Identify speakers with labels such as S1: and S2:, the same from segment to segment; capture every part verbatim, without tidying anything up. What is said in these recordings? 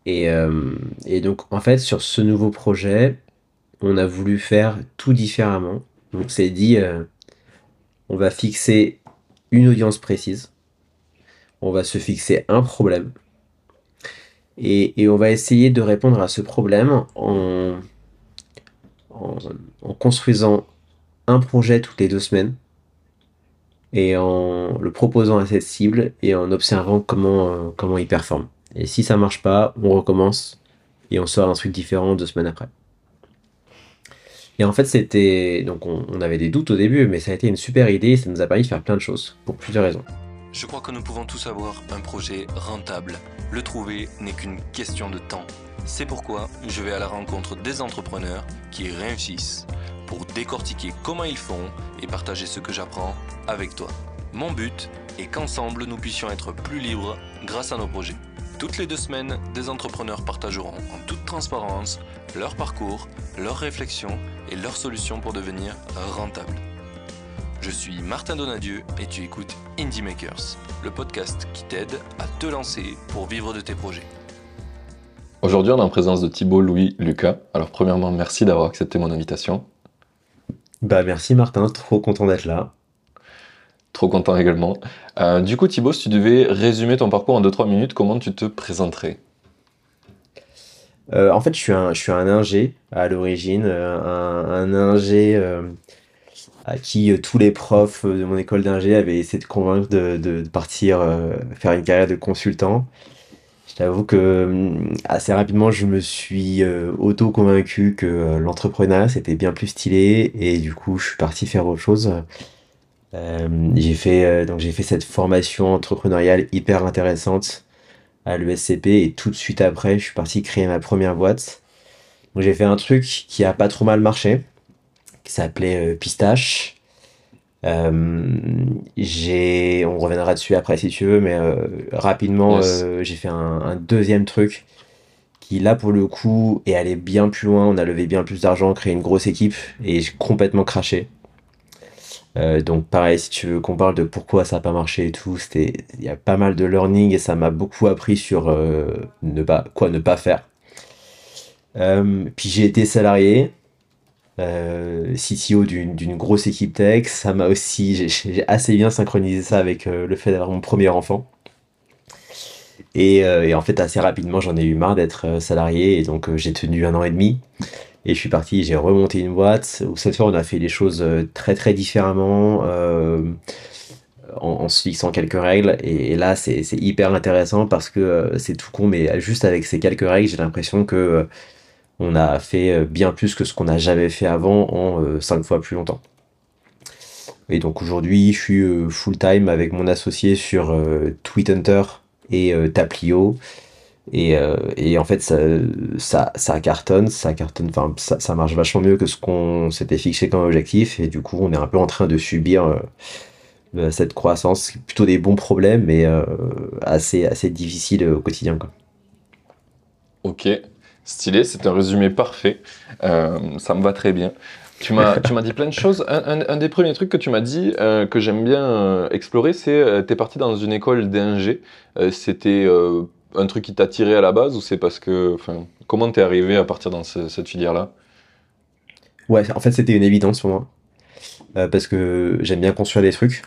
S1: Et, euh, et donc, en fait, sur ce nouveau projet, on a voulu faire tout différemment. Donc, on s'est dit, euh, on va fixer une audience précise, on va se fixer un problème, et, et on va essayer de répondre à ce problème en, en, en construisant un projet toutes les deux semaines, et en le proposant à cette cible, et en observant comment, euh, comment il performe. Et si ça marche pas, on recommence, et on sort un truc différent deux semaines après. Et en fait, c'était. Donc, on, on avait des doutes au début, mais ça a été une super idée et ça nous a permis de faire plein de choses, pour plusieurs raisons.
S2: Je crois que nous pouvons tous avoir un projet rentable. Le trouver n'est qu'une question de temps. C'est pourquoi je vais à la rencontre des entrepreneurs qui réussissent pour décortiquer comment ils font et partager ce que j'apprends avec toi. Mon but est qu'ensemble nous puissions être plus libres grâce à nos projets. Toutes les deux semaines, des entrepreneurs partageront en toute transparence leur parcours, leurs réflexions et leurs solutions pour devenir rentables. Je suis Martin Donadieu et tu écoutes Indie Makers, le podcast qui t'aide à te lancer pour vivre de tes projets.
S3: Aujourd'hui, on est en présence de Thibaut, Louis, Lucas. Alors premièrement, merci d'avoir accepté mon invitation.
S1: Bah, merci Martin, trop content d'être là.
S3: Trop content également. Euh, du coup, Thibaut, si tu devais résumer ton parcours en deux trois minutes, comment tu te présenterais?
S1: Euh, en fait, je suis un, je suis un ingé à l'origine, euh, un, un ingé euh, à qui euh, tous les profs de mon école d'ingé avaient essayé de convaincre de, de- de partir euh, faire une carrière de consultant. Je t'avoue que hum, assez rapidement, je me suis euh, auto-convaincu que euh, l'entrepreneuriat, c'était bien plus stylé et du coup, je suis parti faire autre chose. Euh, j'ai fait, euh, donc j'ai fait cette formation entrepreneuriale hyper intéressante à l'E S C P et tout de suite après, je suis parti créer ma première boîte. Donc j'ai fait un truc qui a pas trop mal marché, qui s'appelait euh, Pistache. Euh, j'ai, on reviendra dessus après si tu veux, mais euh, rapidement,
S3: Yes.
S1: euh, j'ai fait un, un deuxième truc qui là pour le coup est allé bien plus loin. On a levé bien plus d'argent, créé une grosse équipe et j'ai complètement craché. Euh, donc pareil, si tu veux qu'on parle de pourquoi ça n'a pas marché et tout, c'était, il y a pas mal de learning et ça m'a beaucoup appris sur euh, ne pas, quoi ne pas faire. Euh, puis j'ai été salarié, euh, C T O d'une d'une grosse équipe tech. Ça m'a aussi, j'ai j'ai assez bien synchronisé ça avec euh, le fait d'avoir mon premier enfant. Et, euh, et en fait, assez rapidement, j'en ai eu marre d'être euh, salarié et donc euh, j'ai tenu un an et demi. Et je suis parti, j'ai remonté une boîte où cette fois on a fait les choses euh, très très différemment. Euh, en, en se fixant quelques règles. Et, et là, c'est c'est hyper intéressant parce que euh, c'est tout con, mais juste avec ces quelques règles, j'ai l'impression que euh, on a fait euh, bien plus que ce qu'on n'a jamais fait avant en euh, cinq fois plus longtemps. Et donc aujourd'hui, je suis euh, full-time avec mon associé sur euh, Tweethunter et euh, Taplio. Et, euh, et en fait, ça, ça, ça cartonne, ça cartonne, enfin, ça, ça marche vachement mieux que ce qu'on s'était fixé comme objectif. Et du coup, on est un peu en train de subir euh, euh, cette croissance, plutôt des bons problèmes, mais euh, assez, assez difficile au quotidien, quoi.
S3: Ok, stylé, c'est un résumé parfait. Euh, ça me va très bien. Tu m'as, tu m'as dit plein de choses. Un, un- un des premiers trucs que tu m'as dit, euh, que j'aime bien euh, explorer, c'est euh, t'es parti dans une école d'ingé. Euh, c'était euh, un truc qui t'a tiré à la base ou c'est parce que, enfin, comment t'es arrivé à partir dans ce- cette filière-là?
S1: Ouais, en fait, c'était une évidence pour moi, euh, parce que j'aime bien construire des trucs.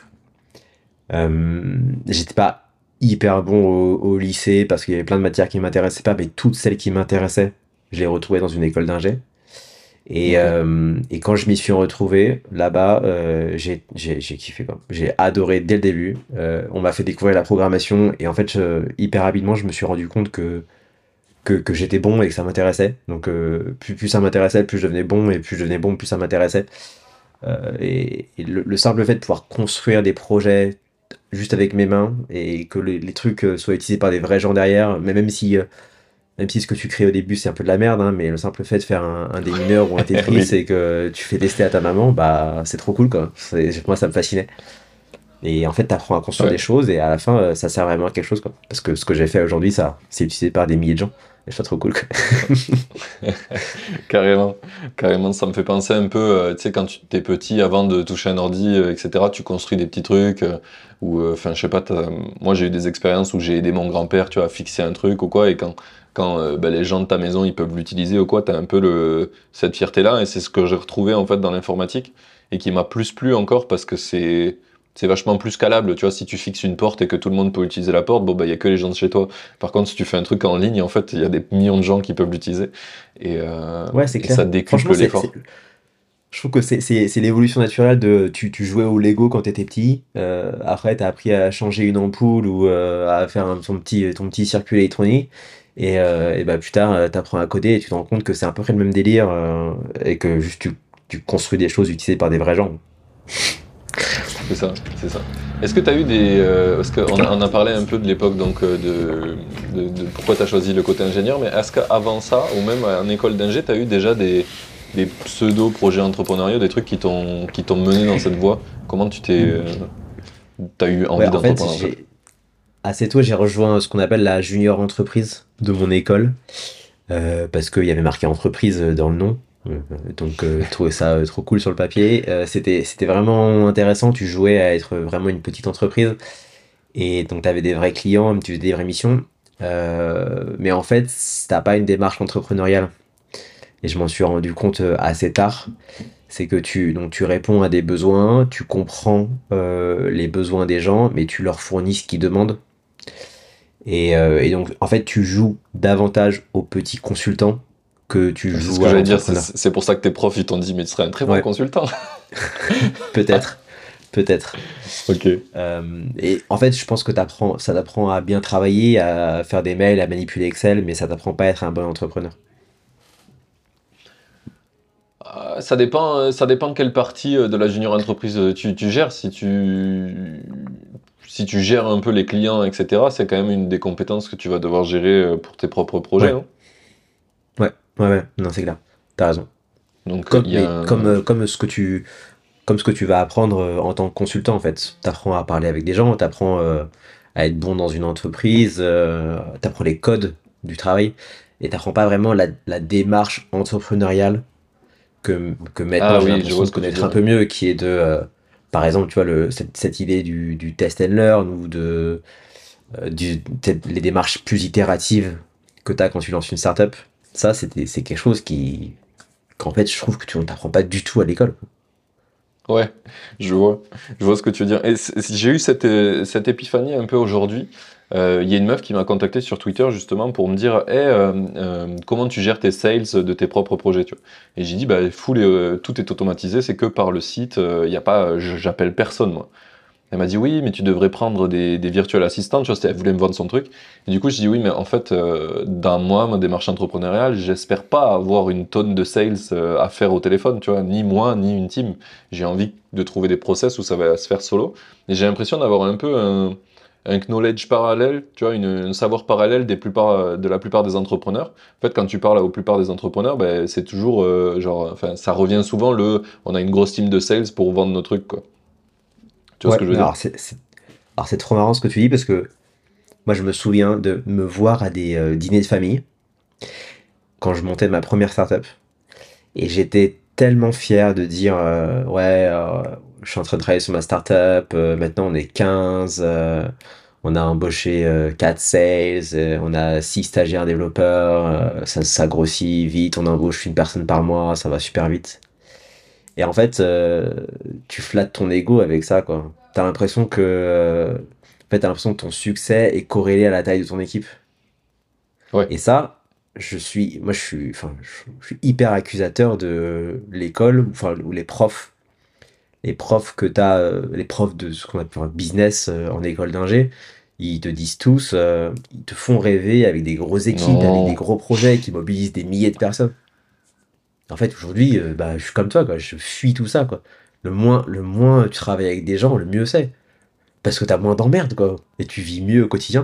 S1: Euh, J'étais pas hyper bon au, au lycée parce qu'il y avait plein de matières qui m'intéressaient pas, mais toutes celles qui m'intéressaient, je les retrouvais dans une école d'ingé. Et,
S3: Ok.
S1: euh, et quand je m'y suis retrouvé là-bas, euh, j'ai j'ai- j'ai kiffé quoi. J'ai adoré dès le début. Euh, on m'a fait découvrir la programmation et en fait, je- hyper rapidement, je me suis rendu compte que, que, que j'étais bon et que ça m'intéressait. Donc, euh, plus, plus ça m'intéressait, plus je devenais bon et plus je devenais bon, plus ça m'intéressait. Euh, et et le, le simple fait de pouvoir construire des projets juste avec mes mains et que les, les trucs euh, soient utilisés par des vrais gens derrière, mais même si, euh, même si ce que tu crées au début c'est un peu de la merde, hein, mais le simple fait de faire un, un des mineurs ou un Tetris
S3: Oui.
S1: et que tu fais tester à ta maman, bah c'est trop cool quoi. C'est- Moi ça me fascinait. Et en fait t'apprends à construire des
S3: Ouais.
S1: choses et à la fin euh, ça sert vraiment à quelque chose quoi. Parce que ce que j'ai fait aujourd'hui ça c'est utilisé par des milliers de gens. Et je trouve ça trop cool quoi.
S3: Carrément, carrément, ça me fait penser un peu, euh, tu sais, quand tu es petit, avant de toucher un ordi, euh, et cetera, tu construis des petits trucs, euh, ou, euh, enfin, je sais pas, t'as- moi j'ai eu des expériences où j'ai aidé mon grand-père, tu vois, à fixer un truc ou quoi, et quand, quand euh, bah, les gens de ta maison ils peuvent l'utiliser ou quoi, tu as un peu le, cette fierté-là, et c'est ce que j'ai retrouvé en fait dans l'informatique, et qui m'a plus plu encore parce que c'est c'est vachement plus scalable, tu vois, si tu fixes une porte et que tout le monde peut utiliser la porte, bon bah il y a que les gens de chez toi. Par contre, si tu fais un truc en ligne, en fait, il y a des millions de gens qui peuvent l'utiliser, et, euh,
S1: Ouais, c'est
S3: et ça
S1: clair.
S3: décuple
S1: Franchement, c'est,
S3: l'effort.
S1: c'est- je trouve que c'est c'est- c'est l'évolution naturelle de tu, tu jouais au Lego quand t'étais petit. Euh, après, t'as appris à changer une ampoule ou euh, à faire un- ton petit, ton petit circuit électronique. Et, euh, et bah, plus tard, euh, t'apprends à coder et tu te rends compte que c'est à peu près le même délire euh, et que juste tu, tu construis des choses utilisées par des vrais gens.
S3: C'est ça, c'est ça. Est-ce que tu as eu des... euh, parce qu'on a, on a parlé un peu de l'époque, donc euh, de, de, de pourquoi tu as choisi le côté ingénieur, mais est-ce qu'avant ça, ou même en école d'ingé, tu as eu déjà des, des pseudo-projets entrepreneuriaux, des trucs qui t'ont qui t'ont mené dans cette voie? Comment tu t'es... euh, t'as eu
S1: Ouais,
S3: envie
S1: en fait,
S3: d'entreprendre en fait?
S1: j'ai assez tôt, j'ai rejoint ce qu'on appelle la junior entreprise de mon école. Euh, parce qu'il y avait marqué entreprise dans le nom. Euh, donc, euh, je trouvais ça euh, trop cool sur le papier. Euh, c'était, c'était vraiment intéressant. Tu jouais à être vraiment une petite entreprise. Et donc, tu avais des vrais clients, tu faisais des vraies missions. Euh, mais en fait, t'as pas une démarche entrepreneuriale. Et je m'en suis rendu compte euh, assez tard. C'est que tu, donc, tu réponds à des besoins, tu comprends euh, les besoins des gens, mais tu leur fournis ce qu'ils demandent. Et, euh, et donc, en fait, tu joues davantage au petit consultant que tu
S3: C'est ce
S1: joues
S3: que
S1: à
S3: j'allais dire, c'est
S1: l'entrepreneur.
S3: c'est pour ça que tes profs ils t'ont dit, mais tu serais un très bon
S1: Ouais,
S3: consultant.
S1: peut-être, peut-être.
S3: Ok.
S1: Euh, et en fait, je pense que t'apprends, ça t'apprend à bien travailler, à faire des mails, à manipuler Excel, mais ça t'apprend pas à être un bon entrepreneur.
S3: Euh, ça dépend, euh, ça dépend quelle partie euh, de la junior entreprise euh, tu, tu gères. Si tu, si tu gères un peu les clients, et cetera, c'est quand même une des compétences que tu vas devoir gérer euh, pour tes propres projets,
S1: Ouais,
S3: non?
S1: ouais, ouais, ouais, non, c'est clair. T'as raison.
S3: Donc
S1: Comme,
S3: il y a
S1: mais comme,
S3: un...
S1: euh, comme ce que tu, comme ce que tu vas apprendre euh, en tant que consultant, en fait. T'apprends à parler avec des gens, t'apprends euh, à être bon dans une entreprise, euh, t'apprends les codes du travail, et t'apprends pas vraiment la, la démarche entrepreneuriale que, que maintenant
S3: Ah
S1: j'ai
S3: oui, je
S1: l'impression
S3: vois
S1: de
S3: ce que tu veux
S1: connaître un
S3: dire.
S1: peu mieux, qui est de, euh, par exemple, tu vois, le, cette, cette idée du, du test and learn ou de euh, du, peut-être les démarches plus itératives que tu as quand tu lances une startup. Ça, c'était, c'est quelque chose qui, qu'en fait, je trouve que tu ne t'apprends pas du tout à l'école.
S3: Ouais, je vois, je vois ce que tu veux dire. Et c- c- j'ai eu cette, euh, cette épiphanie un peu aujourd'hui. Euh, Il y a une meuf qui m'a contacté sur Twitter justement pour me dire, hey, euh, euh, comment tu gères tes sales de tes propres projets, tu vois. Et j'ai dit, bah, full, euh, tout est automatisé, c'est que par le site, il y a pas, je- j'appelle personne, moi. Elle m'a dit oui, mais tu devrais prendre des, des virtual assistants, tu vois, c'était- elle voulait me vendre son truc. Et du coup, je dis oui, mais en fait, euh, dans moi, ma démarche entrepreneuriale, j'espère pas avoir une tonne de sales euh, à faire au téléphone, tu vois, ni moi, ni une team. J'ai envie de trouver des process où ça va se faire solo. Et j'ai l'impression d'avoir un peu un, un knowledge parallèle, tu vois, une, un savoir parallèle des plupart, de la plupart des entrepreneurs. En fait, quand tu parles aux plupart des entrepreneurs, ben, c'est toujours, euh, genre, enfin, ça revient souvent le, on a une grosse team de sales pour vendre nos trucs, quoi. Tu vois ce
S1: Ouais,
S3: que je veux
S1: mais
S3: dire?
S1: alors c'est, c'est- alors c'est trop marrant ce que tu dis parce que moi, je me souviens de me voir à des euh, dîners de famille quand je montais ma première startup. Et j'étais tellement fier de dire euh, ouais, euh, je suis en train de travailler sur ma startup, euh, maintenant on est quinze, euh, on a embauché euh, quatre sales, euh, on a six stagiaires développeurs, euh, ça, ça grossit vite, on embauche une personne par mois, ça va super vite. Et en fait, euh, tu flattes ton ego avec ça, quoi. T'as l'impression que, euh, en fait, t'as l'impression que ton succès est corrélé à la taille de ton équipe.
S3: Ouais.
S1: Et ça, je suis, moi, je suis, enfin, je, je suis hyper accusateur de l'école, enfin, ou les profs, les profs que t'as, euh, les profs de ce qu'on appelle un business euh, en école d'ingé, ils te disent tous, euh, ils te font rêver avec des grosses équipes, avec des
S3: Non.
S1: gros projets qui mobilisent des milliers de personnes. En fait, aujourd'hui, euh, bah, je suis comme toi, quoi, je fuis tout ça, quoi. Le moins, le moins tu travailles avec des gens, le mieux c'est. Parce que t'as moins d'emmerdes, quoi. Et tu vis mieux au quotidien.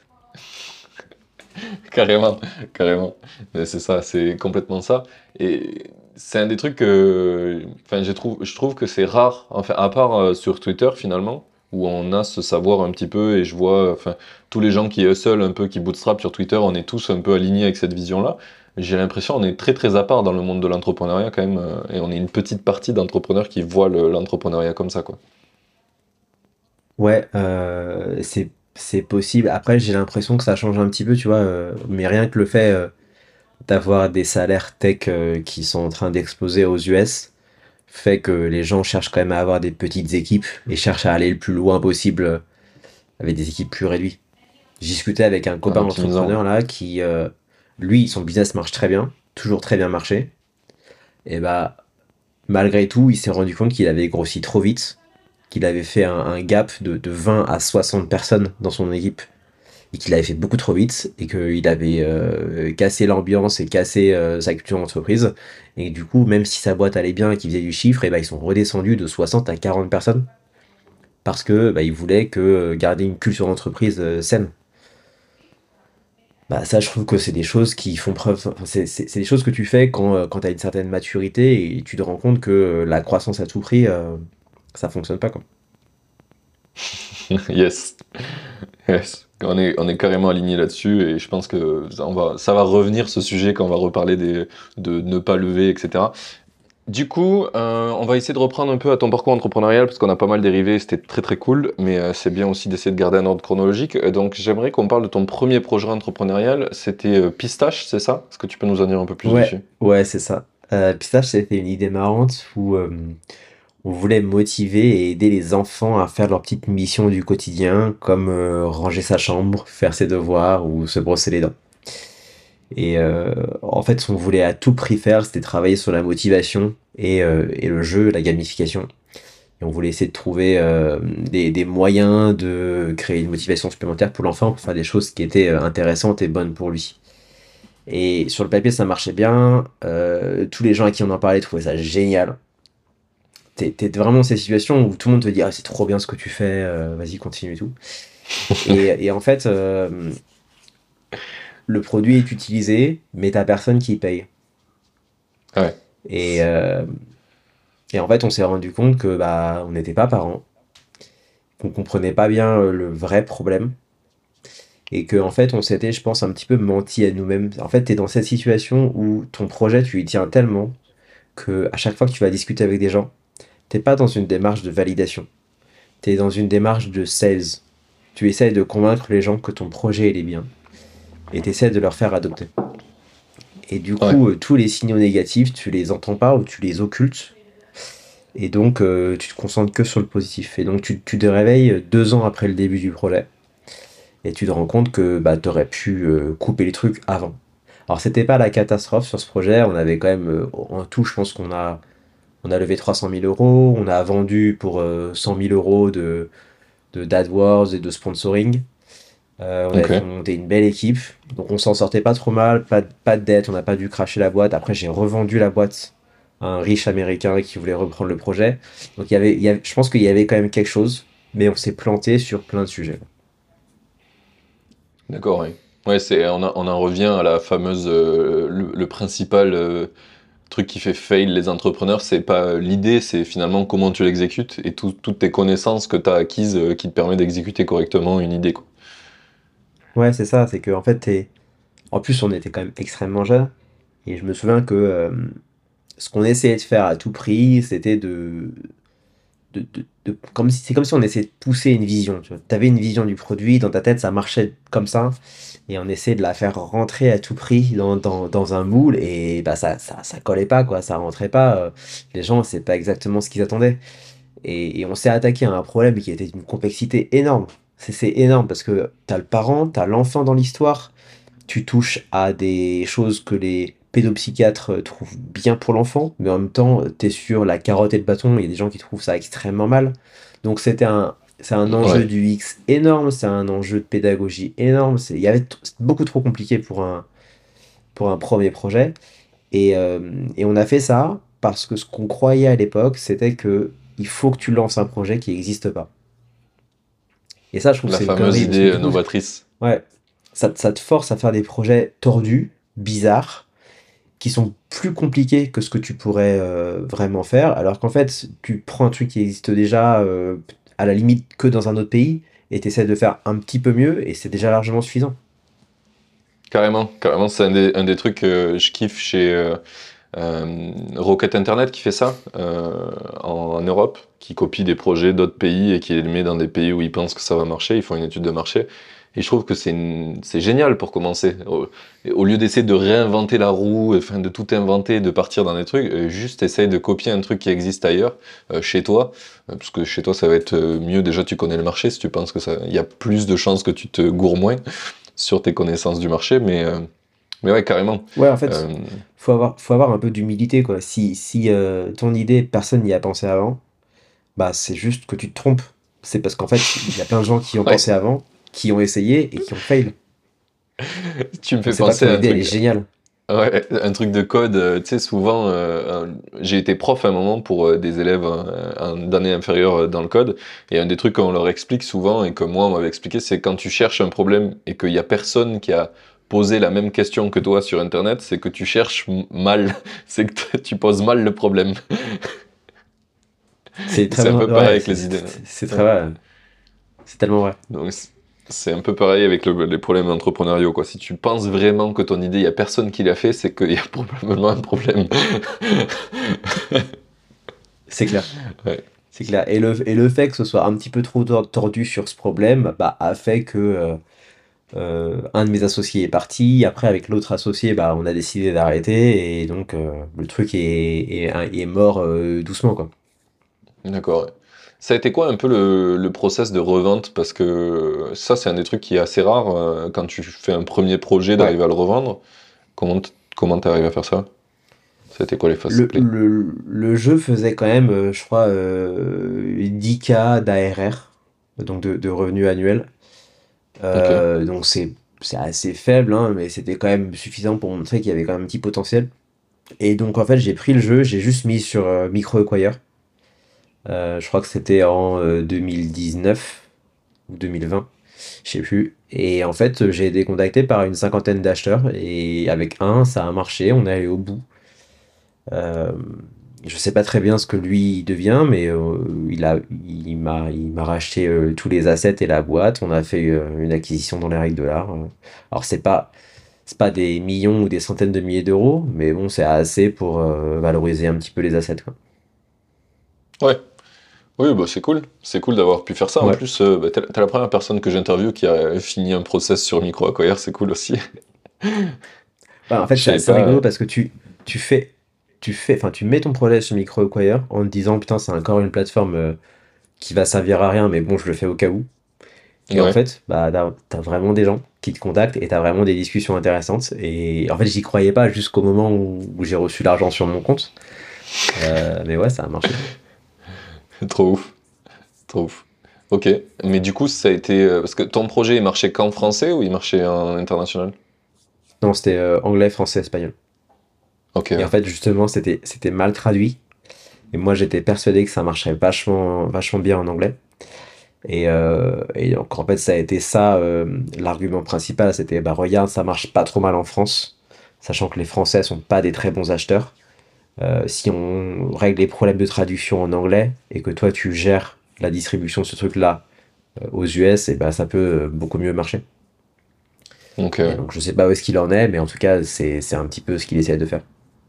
S3: Carrément, carrément. Mais c'est ça, c'est complètement ça. Et c'est un des trucs que, enfin, je trouve, je trouve que c'est rare, enfin, à part euh, sur Twitter finalement, où on a ce savoir un petit peu, et je vois, enfin, tous les gens qui hustle un peu, qui bootstrap sur Twitter, on est tous un peu alignés avec cette vision-là. J'ai l'impression on est très très à part dans le monde de l'entrepreneuriat quand même, euh, et on est une petite partie d'entrepreneurs qui voient le- l'entrepreneuriat comme ça, quoi.
S1: Ouais, euh, c'est c'est possible. Après, j'ai l'impression que ça change un petit peu, tu vois. Euh, mais rien que le fait euh, d'avoir des salaires tech euh, qui sont en train d'exploser aux U S fait que les gens cherchent quand même à avoir des petites équipes et cherchent à aller le plus loin possible euh, avec des équipes plus réduites. J'ai discuté avec un
S3: En
S1: copain
S3: optimisant.
S1: entrepreneur là qui, euh, lui, son business marche très bien, toujours très bien marché. Et bah, malgré tout, il s'est rendu compte qu'il avait grossi trop vite, qu'il avait fait un, un gap de, de vingt à soixante personnes dans son équipe et qu'il avait fait beaucoup trop vite et qu'il avait euh, cassé l'ambiance et cassé euh, sa culture d'entreprise. Et du coup, même si sa boîte allait bien et qu'il faisait du chiffre, et bah, ils sont redescendus de soixante à quarante personnes parce que bah, ils voulaient que euh, garder une culture d'entreprise euh, saine. Bah, ça, je trouve que c'est des choses qui font preuve. Enfin, c'est c'est- c'est des choses que tu fais quand, euh, quand tu as une certaine maturité et tu te rends compte que euh, la croissance à tout prix, euh, ça fonctionne pas, quoi.
S3: Yes. Yes. On est, on est carrément aligné là-dessus et je pense que ça, on va, ça va revenir ce sujet quand on va reparler des, de ne pas lever, et cetera. Du coup, euh, on va essayer de reprendre un peu à ton parcours entrepreneurial parce qu'on a pas mal dérivé, c'était très très cool, mais euh, c'est bien aussi d'essayer de garder un ordre chronologique. Euh, donc j'aimerais qu'on parle de ton premier projet entrepreneurial, c'était euh, Pistache, c'est ça? Est-ce que tu peux nous en dire un peu plus
S1: Ouais,
S3: dessus?
S1: ouais, c'est ça. Euh, Pistache, c'était une idée marrante où euh, on voulait motiver et aider les enfants à faire leurs petites missions du quotidien, comme euh, ranger sa chambre, faire ses devoirs ou se brosser les dents. Et euh, en fait, ce qu'on voulait à tout prix faire, c'était travailler sur la motivation et, euh, et le jeu, la gamification. Et on voulait essayer de trouver euh, des, des moyens de créer une motivation supplémentaire pour l'enfant, pour faire des choses qui étaient euh, intéressantes et bonnes pour lui. Et sur le papier, ça marchait bien. Euh, tous les gens à qui on en parlait trouvaient ça génial. T'es t'es vraiment dans ces situations où tout le monde te dit ah, c'est trop bien ce que tu fais, euh, vas-y, continue et tout. Et, et en fait, euh, le produit est utilisé, mais t'as personne qui paye.
S3: Ouais,
S1: Et, euh, et en fait, on s'est rendu compte que bah, on n'était pas parents, qu'on comprenait pas bien euh, le vrai problème. Et que en fait, on s'était, je pense, un petit peu menti à nous-mêmes. En fait, t'es dans cette situation où ton projet, tu y tiens tellement que à chaque fois que tu vas discuter avec des gens, t'es pas dans une démarche de validation. Tu es dans une démarche de sales. Tu essaies de convaincre les gens que ton projet il est bien et tu essaies de leur faire adopter. Et du
S3: ouais,
S1: coup, euh, tous les signaux négatifs, tu les entends pas ou tu les occultes. Et donc, euh, tu te concentres que sur le positif. Et donc, tu, tu te réveilles deux ans après le début du projet et tu te rends compte que bah, tu aurais pu euh, couper les trucs avant. Alors, c'était pas la catastrophe sur ce projet. On avait quand même, euh, en tout, je pense qu'on a, on a levé trois cent mille euros. On a vendu pour euh, cent mille euros de, de d'AdWords et de sponsoring. Euh, on avait fait
S3: ok.
S1: monter une belle équipe, donc on s'en sortait pas trop mal, pas, de- pas de dette, on n'a pas dû cracher la boîte. Après, j'ai revendu la boîte à un riche américain qui voulait reprendre le projet. Donc il y avait, il y avait- je pense qu'il y avait quand même quelque chose, mais on s'est planté sur plein de sujets.
S3: D'accord, ouais. Ouais, c'est, on, a- on en revient à la fameuse, euh, le, le principal euh, truc qui fait fail les entrepreneurs, c'est pas l'idée, c'est finalement comment tu l'exécutes et tout- toutes tes connaissances que tu as acquises euh, qui te permettent d'exécuter correctement une idée, quoi.
S1: Ouais, c'est ça, c'est que en fait, t'es- en plus, on était quand même extrêmement jeunes, et je me souviens que euh, ce qu'on essayait de faire à tout prix, c'était de, de, de- de- comme si, c'est comme si on essayait de pousser une vision. Tu avais une vision du produit, dans ta tête, ça marchait comme ça, et on essayait de la faire rentrer à tout prix dans, dans, dans un moule, et bah ça, ça, ça collait pas, quoi, ça rentrait pas. euh, Les gens, c'est pas exactement ce qu'ils attendaient. Et, et on s'est attaqué à un problème qui était d'une complexité énorme. C'est c'est énorme parce que t'as le parent, t'as l'enfant dans l'histoire, tu touches à des choses que les pédopsychiatres euh, trouvent bien pour l'enfant, mais en même temps, tu es sur la carotte et le bâton, il y a des gens qui trouvent ça extrêmement mal. Donc c'était un, c'est un enjeu
S3: Ouais,
S1: du X énorme, c'est un enjeu de pédagogie énorme, c'est, il y avait t- c'est beaucoup trop compliqué pour un, pour un premier projet. Et, euh, et on a fait ça parce que ce qu'on croyait à l'époque, c'était que il faut que tu lances un projet qui n'existe pas. Et ça, je trouve que
S3: la
S1: c'est une
S3: fameuse
S1: connerie, parce que
S3: idée
S1: du
S3: euh,
S1: coup,
S3: novatrice.
S1: ouais, ça, ça te force à faire des projets tordus, bizarres, qui sont plus compliqués que ce que tu pourrais euh, vraiment faire, alors qu'en fait, tu prends un truc qui existe déjà, euh, à la limite que dans un autre pays, et tu essaies de faire un petit peu mieux, et c'est déjà largement suffisant.
S3: Carrément, carrément, c'est un des, un des trucs que je kiffe chez, euh, euh, Rocket Internet qui fait ça euh, en, en Europe, qui copie des projets d'autres pays et qui les met dans des pays où ils pensent que ça va marcher. Ils font une étude de marché. Et je trouve que c'est une- c'est génial pour commencer. Au, au lieu d'essayer de réinventer la roue, enfin de tout inventer, de partir dans des trucs, euh, juste essaye de copier un truc qui existe ailleurs, euh, chez toi. Euh, Parce que chez toi, ça va être euh, mieux. Déjà, tu connais le marché. Si tu penses que ça, il y a plus de chances que tu te gourres moins sur tes connaissances du marché. Mais, euh, mais ouais, carrément.
S1: Ouais, en fait,
S3: Euh,
S1: faut avoir, faut avoir un peu d'humilité, quoi. Si, si euh, ton idée, personne n'y a pensé avant, bah c'est juste que tu te trompes. C'est parce qu'en fait, il y a plein de gens qui y ont
S3: ouais,
S1: pensé avant, qui ont essayé et qui ont fail.
S3: tu me
S1: Donc
S3: fais
S1: c'est pas que
S3: penser
S1: ton
S3: à un
S1: idée, elle est
S3: truc.
S1: géniale.
S3: Ouais, un truc de code, euh, tu sais, souvent, euh, un- j'ai été prof à un moment pour euh, des élèves euh, un- d'année inférieure euh, dans le code, et un des trucs qu'on leur explique souvent, et que moi on m'avait expliqué, c'est quand tu cherches un problème et qu'il y a personne qui a posé la même question que toi sur Internet, c'est que tu cherches m- mal, c'est que t- tu poses mal le problème.
S1: C'est
S3: Et
S1: très
S3: c'est un
S1: bon.
S3: peu pareil
S1: Ouais,
S3: avec
S1: c'est
S3: les
S1: c'est-
S3: idées.
S1: c'est- c'est très
S3: Ouais.
S1: vrai. C'est tellement vrai.
S3: Donc c'est c'est un peu pareil avec le- les problèmes entrepreneuriaux, quoi. Si tu penses vraiment que ton idée, il y a personne qui l'a fait, c'est qu'il y a probablement un problème.
S1: C'est clair.
S3: Ouais.
S1: C'est clair. Et le, et le fait que ce soit un petit peu trop tor- tordu sur ce problème, bah, a fait que euh, euh, un de mes associés est parti. Après, avec l'autre associé, bah, on a décidé d'arrêter. Et donc, euh, le truc est, est, est mort euh, doucement, quoi.
S3: D'accord. Ouais. Ça a été quoi un peu le, le process de revente? Parce que ça, c'est un des trucs qui est assez rare euh, quand tu fais un premier projet
S1: Ouais.
S3: d'arriver à le revendre. Comment t- comment t'arrives à faire ça? Ça a été quoi les phases
S1: Le,
S3: clés?
S1: le, le jeu faisait quand même, euh, je crois, euh, dix k d'A R R, donc de, de revenus annuels.
S3: Ok.
S1: Euh, donc c'est c'est assez faible, hein, mais c'était quand même suffisant pour montrer qu'il y avait quand même un petit potentiel. Et donc en fait j'ai pris le jeu, j'ai juste mis sur euh, Micro-Acquire. Euh, je crois que c'était en euh, deux mille dix-neuf ou deux mille vingt, je sais plus. Et en fait j'ai été contacté par une cinquantaine d'acheteurs et avec un ça a marché, on est allé au bout. Euh, je sais pas très bien ce que lui devient, mais euh, il a, il m'a, il m'a racheté euh, tous les assets et la boîte. On a fait euh, une acquisition dans les règles de l'art. euh. Alors c'est pas, c'est pas des millions ou des centaines de milliers d'euros, mais bon, c'est assez pour euh, valoriser un petit peu les assets, quoi.
S3: Ouais. Oui, bah c'est cool. C'est cool d'avoir pu faire ça. En
S1: Ouais.
S3: plus, euh, bah, t'es t'es la première personne que j'interviewe qui a fini un process sur MicroAcquire. C'est cool aussi.
S1: Bah, en fait,
S3: Je
S1: c'est
S3: savais
S1: assez
S3: pas.
S1: rigolo parce que tu, tu fais, tu fais, enfin, tu mets ton projet sur MicroAcquire en te disant, putain, c'est encore une plateforme euh, qui va servir à rien, mais bon, je le fais au cas où. Et en
S3: Ouais.
S1: fait, bah, t'as, t'as vraiment des gens qui te contactent et t'as vraiment des discussions intéressantes. Et en fait, j'y croyais pas jusqu'au moment où, où j'ai reçu l'argent sur mon compte. Euh, mais ouais, ça a marché.
S3: Trop ouf. Trop ouf. Ok. Mais du coup, ça a été euh, parce que ton projet il marchait qu'en français ou il marchait en international?
S1: Non, c'était euh, anglais, français, espagnol.
S3: Ok.
S1: Et en
S3: Ouais.
S1: fait, justement, c'était, c'était mal traduit. Et moi, j'étais persuadé que ça marcherait vachement, vachement bien en anglais. Et, euh, et donc, en fait, ça a été ça, euh, l'argument principal. C'était, bah, regarde, ça marche pas trop mal en France. Sachant que les Français sont pas des très bons acheteurs. Euh, si on règle les problèmes de traduction en anglais et que toi tu gères la distribution de ce truc-là euh, aux U S, et ben ça peut euh, beaucoup mieux marcher.
S3: Ok.
S1: Et
S3: Ouais.
S1: donc je sais pas où est-ce qu'il en est, mais en tout cas c'est c'est un petit peu ce qu'il essaie de faire.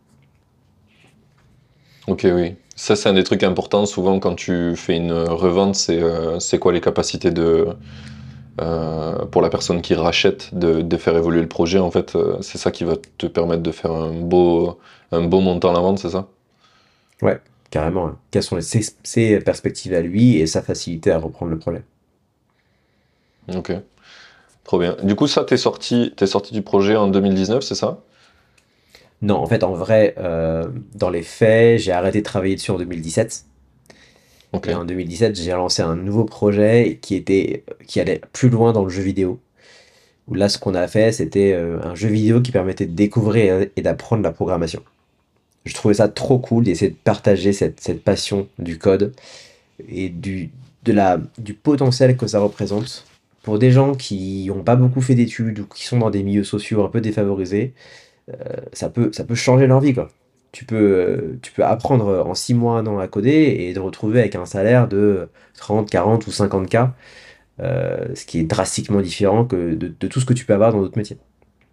S3: Ok, oui. Ça, c'est un des trucs importants. Souvent, quand tu fais une revente, c'est euh, c'est quoi les capacités de euh, pour la personne qui rachète de, de faire évoluer le projet. En fait, euh, c'est ça qui va te permettre de faire un beau un beau montant à la vente, c'est ça?
S1: Ouais, carrément, hein. Quelles sont les- ses, ses perspectives à lui et sa facilité à reprendre le projet.
S3: Ok, trop bien. Du coup, ça, t'es sorti t'es sorti du projet en deux mille dix-neuf, c'est ça?
S1: Non, en fait, en vrai, euh, dans les faits, j'ai arrêté de travailler dessus en deux mille dix-sept.
S3: Ok,
S1: Et en deux mille dix-sept, j'ai lancé un nouveau projet qui était, qui allait plus loin dans le jeu vidéo. Où là, ce qu'on a fait, c'était euh, un jeu vidéo qui permettait de découvrir et d'apprendre la programmation. Je trouvais ça trop cool d'essayer de partager cette, cette passion du code et du, de la, du potentiel que ça représente pour des gens qui n'ont pas beaucoup fait d'études ou qui sont dans des milieux sociaux un peu défavorisés. euh, ça peut, ça peut changer leur vie, quoi. Tu peux, euh, tu peux apprendre en six mois, un an à coder et te retrouver avec un salaire de trente, quarante ou cinquante k, euh, ce qui est drastiquement différent que de, de tout ce que tu peux avoir dans d'autres métiers.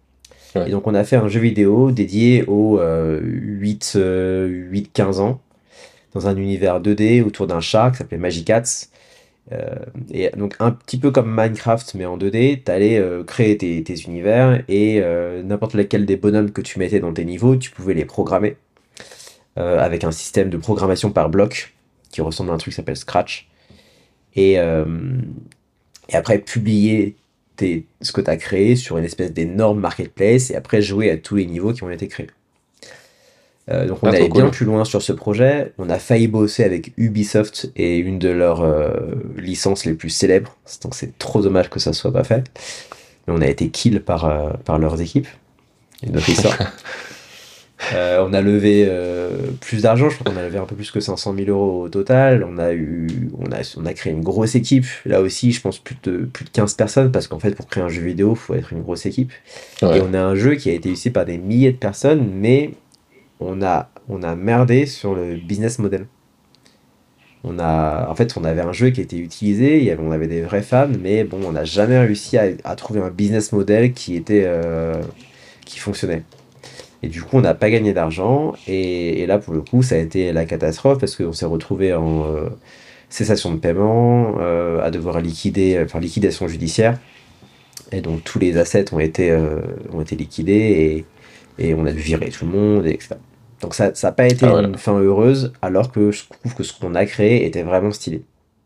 S1: Et
S3: Ouais.
S1: donc, on a fait un jeu vidéo dédié aux euh, huit quinze ans, dans un univers deux D autour d'un chat qui s'appelait Magicats. Euh, et donc, un petit peu comme Minecraft, mais en deux D, tu allais euh, créer tes, tes univers et euh, n'importe lequel des bonhommes que tu mettais dans tes niveaux, tu pouvais les programmer euh, avec un système de programmation par bloc qui ressemble à un truc qui s'appelle Scratch. Et, euh, et après, publier tes- ce que tu as créé sur une espèce d'énorme marketplace et après jouer à tous les niveaux qui ont été créés. Euh, donc on
S3: Ah,
S1: est
S3: trop
S1: allé bien
S3: cool.
S1: plus loin sur ce projet. On a failli bosser avec Ubisoft et une de leurs euh, licences les plus célèbres. Donc c'est trop dommage que ça soit pas fait. Mais on a été kill par, euh, par leurs équipes et notre histoire. Euh, on a levé euh, plus d'argent, je crois qu'on a levé un peu plus que cinq cent mille euros au total. On a eu, on a, on a créé une grosse équipe. Là aussi, je pense plus de, plus de quinze personnes parce qu'en fait, pour créer un jeu vidéo, il faut être une grosse équipe. Et
S3: Ouais.
S1: on a un jeu qui a été utilisé par des milliers de personnes, mais on a, on a merdé sur le business model. On a, en fait, on avait un jeu qui était utilisé, il y avait- on avait des vrais fans, mais bon, on n'a jamais réussi à, à trouver un business model qui était, euh, qui fonctionnait. Et du coup, on n'a pas gagné d'argent. Et, et là, pour le coup, ça a été la catastrophe parce qu'on s'est retrouvé en euh, cessation de paiement, euh, à devoir liquider, enfin liquidation judiciaire. Et donc, tous les assets ont été, euh, ont été liquidés et, et on a dû virer tout le monde, et cetera. Donc, ça n'a pas été
S3: Ah ouais.
S1: une fin heureuse, alors que je trouve que ce qu'on a créé était vraiment stylé.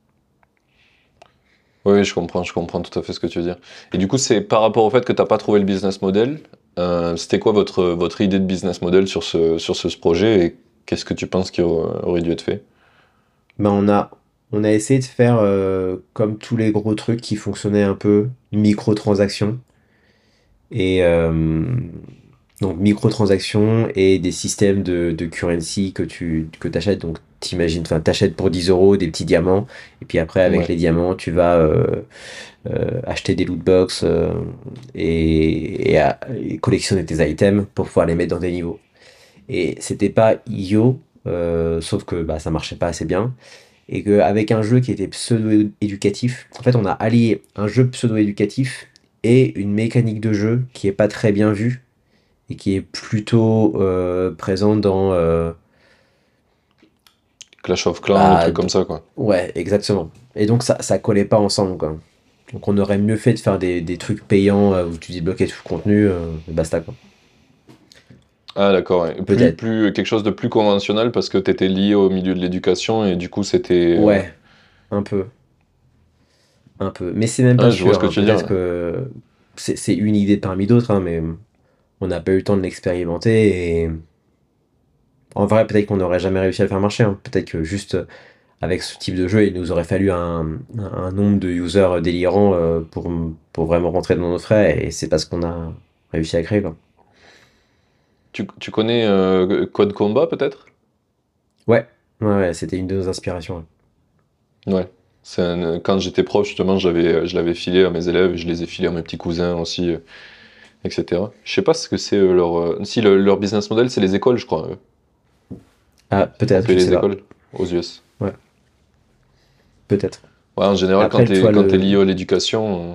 S3: Oui, oui, je comprends, je comprends tout à fait ce que tu veux dire. Et du coup, c'est par rapport au fait que t'as pas trouvé le business model, euh, c'était quoi votre, votre idée de business model sur ce, sur ce projet et qu'est-ce que tu penses qui aurait aurait dû être fait?
S1: Ben, on a, on a essayé de faire euh, comme tous les gros trucs qui fonctionnaient un peu, microtransactions. Et euh, donc microtransactions et des systèmes de, de currency que tu que t'achètes. Donc t'imagines, enfin t'achètes pour dix euros des petits diamants. Et puis après avec
S3: Ouais.
S1: les diamants tu vas euh, euh, acheter des loot box euh, et, et, à- et collectionner tes items pour pouvoir les mettre dans des niveaux. Et c'était pas idiot, euh, sauf que bah, ça marchait pas assez bien. Et qu'avec un jeu qui était pseudo-éducatif, en fait on a allié un jeu pseudo-éducatif et une mécanique de jeu qui est pas très bien vue et qui est plutôt euh, présente dans... euh,
S3: Clash of Clans, les
S1: bah,
S3: trucs
S1: d-
S3: comme ça, quoi.
S1: ouais, exactement. Et donc ça, ça collait pas ensemble, quoi. Donc on aurait mieux fait de faire des, des trucs payants euh, où tu débloquais tout le contenu, euh, et basta, quoi.
S3: Ah d'accord, ouais. Plus,
S1: Peut-être.
S3: plus, quelque chose de plus conventionnel parce que t'étais lié au milieu de l'éducation et du coup c'était... euh,
S1: Ouais, un peu. Un peu. Mais c'est même pas
S3: Ah, je vois ce
S1: sûr,
S3: que
S1: hein.
S3: tu veux dire.
S1: Peut-être
S3: Ouais.
S1: que c'est c'est une idée parmi d'autres, hein, mais on n'a pas eu le temps de l'expérimenter et en vrai, peut-être qu'on n'aurait jamais réussi à le faire marcher, hein. Peut-être que juste euh, avec ce type de jeu, il nous aurait fallu un, un nombre de users délirants euh, pour, pour vraiment rentrer dans nos frais et c'est pas ce qu'on a réussi à créer, quoi.
S3: Tu, tu connais euh, Code Combat peut-être?
S1: Ouais, ouais, ouais, c'était une de nos inspirations, ouais.
S3: Ouais. C'est un- quand j'étais prof, justement, j'avais, je l'avais filé à mes élèves, je les ai filés à mes petits cousins aussi, euh, et cetera. Je sais pas ce que c'est euh, leur... euh, Si, le- leur business model, c'est les écoles, je crois. eux.
S1: Ah,
S3: C'est pour
S1: peut-être, je
S3: payer
S1: sais
S3: les
S1: pas.
S3: écoles aux U S.
S1: Ouais, peut-être.
S3: Ouais, en général, quand
S1: Après,
S3: t'es,
S1: toi,
S3: quand t'es
S1: le...
S3: lié à l'éducation... euh,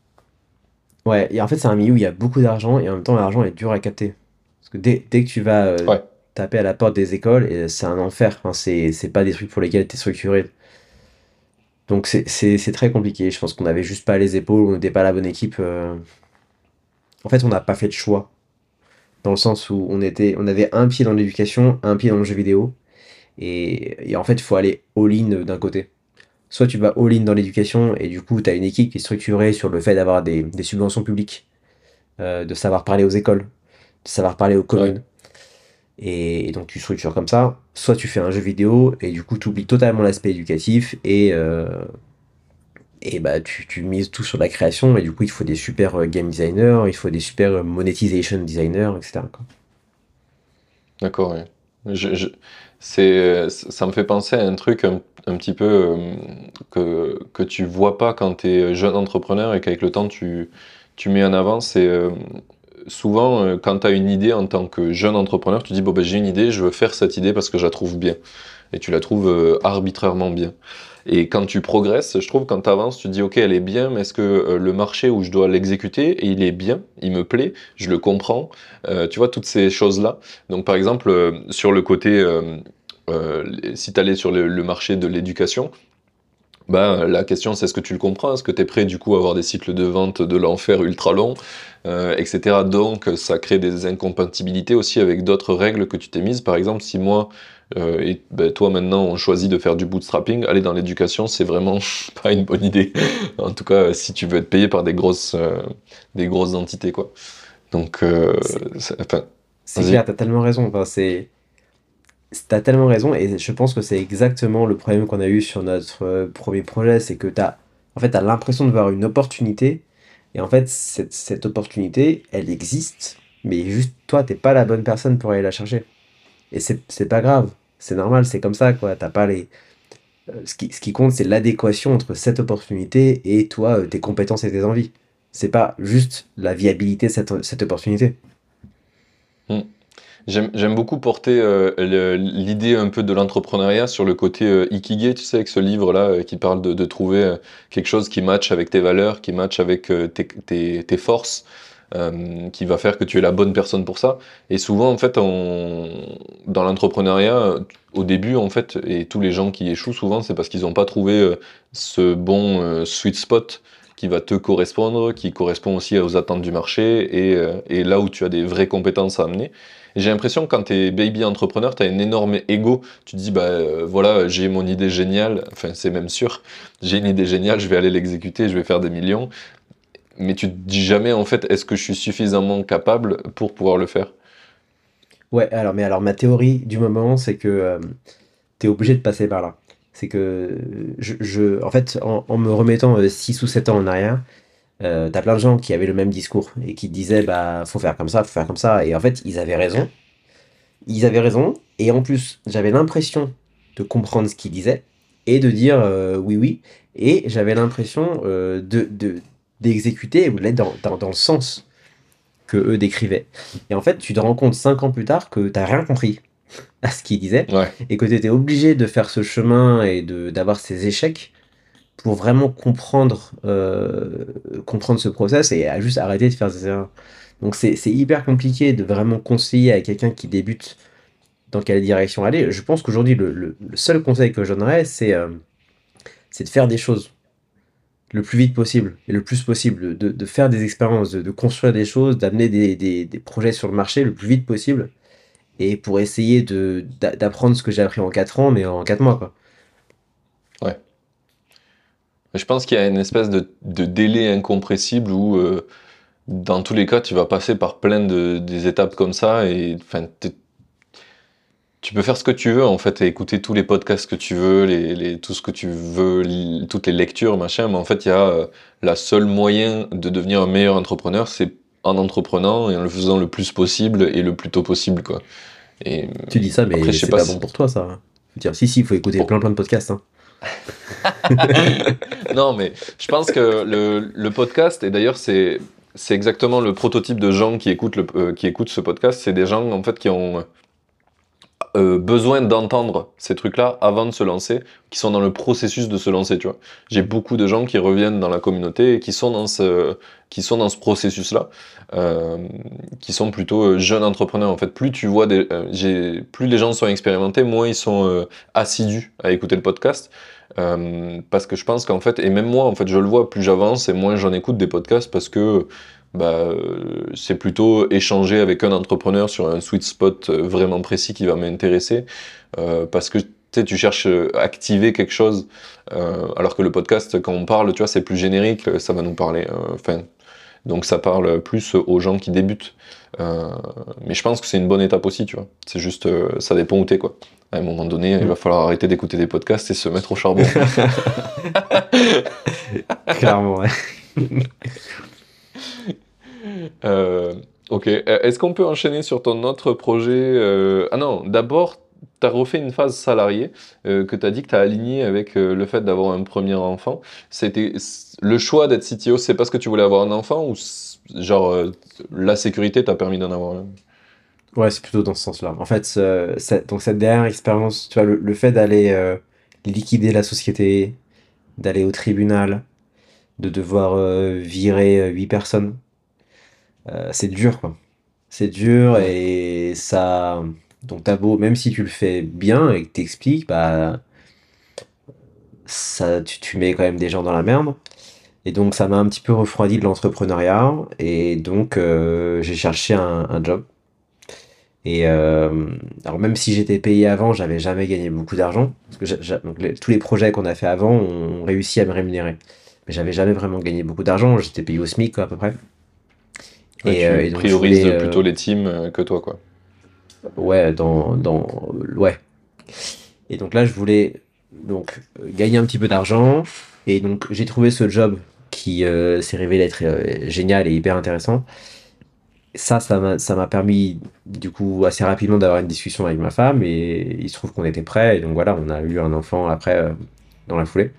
S1: Ouais, et en fait, c'est un milieu où il y a beaucoup d'argent et en même temps, l'argent est dur à capter. Parce que dès, dès que tu vas euh,
S3: Ouais.
S1: taper à la porte des écoles, et c'est un enfer. Enfin, c'est c'est pas des trucs pour lesquels tu es structuré. Donc c'est c'est- c'est très compliqué. Je pense qu'on avait juste pas les épaules, on n'était pas la bonne équipe. euh. En fait, on n'a pas fait de choix. Dans le sens où on était, on avait un pied dans l'éducation, un pied dans le jeu vidéo. Et, et en fait, il faut aller all-in d'un côté. Soit tu vas all-in dans l'éducation et du coup, tu as une équipe qui est structurée sur le fait d'avoir des, des subventions publiques, euh, de savoir parler aux écoles, de savoir parler aux
S3: Ouais.
S1: communes. Et, et donc tu structures comme ça. Soit tu fais un jeu vidéo et du coup, tu oublies totalement l'aspect éducatif et, euh, et bah, tu, tu mises tout sur la création. Et du coup, il te faut des super euh, game designers, il faut des super euh, monetization designers, et cetera, quoi.
S3: D'accord, ouais. Je, je- c'est, euh, ça me fait penser à un truc un, un petit peu euh, que, que tu vois pas quand tu es jeune entrepreneur et qu'avec le temps tu, tu mets en avant. C'est euh, souvent euh, quand tu as une idée en tant que jeune entrepreneur, tu dis bon ben j'ai une idée, je veux faire cette idée parce que je la trouve bien. et tu la trouves euh, arbitrairement bien. Et quand tu progresses, je trouve, quand tu avances, tu te dis, ok, elle est bien, mais est-ce que euh, le marché où je dois l'exécuter, il est bien, il me plaît, je le comprends, euh, tu vois, toutes ces choses-là. Donc, par exemple, euh, sur le côté, euh, euh, si tu allais sur le, le marché de l'éducation, bah, la question, c'est est-ce que tu le comprends? Est-ce que tu es prêt, du coup, à avoir des cycles de vente de l'enfer ultra longs, euh, et cetera. Donc, ça crée des incompatibilités aussi avec d'autres règles que tu t'es mises. Par exemple, si moi euh, et ben, toi, maintenant, on choisit de faire du bootstrapping, aller dans l'éducation, c'est vraiment pas une bonne idée. En tout cas, si tu veux être payé par des grosses, euh, des grosses entités, quoi. Donc, euh,
S1: C'est
S3: c'est- enfin,
S1: c'est
S3: vas-y.
S1: clair, t'as tellement raison. Enfin, c'est, t'as tellement raison et je pense que c'est exactement le problème qu'on a eu sur notre euh, premier projet, c'est que t'as, en fait, t'as l'impression de voir une opportunité et en fait, cette, cette opportunité, elle existe, mais juste toi, t'es pas la bonne personne pour aller la chercher. Et c'est c'est pas grave, c'est normal, c'est comme ça, quoi. T'as pas les, euh, ce qui, ce qui compte, c'est l'adéquation entre cette opportunité et toi, euh, tes compétences et tes envies. C'est pas juste la viabilité de cette, cette opportunité.
S3: Hmm. J'aime, j'aime beaucoup porter euh, le- l'idée un peu de l'entrepreneuriat sur le côté euh, Ikigai, tu sais, avec ce livre-là euh, qui parle de, de trouver euh, quelque chose qui matche avec tes valeurs, qui matche avec euh, tes, tes- tes forces, euh, qui va faire que tu es la bonne personne pour ça. Et souvent, en fait, on- dans l'entrepreneuriat, euh, au début, en fait, et tous les gens qui échouent souvent, c'est parce qu'ils n'ont pas trouvé euh, ce bon euh, sweet spot qui va te correspondre, qui correspond aussi aux attentes du marché et, euh, et là où tu as des vraies compétences à amener. Et j'ai l'impression que quand tu es baby entrepreneur, tu as un énorme ego. Tu te dis, bah euh, voilà, j'ai mon idée géniale, enfin c'est même sûr, j'ai une idée géniale, je vais aller l'exécuter, je vais faire des millions. Mais tu te dis jamais, en fait, est-ce que je suis suffisamment capable pour pouvoir le faire?
S1: Ouais, alors, mais alors ma théorie du moment, c'est que euh, tu es obligé de passer par là. C'est que euh, je, je- en fait, en, en me remettant euh, six ou sept ans en arrière, euh, t'as plein de gens qui avaient le même discours et qui disaient, bah, faut faire comme ça, faut faire comme ça. Et en fait, ils avaient raison. Ils avaient raison. Et en plus, j'avais l'impression de comprendre ce qu'ils disaient et de dire euh, oui, oui. Et j'avais l'impression euh, de, de- d'exécuter ou d'aller dans, dans, dans le sens que eux décrivaient. Et en fait, tu te rends compte cinq ans plus tard que t'as rien compris à ce qu'ils disaient
S3: Ouais.
S1: et que tu étais obligé de faire ce chemin et de d'avoir ces échecs pour vraiment comprendre, euh, comprendre ce process et à juste arrêter de faire des erreurs. Donc c'est c'est hyper compliqué de vraiment conseiller à quelqu'un qui débute dans quelle direction aller. Je pense qu'aujourd'hui, le, le- le seul conseil que je donnerais, c'est euh, c'est de faire des choses le plus vite possible et le plus possible, de, de faire des expériences, de, de construire des choses, d'amener des, des- des projets sur le marché le plus vite possible et pour essayer de d'a- d'apprendre ce que j'ai appris en quatre ans, mais en quatre mois, quoi.
S3: Ouais. Je pense qu'il y a une espèce de, de délai incompressible où, euh, dans tous les cas, tu vas passer par plein de des étapes comme ça et enfin, t'es- tu peux faire ce que tu veux en fait et écouter tous les podcasts que tu veux, les, les- tout ce que tu veux, li- toutes les lectures, machin, mais en fait, il y a euh, la seule moyen de devenir un meilleur entrepreneur, c'est en entreprenant et en le faisant le plus possible et le plus tôt possible, quoi. Et euh,
S1: Tu dis ça,
S3: après,
S1: mais
S3: je sais
S1: c'est
S3: pas
S1: pas bon
S3: si...
S1: pour toi, ça. Je veux dire, si, si, il faut écouter
S3: Bon.
S1: plein plein de podcasts, hein.
S3: Non, mais je pense que le, le podcast, et d'ailleurs, c'est c'est exactement le prototype de gens qui écoutent, le, euh, qui écoutent ce podcast, c'est des gens en fait qui ont euh, besoin d'entendre ces trucs-là avant de se lancer, qui sont dans le processus de se lancer, tu vois. J'ai beaucoup de gens qui reviennent dans la communauté et qui sont dans ce, qui sont dans ce processus-là, euh, qui sont plutôt euh, jeunes entrepreneurs. En fait, plus tu vois des, euh, j'ai, plus les gens sont expérimentés, moins ils sont euh, assidus à écouter le podcast. Euh, parce que je pense qu'en fait, et même moi, en fait, je le vois, plus j'avance et moins j'en écoute des podcasts parce que bah, euh, c'est plutôt échanger avec un entrepreneur sur un sweet spot euh, vraiment précis qui va m'intéresser, euh, parce que tu sais, tu cherches à activer quelque chose, euh, alors que le podcast, quand on parle, tu vois, c'est plus générique, ça va nous parler, euh, enfin, donc ça parle plus aux gens qui débutent. Euh, mais je pense que c'est une bonne étape aussi, tu vois. C'est juste, euh, ça dépend où t'es, quoi. À un moment donné, il va
S1: Mm.
S3: falloir arrêter d'écouter des podcasts et se mettre au charbon.
S1: Clairement, ouais.
S3: Euh, ok. Euh, Est-ce qu'on peut enchaîner sur ton autre projet? euh, Ah non, d'abord, tu as refait une phase salariée euh, que tu as dit que tu as aligné avec euh, le fait d'avoir un premier enfant. C'était c- le choix d'être C T O, c'est parce que tu voulais avoir un enfant ou c- genre euh, la sécurité t'a permis d'en avoir un?
S1: Ouais, c'est plutôt dans ce sens-là. En fait, ce- ça- donc cette dernière expérience, tu vois, le, le fait d'aller euh, liquider la société, d'aller au tribunal, de devoir euh, virer euh, huit personnes, euh, c'est dur, quoi. C'est dur
S3: Ouais.
S1: et ça. Donc t'as beau, même si tu le fais bien et que t'expliques, bah ça, tu, tu mets quand même des gens dans la merde. Et donc ça m'a un petit peu refroidi de l'entrepreneuriat. Et donc euh, j'ai cherché un, un job. Et euh, alors même si j'étais payé avant, j'avais jamais gagné beaucoup d'argent. Parce que j'a- j'a- donc les- tous les projets qu'on a fait avant ont réussi à me rémunérer. Mais j'avais jamais vraiment gagné beaucoup d'argent. J'étais payé au SMIC, quoi, à peu près.
S3: Ouais,
S1: Et, euh,
S3: tu
S1: et donc je voulais,
S3: priorises
S1: euh,
S3: plutôt les teams euh, que toi, quoi.
S1: ouais, dans, dans, ouais. Et donc là, je voulais donc euh, gagner un petit peu d'argent. Et donc j'ai trouvé ce job qui euh, s'est révélé être euh, génial et hyper intéressant. Ça, ça m'a, ça m'a permis du coup assez rapidement d'avoir une discussion avec ma femme et il se trouve qu'on était prêts. Et donc voilà, on a eu un enfant après euh, dans la foulée.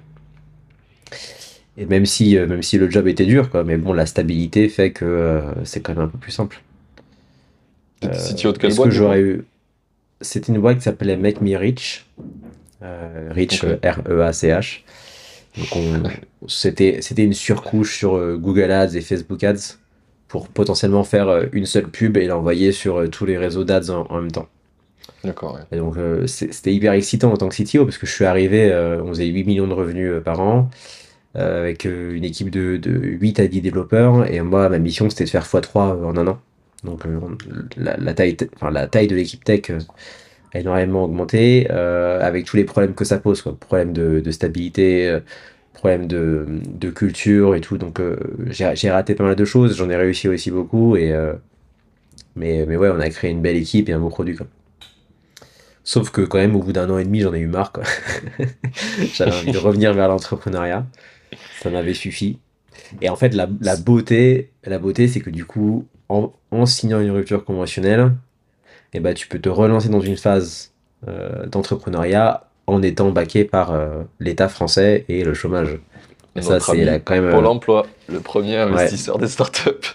S1: Et même si, euh, même si le job était dur, quoi, mais bon, la stabilité fait que euh, c'est quand même un peu plus simple.
S3: T'étais C T O de quelle
S1: Est-ce
S3: boîte,
S1: que
S3: du coup?
S1: j'aurais eu... C'était une boîte qui s'appelait Make Me Rich. Euh, Rich,
S3: Ok.
S1: euh, R E A C H. Donc on, c'était, c'était une surcouche sur euh, Google Ads et Facebook Ads pour potentiellement faire euh, une seule pub et l'envoyer sur euh, tous les réseaux d'ads en, en même temps.
S3: D'accord, ouais.
S1: Et donc euh, c'est- c'était hyper excitant en tant que C T O parce que je suis arrivé, euh, on faisait huit millions de revenus euh, par an euh, avec euh, une équipe de, de huit à dix développeurs et moi ma mission c'était de faire fois trois en un an. Donc euh, on- la, la taille, te- enfin, la taille de l'équipe tech euh, a énormément augmenté euh, avec tous les problèmes que ça pose, quoi. Problèmes de, de stabilité, euh, problèmes de, de culture et tout. Donc euh, j'ai j'ai raté pas mal de choses, j'en ai réussi aussi beaucoup. Et, euh, mais, mais ouais, on a créé une belle équipe et un beau produit, quoi. Sauf que quand même, au bout d'un an et demi, j'en ai eu marre, quoi. J'avais envie de revenir vers l'entrepreneuriat. Ça m'avait suffi. Et en fait, la, la beauté, la beauté, c'est que du coup, en, en signant une rupture conventionnelle, eh ben, tu peux te relancer dans une phase euh, d'entrepreneuriat en étant baqué par euh, l'État français et le chômage. Et ça,
S3: Notre
S1: c'est là,
S3: ami
S1: quand même,
S3: Pôle
S1: euh,
S3: emploi, le premier
S1: ouais.
S3: investisseur des startups.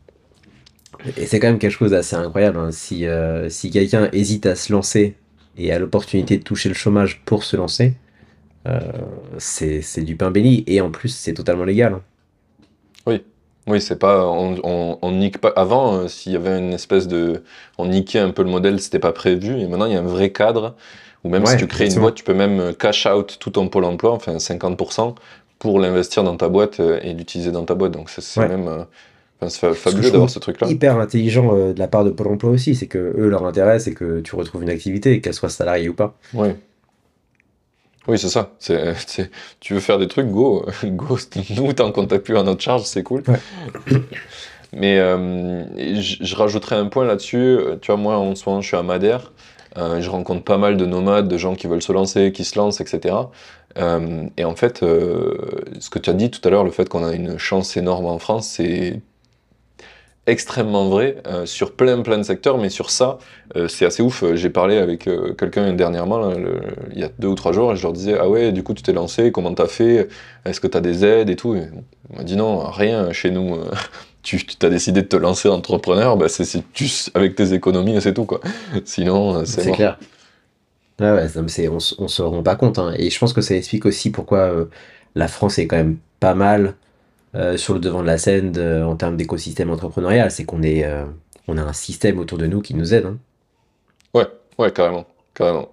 S1: Et c'est quand même quelque chose d'assez incroyable, hein. Si, euh, si quelqu'un hésite à se lancer et a l'opportunité de toucher le chômage pour se lancer, euh, c'est, c'est du pain béni. Et en plus, c'est totalement légal, hein.
S3: Oui, oui, c'est pas, on, on, on nique pas. Avant, euh, s'il y avait une espèce de, on niquait un peu le modèle, c'était pas prévu. Et maintenant, il y a un vrai cadre où même si
S1: Ouais,
S3: tu crées une
S1: exactement.
S3: boîte, tu peux même euh, cash out tout ton pôle emploi, enfin cinquante pour cent, pour l'investir dans ta boîte euh, et l'utiliser dans ta boîte. Donc c'est c'est
S1: Ouais.
S3: même, euh, enfin, c'est fa-
S1: Ce que je
S3: fabuleux d'avoir
S1: trouve
S3: ce truc-là.
S1: hyper intelligent euh, de la part de Pôle emploi aussi, c'est que eux, leur intérêt, c'est que tu retrouves une activité, qu'elle soit salariée ou pas.
S3: Oui, oui, c'est ça. C'est, c'est- tu veux faire des trucs, go, go. Nous, tant qu'on t'a plus à notre charge, c'est cool.
S1: Ouais.
S3: Mais euh, et je je rajouterais un point là-dessus. Euh, Tu vois, moi, en ce moment, je suis à Madère. Euh, je rencontre pas mal de nomades, de gens qui veulent se lancer, qui se lancent, et cetera. Euh, et en fait, euh, ce que tu as dit tout à l'heure, le fait qu'on a une chance énorme en France, c'est extrêmement vrai euh, sur plein plein de secteurs, mais sur ça, euh, c'est assez ouf. J'ai parlé avec euh, quelqu'un dernièrement, là, le- il y a deux ou trois jours, et je leur disais, ah ouais, du coup tu t'es lancé, comment t'as fait, est-ce que t'as des aides et tout. Et on m'a dit non, rien chez nous. euh, Tu as décidé de te lancer entrepreneur, bah c'est c'est juste avec tes économies et c'est tout, quoi. Sinon, euh, c'est
S1: C'est
S3: mort.
S1: clair. Ouais, ouais, ça me- c'est, on, s- on se rend pas compte, hein. Et je pense que ça explique aussi pourquoi euh, la France est quand même pas mal euh, sur le devant de la scène de- en termes d'écosystème entrepreneurial. C'est qu'on est, euh, on a un système autour de nous qui nous aide, hein.
S3: Ouais, ouais, carrément, carrément.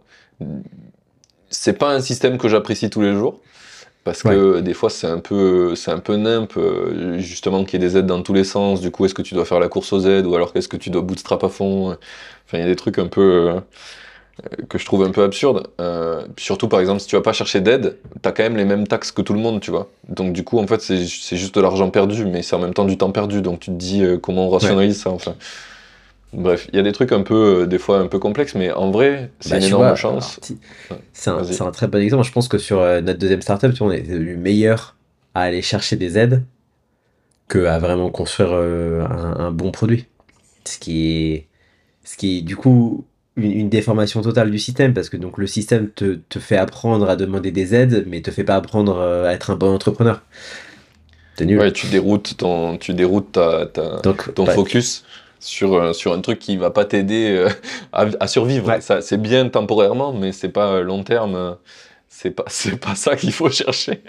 S3: C'est pas un système que j'apprécie tous les jours. Parce
S1: Ouais,
S3: que des fois, c'est un peu, c'est un peu nimp, euh, justement, qu'il y ait des aides dans tous les sens. Du coup, est-ce que tu dois faire la course aux aides ou alors est-ce que tu dois bootstrap à fond? Enfin, il y a des trucs un peu euh, que je trouve un peu absurdes. Euh, surtout, par exemple, si tu vas pas chercher d'aide, t'as quand même les mêmes taxes que tout le monde, tu vois. Donc, du coup, en fait, c'est, c'est juste de l'argent perdu, mais c'est en même temps du temps perdu. Donc, tu te dis euh, comment on
S1: ouais.
S3: rationalise ça, enfin. Bref, il y a des trucs un peu, euh, des fois, un peu complexes, mais en vrai, c'est
S1: Bah,
S3: une
S1: tu
S3: énorme
S1: vois, alors,
S3: chance.
S1: ti-
S3: Ouais,
S1: c'est un, c'est
S3: vas-y.
S1: un très bon exemple. Je pense que sur euh, notre deuxième startup, tu vois, on est devenu meilleur à aller chercher des aides que à vraiment construire euh, un, un bon produit. Ce qui est, ce qui est du coup une, une déformation totale du système, parce que donc le système te, te fait apprendre à demander des aides, mais te fait pas apprendre euh, à être un bon entrepreneur. C'est nul.
S3: Ouais, tu déroutes ton, tu déroutes ta, ta-
S1: Donc,
S3: ton
S1: bah,
S3: focus. sur, euh, sur un truc qui va pas t'aider euh, à, à survivre.
S1: Ouais.
S3: Ça, c'est bien temporairement, mais c'est pas euh, long terme. euh, C'est pas, c'est pas ça qu'il faut chercher.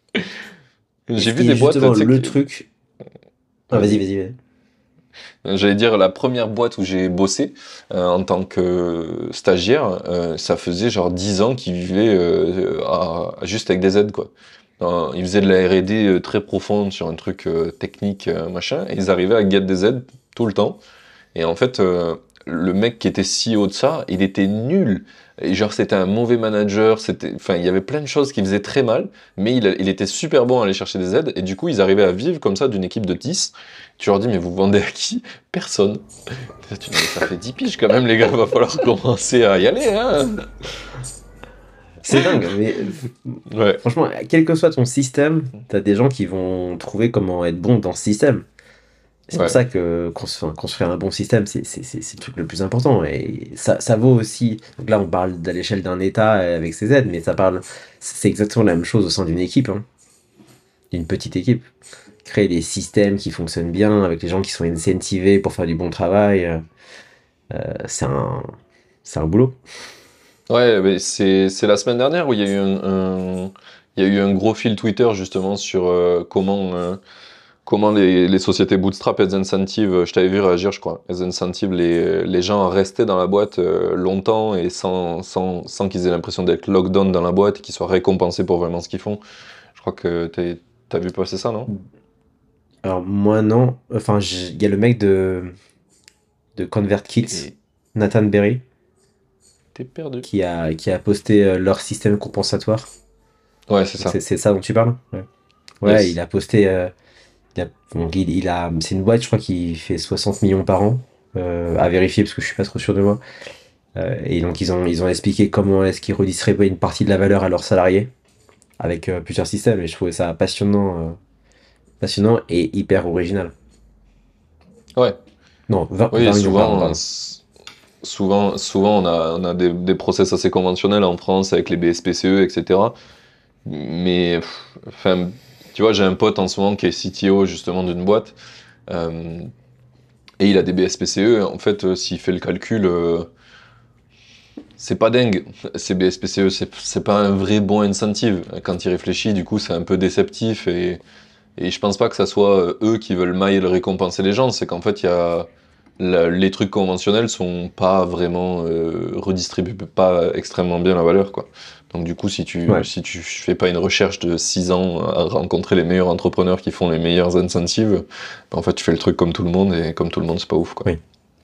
S1: Et
S3: J'ai
S1: ce
S3: vu
S1: qui est
S3: des boîtes,
S1: justement
S3: tu sais,
S1: le
S3: qui-
S1: truc. Ah, vas-y, vas-y, vas-y.
S3: j'allais dire la première boîte où j'ai bossé euh, en tant que stagiaire, euh, ça faisait genre dix ans qu'ils vivaient euh, à- juste avec des aides, quoi. Euh, ils faisaient de la R et D euh, très profonde sur un truc euh, technique, euh, machin, et ils arrivaient à get des aides tout le temps. Et en fait, euh, le mec qui était C E O de ça, il était nul. Et genre, c'était un mauvais manager, c'était, enfin, il y avait plein de choses qu'il faisait très mal, mais il, a- il était super bon à aller chercher des aides, et du coup, ils arrivaient à vivre comme ça d'une équipe de dix. Tu leur dis, mais vous vendez à qui? Personne. Tu dis, mais ça fait dix piges quand même, les gars, va falloir commencer à y aller, hein.
S1: C'est dingue, mais
S3: Ouais,
S1: franchement, quel que soit ton système, t'as des gens qui vont trouver comment être bon dans ce système. C'est
S3: ouais,
S1: pour ça que construire, enfin, construire un bon système, c'est c'est- c'est- c'est le truc le plus important. Et ça, ça vaut aussi. Donc là, on parle à l'échelle d'un État euh, avec ses aides, mais ça parle. C'est exactement la même chose au sein d'une équipe, hein, d'une petite équipe. Créer des systèmes qui fonctionnent bien, avec les gens qui sont incentivés pour faire du bon travail, euh, euh, c'est un, c'est un boulot.
S3: ouais, mais c'est, c'est la semaine dernière où il y a eu un, un- il y a eu un gros fil Twitter justement sur euh, comment, euh, comment les, les sociétés bootstrap, elles incentivent, je t'avais vu réagir, je crois, elles incentivent les, les gens à rester dans la boîte euh, longtemps et sans, sans, sans qu'ils aient l'impression d'être lockdown dans la boîte et qu'ils soient récompensés pour vraiment ce qu'ils font. Je crois que t'es- t'as vu passer ça, non?
S1: Alors, moi, non. Enfin, j- il y a le mec de, de ConvertKit,
S3: Et
S1: Nathan Berry,
S3: t'es perdu.
S1: qui a, qui a posté euh, leur système compensatoire.
S3: Ouais, c'est
S1: Donc,
S3: ça.
S1: c'est c'est ça dont tu parles? Ouais. Ouais, il
S3: Yes.
S1: a posté. euh, il a, donc, il, il a, c'est une boîte, je crois, qui fait soixante millions par an. Euh, à vérifier parce que je suis pas trop sûr de moi. Euh, et donc, ils ont, ils ont expliqué comment est-ce qu'ils redistribuaient une partie de la valeur à leurs salariés avec euh, plusieurs systèmes. Et je trouvais ça passionnant, euh, passionnant et hyper original.
S3: Ouais.
S1: Non, vingt
S3: Oui, et
S1: vingt millions par an,
S3: souvent,
S1: pardon.
S3: s- souvent, souvent on a, on a des, des process assez conventionnels en France avec les B S P C E, et cetera. Mais, pff, enfin, tu vois, j'ai un pote en ce moment qui est C T O justement d'une boîte, euh, et il a des B S P C E. En fait, euh, s'il fait le calcul, euh, c'est pas dingue. Ces B S P C E, c'est c'est pas un vrai bon incentive. Quand il réfléchit, du coup, c'est un peu déceptif, et, et je pense pas que ça soit euh, eux qui veulent mal récompenser les gens. C'est qu'en fait, il y a la- les trucs conventionnels sont pas vraiment euh, redistribuent pas extrêmement bien la valeur, quoi. Donc du coup, si tu
S1: Ouais,
S3: si tu fais pas une recherche de six ans à rencontrer les meilleurs entrepreneurs qui font les meilleurs incentives, bah, en fait, tu fais le truc comme tout le monde, et comme tout le monde, c'est pas ouf, quoi.
S1: oui,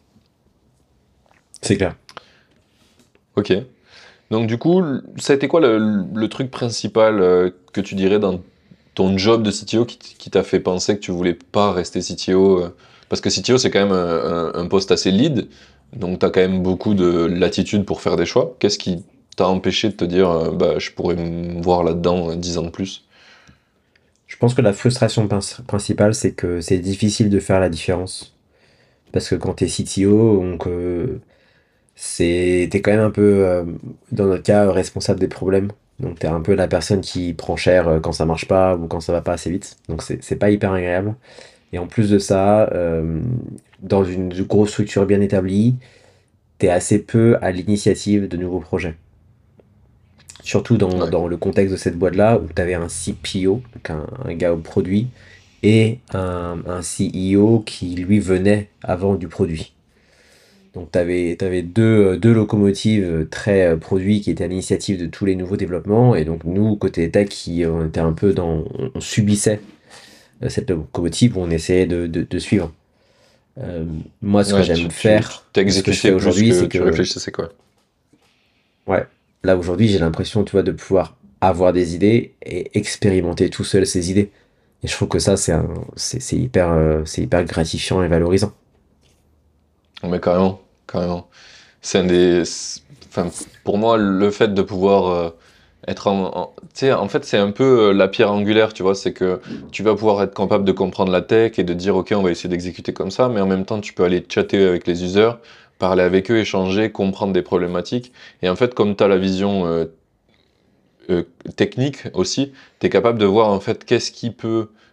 S1: c'est clair.
S3: Ok. Donc du coup, l- ça a été quoi le, le truc principal euh, que tu dirais dans ton job de C T O qui, t- qui t'a fait penser que tu voulais pas rester C T O euh, parce que C T O, c'est quand même un, un- un poste assez lead, donc tu as quand même beaucoup de latitude pour faire des choix. Qu'est-ce qui t'a empêché de te dire, euh, bah, je pourrais me voir là-dedans euh, dix ans de plus?
S1: Je pense que la frustration prin- principale, c'est que c'est difficile de faire la différence. Parce que quand t'es C T O, donc euh, c'est t'es quand même un peu, euh, dans notre cas, euh, responsable des problèmes. Donc t'es un peu la personne qui prend cher euh, quand ça marche pas ou quand ça va pas assez vite. Donc c'est c'est pas hyper agréable. Et en plus de ça, euh, dans une grosse structure bien établie, t'es assez peu à l'initiative de nouveaux projets. Surtout dans,
S3: Ouais,
S1: dans le contexte de cette boîte-là, où tu avais un C P O, donc un, un gars au produit, et un, un C E O qui, lui, venait avant du produit. Donc tu avais, deux, euh, deux locomotives euh, très euh, produits qui étaient à l'initiative de tous les nouveaux développements, et donc nous, côté tech, qui, euh, on était un peu dans, on, on subissait euh, cette locomotive où on essayait de, de- de suivre. Euh, Moi, ce que
S3: ouais,
S1: j'aime
S3: tu, tu,
S1: faire,
S3: t'as
S1: ce que je fais
S3: exécuté plus
S1: aujourd'hui,
S3: que
S1: c'est
S3: tu
S1: que
S3: réfléchissais, quoi.
S1: ouais. Là, aujourd'hui, j'ai l'impression, tu vois, de pouvoir avoir des idées et expérimenter tout seul ces idées. Et je trouve que ça, c'est un, c'est, c'est hyper, euh, c'est hyper gratifiant et valorisant.
S3: Mais carrément, carrément. C'est un des. c'est- Enfin, pour moi, le fait de pouvoir euh, être en. en- Tu sais, en fait, c'est un peu euh, la pierre angulaire, tu vois. C'est que tu vas pouvoir être capable de comprendre la tech et de dire, OK, on va essayer d'exécuter comme ça, mais en même temps, tu peux aller chatter avec les users, parler avec eux, échanger, comprendre des problématiques. Et en fait, comme tu as la vision euh, euh, technique aussi, tu es capable de voir en fait qu'est-ce qui peut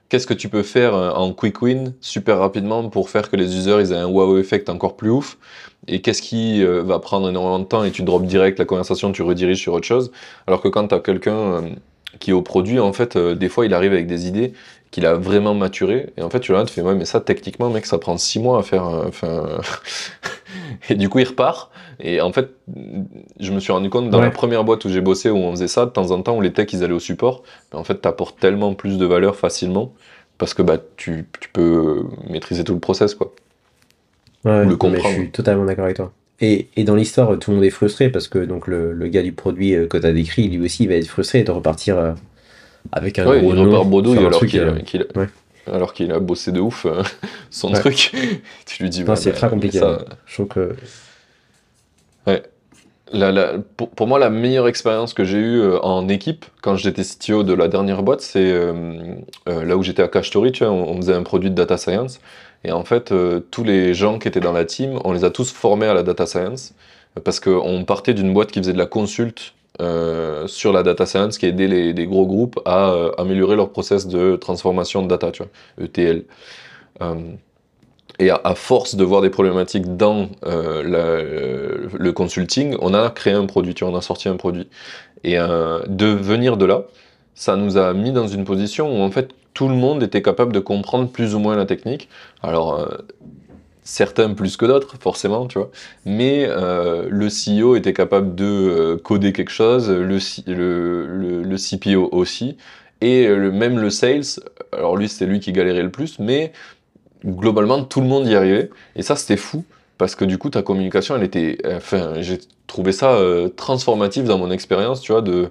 S3: qu'est-ce que tu peux faire euh, en quick win super rapidement pour faire que les users ils aient un wow effect encore plus ouf, et qu'est-ce qui euh, va prendre énormément de temps et tu drops direct la conversation, tu rediriges sur autre chose. Alors que quand tu as quelqu'un euh, qui est au produit, en fait, euh, des fois il arrive avec des idées qu'il a vraiment maturé, et en fait tu là tu fais ouais mais ça techniquement mec ça prend six mois à faire, enfin euh, et du coup il repart. Et en fait je me suis rendu compte dans
S1: Ouais.
S3: la première boîte où j'ai bossé où on faisait ça de temps en temps, où les techs ils allaient au support, mais en fait t'apportes tellement plus de valeur facilement parce que bah tu, tu peux maîtriser tout le process quoi,
S1: Ouais,
S3: ou
S1: ouais,
S3: le
S1: non, mais je
S3: comprendre.
S1: suis totalement d'accord avec toi. Et, et dans l'histoire, tout le monde est frustré parce que donc le, le gars du produit euh, que tu as décrit, lui aussi, il va être frustré de repartir euh, avec un
S3: Ouais,
S1: gros
S3: il
S1: nom
S3: repart bredouille
S1: sur un
S3: alors
S1: truc.
S3: qu'il
S1: euh,
S3: a, qu'il
S1: Ouais,
S3: alors qu'il a bossé de ouf euh, son
S1: ouais.
S3: truc. Tu lui dis
S1: Non,
S3: ouais
S1: c'est
S3: bah,
S1: très
S3: mais
S1: compliqué, ouais.
S3: ça
S1: Je trouve que.
S3: ouais. La- la- pour, pour moi, la meilleure expérience que j'ai eue euh, en équipe, quand j'étais C T O de la dernière boîte, c'est euh, euh, là où j'étais à Cash Story, tu vois, on, on faisait un produit de data science. Et en fait, euh, tous les gens qui étaient dans la team, on les a tous formés à la data science, euh, parce qu'on partait d'une boîte qui faisait de la consulte euh, sur la data science, qui aidait les, les gros groupes à euh, améliorer leur process de transformation de data, tu vois, E T L. Euh, et à, à force de voir des problématiques dans euh, la- euh, le consulting, on a créé un produit, tu vois, on a sorti un produit. Et euh, de venir de là, ça nous a mis dans une position où en fait tout le monde était capable de comprendre plus ou moins la technique. Alors, euh, certains plus que d'autres, forcément, tu vois. Mais euh, le C E O était capable de euh, coder quelque chose, le, C- le, le, le C P O aussi, et le, même le sales. Alors lui, c'était lui qui galérait le plus, mais globalement, tout le monde y arrivait. Et ça, c'était fou. Parce que du coup, ta communication, elle était. Enfin, j'ai trouvé ça euh, transformatif dans mon expérience, tu vois, de.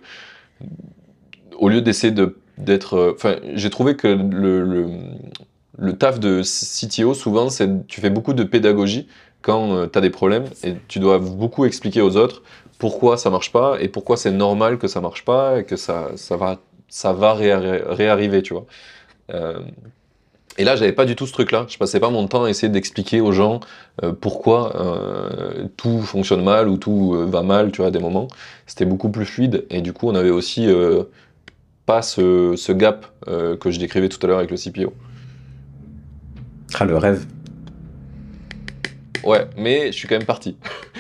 S3: Au lieu d'essayer de d'être. euh, Enfin, j'ai trouvé que le, le, le taf de C T O, souvent, c'est tu fais beaucoup de pédagogie quand tu as des problèmes et tu dois beaucoup expliquer aux autres pourquoi ça marche pas et pourquoi c'est normal que ça marche pas et que ça, ça va, ça va réarri- réarriver, tu vois. Euh, Et là, j'avais pas du tout ce truc-là. Je passais pas mon temps à essayer d'expliquer aux gens euh, pourquoi euh, tout fonctionne mal ou tout euh, va mal, tu vois, à des moments. C'était beaucoup plus fluide. Et du coup, on avait aussi euh, pas ce, ce gap euh, que je décrivais tout à l'heure avec le C P O.
S1: Ah, le rêve.
S3: Ouais, mais je suis quand même parti.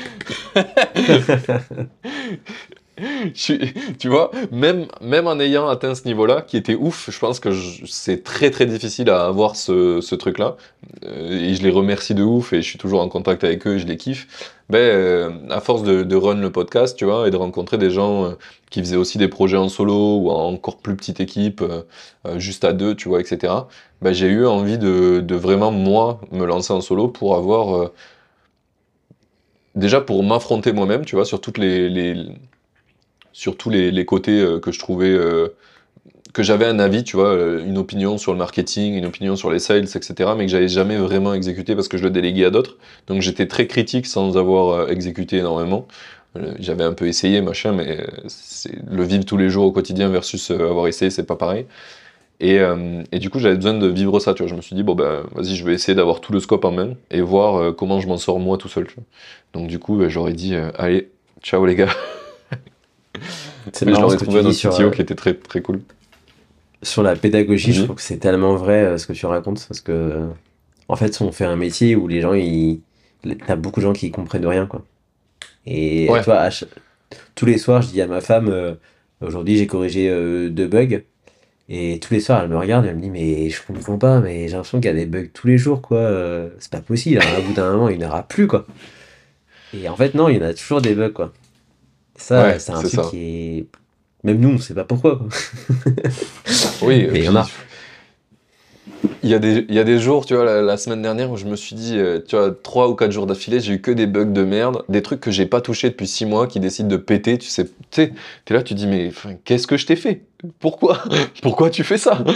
S3: Je suis- tu vois, même, même en ayant atteint ce niveau-là, qui était ouf, je pense que je- c'est très très difficile à avoir ce, ce truc-là. Euh, et je les remercie de ouf et je suis toujours en contact avec eux et je les kiffe. Ben, euh, à force de, de run le podcast, tu vois, et de rencontrer des gens euh, qui faisaient aussi des projets en solo ou en encore plus petite équipe, euh, euh, juste à deux, tu vois, et cetera. Ben, j'ai eu envie de, de vraiment, moi, me lancer en solo pour avoir. Euh, déjà pour m'affronter moi-même, tu vois, sur toutes les, les, sur tous les, les côtés euh, que je trouvais euh, que j'avais un avis, tu vois, euh, une opinion sur le marketing, une opinion sur les sales, et cetera, mais que j'avais jamais vraiment exécuté parce que je le déléguais à d'autres. Donc j'étais très critique sans avoir euh, exécuté énormément. Euh, j'avais un peu essayé, machin, mais euh, c'est le vivre tous les jours au quotidien versus euh, avoir essayé, c'est pas pareil. Et, euh, et du coup, j'avais besoin de vivre ça, tu vois. Je me suis dit, bon, ben, vas-y, je vais essayer d'avoir tout le scope en main et voir euh, comment je m'en sors moi tout seul, tu vois. Donc du coup, ben, j'aurais dit, euh, allez, ciao les gars.
S1: C'est
S3: Mais je
S1: marrant
S3: leur
S1: ce
S3: ai
S1: que
S3: trouvé
S1: tu
S3: un
S1: dis
S3: autre
S1: sur,
S3: C T O
S1: euh,
S3: qui était très très cool.
S1: sur la pédagogie. Je
S3: Dis.
S1: trouve que c'est tellement vrai euh, ce que tu racontes parce que, euh, en fait, on fait un métier où les gens, ils. T'as beaucoup de gens qui comprennent rien, quoi. Et tu
S3: Ouais,
S1: vois, à cha- tous les soirs, je dis à ma femme, euh, aujourd'hui, j'ai corrigé euh, deux bugs. Et tous les soirs, elle me regarde et elle me dit, mais je comprends pas, mais j'ai l'impression qu'il y a des bugs tous les jours, quoi. Euh, c'est pas possible. À bout d'un moment, il n'y en aura plus, quoi. Et en fait, non, il y en a toujours des bugs, quoi. Ça,
S3: ouais,
S1: c'est un
S3: c'est
S1: truc
S3: ça.
S1: qui est. Même nous, on sait pas pourquoi, quoi.
S3: Oui, et
S1: Mais il y en
S3: puis
S1: a.
S3: il y a des, il y a des jours, tu vois, la, la semaine dernière où je me suis dit, euh, tu vois, trois ou quatre jours d'affilée, j'ai eu que des bugs de merde, des trucs que j'ai pas touché depuis six mois qui décident de péter, tu sais, tu sais, t'es là, tu dis, mais enfin, qu'est-ce que je t'ai fait? Pourquoi? Pourquoi tu fais ça?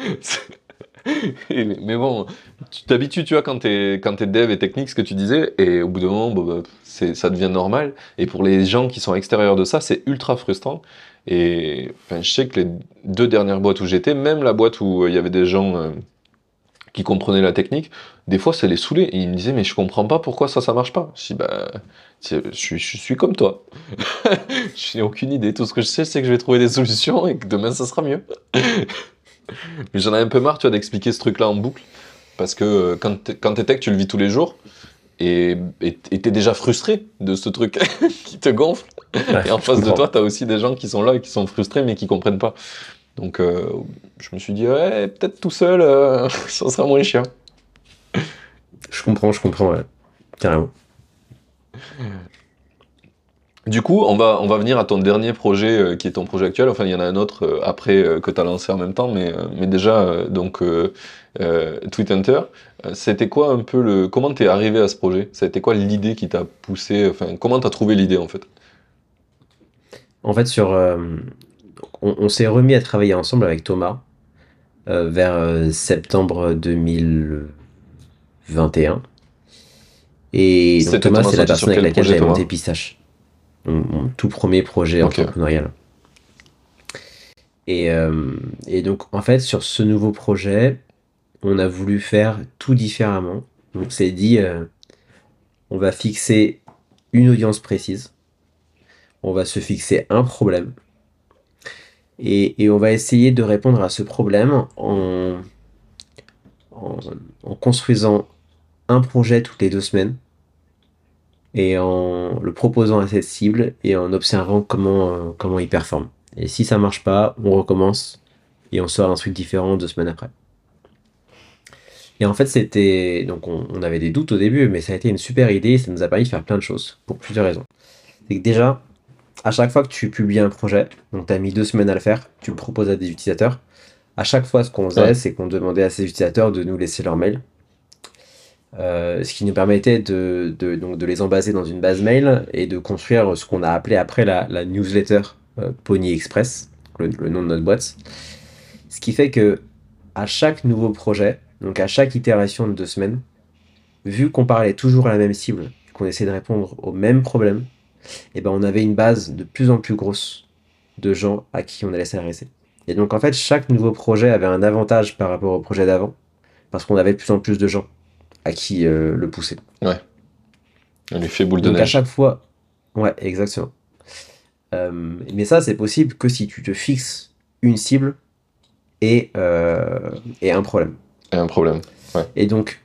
S3: Et- mais bon, tu t'habitues, tu vois, quand t'es, quand t'es dev et technique, ce que tu disais, et au bout d'un moment, bon, bah, c'est, ça devient normal. Et pour les gens qui sont extérieurs de ça, c'est ultra frustrant. Et enfin, je sais que les deux dernières boîtes où j'étais, même la boîte où euh, il y avait des gens euh, qui comprenaient la technique, des fois, ça les saoulait. Et ils me disaient, mais je comprends pas pourquoi ça, ça marche pas. Je dis, bah, c'est- je suis, je suis comme toi. Je n'ai aucune idée. Tout ce que je sais, c'est que je vais trouver des solutions et que demain, ça sera mieux. Mais j'en ai un peu marre, tu vois, d'expliquer ce truc-là en boucle. Parce que euh, quand t'es, quand t'es tech, tu le vis tous les jours. Et et et t'es déjà frustré de ce truc qui te gonfle.
S1: Ouais,
S3: Et en
S1: je
S3: face de toi,
S1: comprends.
S3: t'as aussi des gens qui sont là et qui sont frustrés, mais qui comprennent pas. Donc, euh, je me suis dit, ouais, peut-être tout seul, euh, ça sera moins chiant.
S1: Je comprends, je comprends, ouais. Carrément.
S3: Du coup, on va, on va venir à ton dernier projet, euh, qui est ton projet actuel. Enfin, il y en a un autre euh, après euh, que tu as lancé en même temps, mais, euh, mais déjà, euh, donc, euh, euh, Tweet Hunter, euh, c'était quoi un peu le. Comment t'es arrivé à ce projet? Ça a été quoi l'idée qui t'a poussé? Enfin, comment t'as trouvé l'idée en fait?
S1: En fait, sur, euh, on, on s'est remis à travailler ensemble avec Thomas euh, vers euh, septembre deux mille vingt et un. Et donc
S3: C'était
S1: Thomas,
S3: Thomas
S1: c'est la
S3: sorti
S1: personne
S3: sur
S1: avec
S3: quel
S1: laquelle
S3: projet,
S1: j'avais monté
S3: Thomas?
S1: Pistache, mon, mon tout premier projet
S3: Ok,
S1: entrepreneurial. Et, euh, et donc, en fait, sur ce nouveau projet, on a voulu faire tout différemment. Donc, on s'est dit, euh, on va fixer une audience précise, on va se fixer un problème, et, et on va essayer de répondre à ce problème en, en, en construisant un projet toutes les deux semaines, et en le proposant à cette cible, et en observant comment, euh, comment il performe. Et si ça marche pas, on recommence, et on sort un truc différent deux semaines après. Et en fait, c'était. Donc, on, on avait des doutes au début, mais ça a été une super idée et ça nous a permis de faire plein de choses, pour plusieurs raisons. C'est que déjà, à chaque fois que tu publies un projet, donc tu as mis deux semaines à le faire, tu le proposes à des utilisateurs. À chaque fois, ce qu'on faisait,
S3: ouais,
S1: c'est qu'on demandait à ces utilisateurs de nous laisser leur mail. Euh, ce qui nous permettait de, de, donc de les embaser dans une base mail et de construire ce qu'on a appelé après la, la newsletter euh, Pony Express, le, le nom de notre boîte. Ce qui fait que à chaque nouveau projet, donc à chaque itération de deux semaines, vu qu'on parlait toujours à la même cible, qu'on essayait de répondre au même problème, et ben on avait une base de plus en plus grosse de gens à qui on allait s'adresser. Et donc en fait, chaque nouveau projet avait un avantage par rapport au projet d'avant, parce qu'on avait de plus en plus de gens à qui euh, le pousser.
S3: ouais. Un effet boule
S1: Et
S3: de
S1: donc à chaque
S3: neige.
S1: fois, ouais, exactement. Euh, mais ça, c'est possible que si tu te fixes une cible et, euh, et un problème.
S3: Et un problème. Ouais.
S1: Et donc,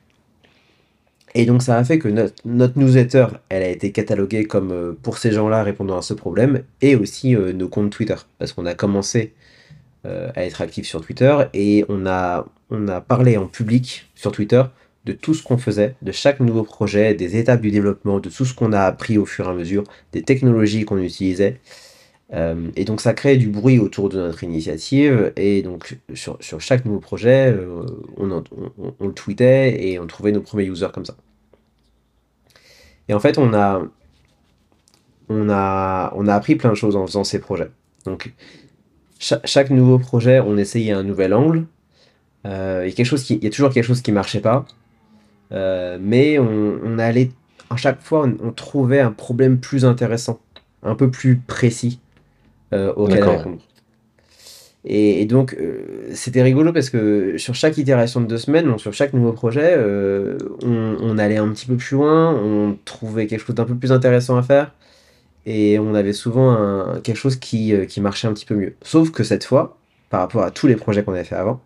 S1: Et donc ça a fait que notre, notre newsletter, elle a été cataloguée comme euh, pour ces gens-là répondant à ce problème, et aussi euh, nos comptes Twitter, parce qu'on a commencé euh, à être actif sur Twitter, et on a, on a parlé en public sur Twitter de tout ce qu'on faisait, de chaque nouveau projet, des étapes du développement, de tout ce qu'on a appris au fur et à mesure, des technologies qu'on utilisait. Euh, et donc ça crée du bruit autour de notre initiative, et donc sur, sur chaque nouveau projet, euh, on, en- on- on le tweetait, et on trouvait nos premiers users comme ça. Et en fait, on a, on a, on a appris plein de choses en faisant ces projets. Donc, cha- chaque nouveau projet, on essayait un nouvel angle. Euh, il y a quelque chose qui, il y a toujours quelque chose qui marchait pas. Euh, mais on, on allait, à chaque fois, on, on trouvait un problème plus intéressant, un peu plus précis euh, auquel
S3: D'accord, ouais.
S1: répondre. Et, et donc, euh, c'était rigolo parce que sur chaque itération de deux semaines, donc sur chaque nouveau projet, euh, on, on allait un petit peu plus loin, on trouvait quelque chose d'un peu plus intéressant à faire. Et on avait souvent un- quelque chose qui, euh, qui marchait un petit peu mieux. Sauf que cette fois, par rapport à tous les projets qu'on avait fait avant,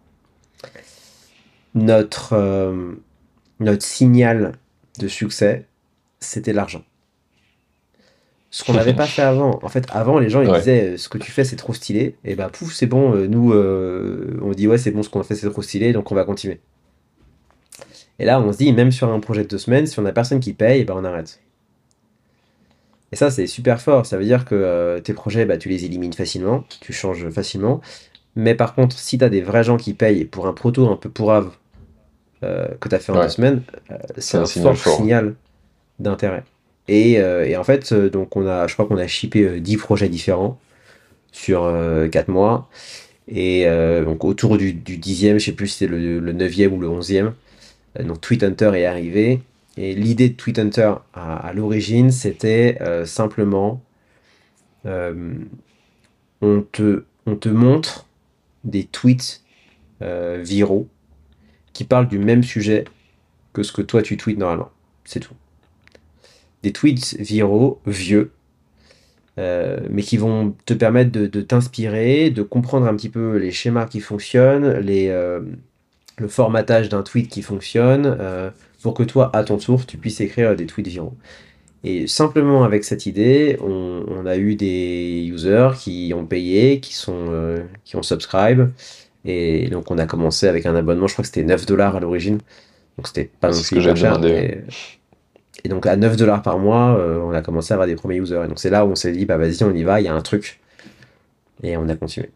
S1: notre, euh, notre signal de succès, c'était l'argent. Ce qu'on n'avait pas fait avant. En fait, avant, les gens ils
S3: Ouais.
S1: disaient euh, ce que tu fais, c'est trop stylé. Et bah, pouf, c'est bon. euh, nous, euh, on dit ouais, c'est bon, ce qu'on a fait, c'est trop stylé, donc on va continuer. Et là, on se dit, même sur un projet de deux semaines, si on a personne qui paye, bah, on arrête. Et ça, c'est super fort. Ça veut dire que euh, tes projets, bah, tu les élimines facilement, tu changes facilement. Mais par contre, si tu as des vrais gens qui payent pour un proto un peu pourrave euh, que tu as fait en deux
S3: Ouais.
S1: semaines, euh, c'est
S3: C'est un
S1: un
S3: signal
S1: fort
S3: fort.
S1: signal d'intérêt. Et, euh, et en fait, euh, donc on a, je crois qu'on a shippé euh, dix projets différents sur euh, quatre mois. Et euh, donc autour du, du dixième, je sais plus si c'était le, le neuvième ou le onzième, euh, donc Tweet Hunter est arrivé. Et l'idée de Tweet Hunter à, à l'origine, c'était euh, simplement, euh, on te, on te montre des tweets euh, viraux qui parlent du même sujet que ce que toi tu tweets normalement. C'est tout. Des tweets viraux, vieux, euh, mais qui vont te permettre de, de t'inspirer, de comprendre un petit peu les schémas qui fonctionnent, les, euh, le formatage d'un tweet qui fonctionne, euh, pour que toi, à ton tour, tu puisses écrire des tweets viraux. Et simplement avec cette idée, on, on a eu des users qui ont payé, qui sont, euh, qui ont subscribe. Et donc on a commencé avec un abonnement, je crois que c'était neuf dollars à l'origine. Donc c'était pas
S3: Ah,
S1: non
S3: c'est ce
S1: plus
S3: que j'ai
S1: hyper cher.
S3: demandé.
S1: Et, et donc à neuf dollars par mois, euh, on a commencé à avoir des premiers users. Et donc c'est là où on s'est dit, bah vas-y, on y va, il y a un truc. Et on a continué.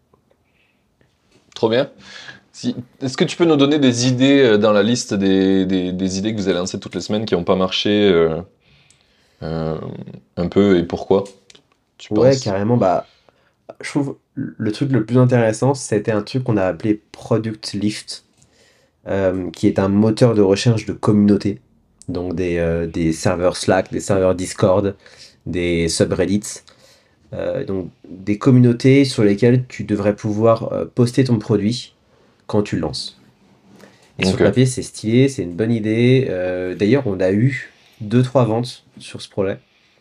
S3: Trop bien. Si... Est-ce que tu peux nous donner des idées euh, dans la liste des, des, des idées que vous avez lancées toutes les semaines qui n'ont pas marché euh, euh, un peu et pourquoi, tu
S1: Ouais,
S3: penses?
S1: carrément, bah je trouve le truc le plus intéressant, c'était un truc qu'on a appelé Product Lift, euh, qui est un moteur de recherche de communauté. Donc des, euh, des serveurs Slack, des serveurs Discord, des subreddits. Euh, donc des communautés sur lesquelles tu devrais pouvoir euh, poster ton produit quand tu le lances. Et sur
S3: Ok,
S1: le papier, c'est stylé, c'est une bonne idée. Euh, d'ailleurs, on a eu deux trois ventes sur ce projet.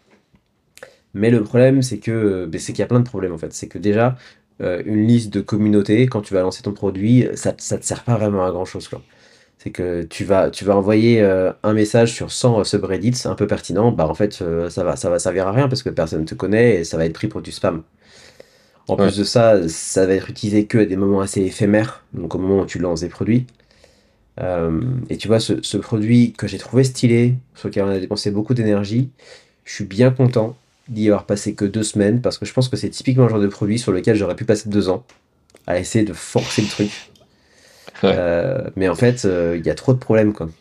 S1: Mais le problème, c'est que ben, c'est qu'il y a plein de problèmes en fait. C'est que déjà, euh, une liste de communautés, quand tu vas lancer ton produit, ça, ça te sert pas vraiment à grand chose, quoi. C'est que tu vas, tu vas envoyer euh, un message sur cent subreddits un peu pertinent, bah en fait, euh, ça va, ça va servir à rien parce que personne ne te connaît et ça va être pris pour du spam. En
S3: ouais,
S1: plus de ça, ça va être utilisé que à des moments assez éphémères, donc au moment où tu lances des produits. Euh, et tu vois, ce, ce produit que j'ai trouvé stylé, sur lequel on a dépensé beaucoup d'énergie, je suis bien content d'y avoir passé que deux semaines parce que je pense que c'est typiquement le genre de produit sur lequel j'aurais pu passer deux ans à essayer de forcer le truc.
S3: ouais.
S1: Euh, mais en fait, euh, il y a trop de problèmes, quoi.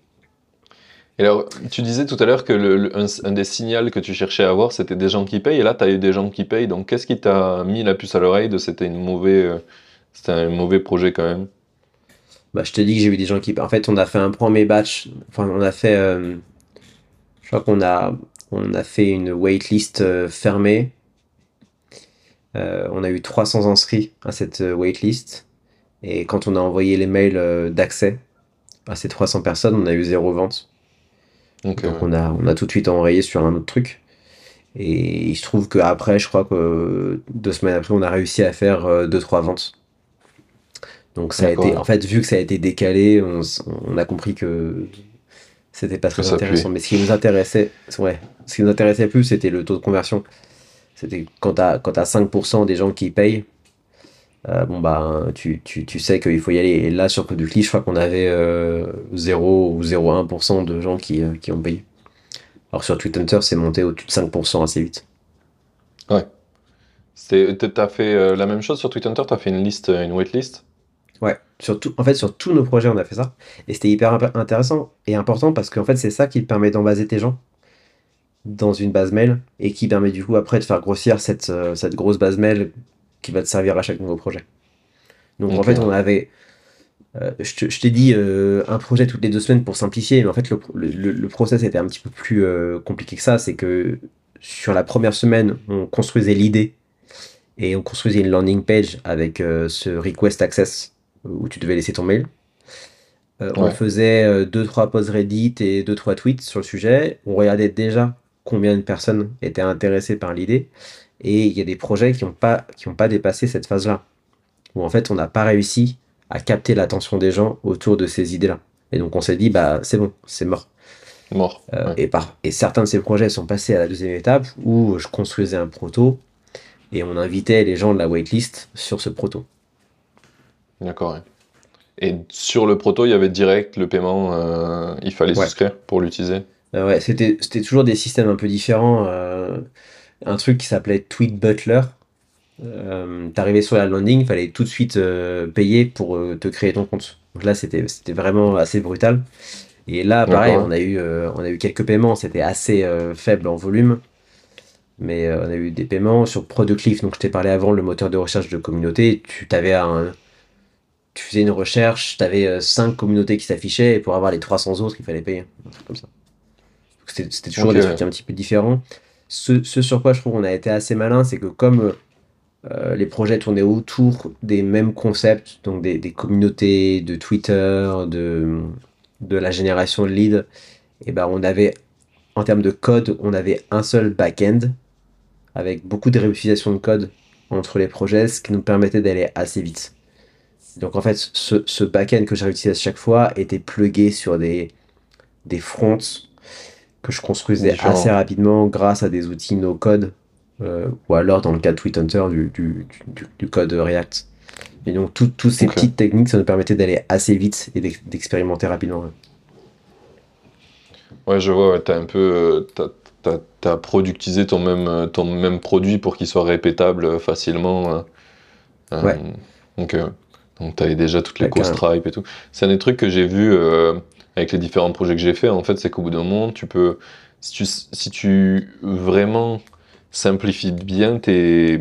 S3: Et alors, tu disais tout à l'heure que le, le- un, un des signaux que tu cherchais à avoir, c'était des gens qui payent, et là, tu as eu des gens qui payent, donc qu'est-ce qui t'a mis la puce à l'oreille de c'était une mauvais, euh, c'était un mauvais projet quand même?
S1: Bah, je te dis que j'ai eu des gens qui. En fait, on a fait un premier batch. Enfin, on a fait. euh, je crois qu'on a, on a fait une waitlist euh, fermée. Euh, on a eu trois cents inscrits à cette euh, waitlist. Et quand on a envoyé les mails euh, d'accès à ces trois cents personnes, on a eu zéro vente.
S3: Donc,
S1: Donc
S3: euh,
S1: on a, on a tout de suite enrayé sur un autre truc. Et il se trouve qu'après, je crois que euh, deux semaines après, on a réussi à faire euh, deux trois ventes. Donc ça a
S3: d'accord,
S1: été,
S3: ouais.
S1: en fait, vu que ça a été décalé, on, s- on a compris que c'était pas
S3: Que
S1: très
S3: ça
S1: intéressant.
S3: pue.
S1: Mais ce qui nous intéressait, ouais, ce qui nous intéressait plus, c'était le taux de conversion. C'était quand t'as, quand t'as cinq pour cent des gens qui payent, euh, bon bah tu, tu, tu sais qu'il faut y aller. Et là, sur Product je crois qu'on avait euh, zéro ou zéro virgule un pour cent de gens qui, euh, qui ont payé. Alors sur Tweet c'est monté au-dessus de cinq pour cent assez vite.
S3: Ouais. C'est, t'as t'as fait euh, la même chose sur Twitter, t'as fait une liste, une waitlist?
S1: Ouais, sur tout- en fait, sur tous nos projets, on a fait ça. Et c'était hyper imp- intéressant et important parce qu'en fait, c'est ça qui te permet d'embaser tes gens dans une base mail et qui permet du coup après de faire grossir cette, euh, cette grosse base mail qui va te servir à chaque nouveau projet. Donc en
S3: Ok,
S1: fait, on
S3: ouais.
S1: avait, euh, je te- je t'ai dit euh, un projet toutes les deux semaines pour simplifier, mais en fait, le, le, le- le process était un petit peu plus euh, compliqué que ça. C'est que sur la première semaine, on construisait l'idée et on construisait une landing page avec euh, ce request access où tu devais laisser ton mail. Euh, on
S3: Ouais,
S1: faisait euh, deux trois posts Reddit et deux trois tweets sur le sujet. On regardait déjà combien de personnes étaient intéressées par l'idée. Et il y a des projets qui n'ont pas, qui ont pas dépassé cette phase-là. Où en fait, on n'a pas réussi à capter l'attention des gens autour de ces idées-là. Et donc on s'est dit, bah c'est bon, c'est mort.
S3: mort.
S1: Euh,
S3: Ouais,
S1: et, par, et certains de ces projets sont passés à la deuxième étape où je construisais un proto et on invitait les gens de la waitlist sur ce proto.
S3: d'accord, ouais. Et sur le proto, il y avait direct le paiement, euh, il fallait
S1: Ouais.
S3: souscrire pour l'utiliser.
S1: Euh, ouais, c'était, c'était toujours des systèmes un peu différents. euh, un truc qui s'appelait Tweet Butler. Euh, t'arrivais sur la landing, il fallait tout de suite euh, payer pour euh, te créer ton compte. Donc là, c'était c'était vraiment assez brutal. Et là, pareil,
S3: D'accord,
S1: on
S3: ouais.
S1: a eu, euh, on a eu quelques paiements, c'était assez euh, faible en volume, mais euh, on a eu des paiements sur Productleaf. Donc je t'ai parlé avant, le moteur de recherche de communauté. Tu t'avais un, tu faisais une recherche, tu avais cinq communautés qui s'affichaient, et pour avoir les trois cents autres, il fallait payer. Un truc comme ça. Donc C'était c'était toujours
S3: Ok,
S1: des
S3: ouais.
S1: trucs un petit peu différents. Ce, ce sur quoi je trouve qu'on a été assez malin, c'est que comme Euh, les projets tournaient autour des mêmes concepts, donc des, des communautés, de Twitter, de, de la génération de leads. Et ben on avait, en termes de code, on avait un seul back-end avec beaucoup de réutilisation de code entre les projets, ce qui nous permettait d'aller assez vite. Donc en fait, ce, ce back-end que j'ai réutilisé à chaque fois était plugué sur des, des fronts que je construisais assez
S3: Différent.
S1: rapidement grâce à des outils no-code, euh, ou alors dans le cas de TweetHunter, du, du, du, du code React. Et donc tout- toutes ces
S3: Ok.
S1: petites techniques, ça nous permettait d'aller assez vite et d'ex- d'expérimenter rapidement. Ouais.
S3: Ouais, je vois, ouais, t'as un peu, euh, t'as, t'as, t'as productisé ton même, euh, ton même produit pour qu'il soit répétable euh, facilement. euh, euh,
S1: Ouais,
S3: donc, euh, donc t'avais déjà toutes les
S1: ouais,
S3: causes
S1: carrément.
S3: Stripe et tout. C'est un des trucs que j'ai vu euh, avec les différents projets que j'ai fait. En fait, c'est qu'au bout d'un moment, tu peux, si tu, si tu vraiment simplifies bien tes,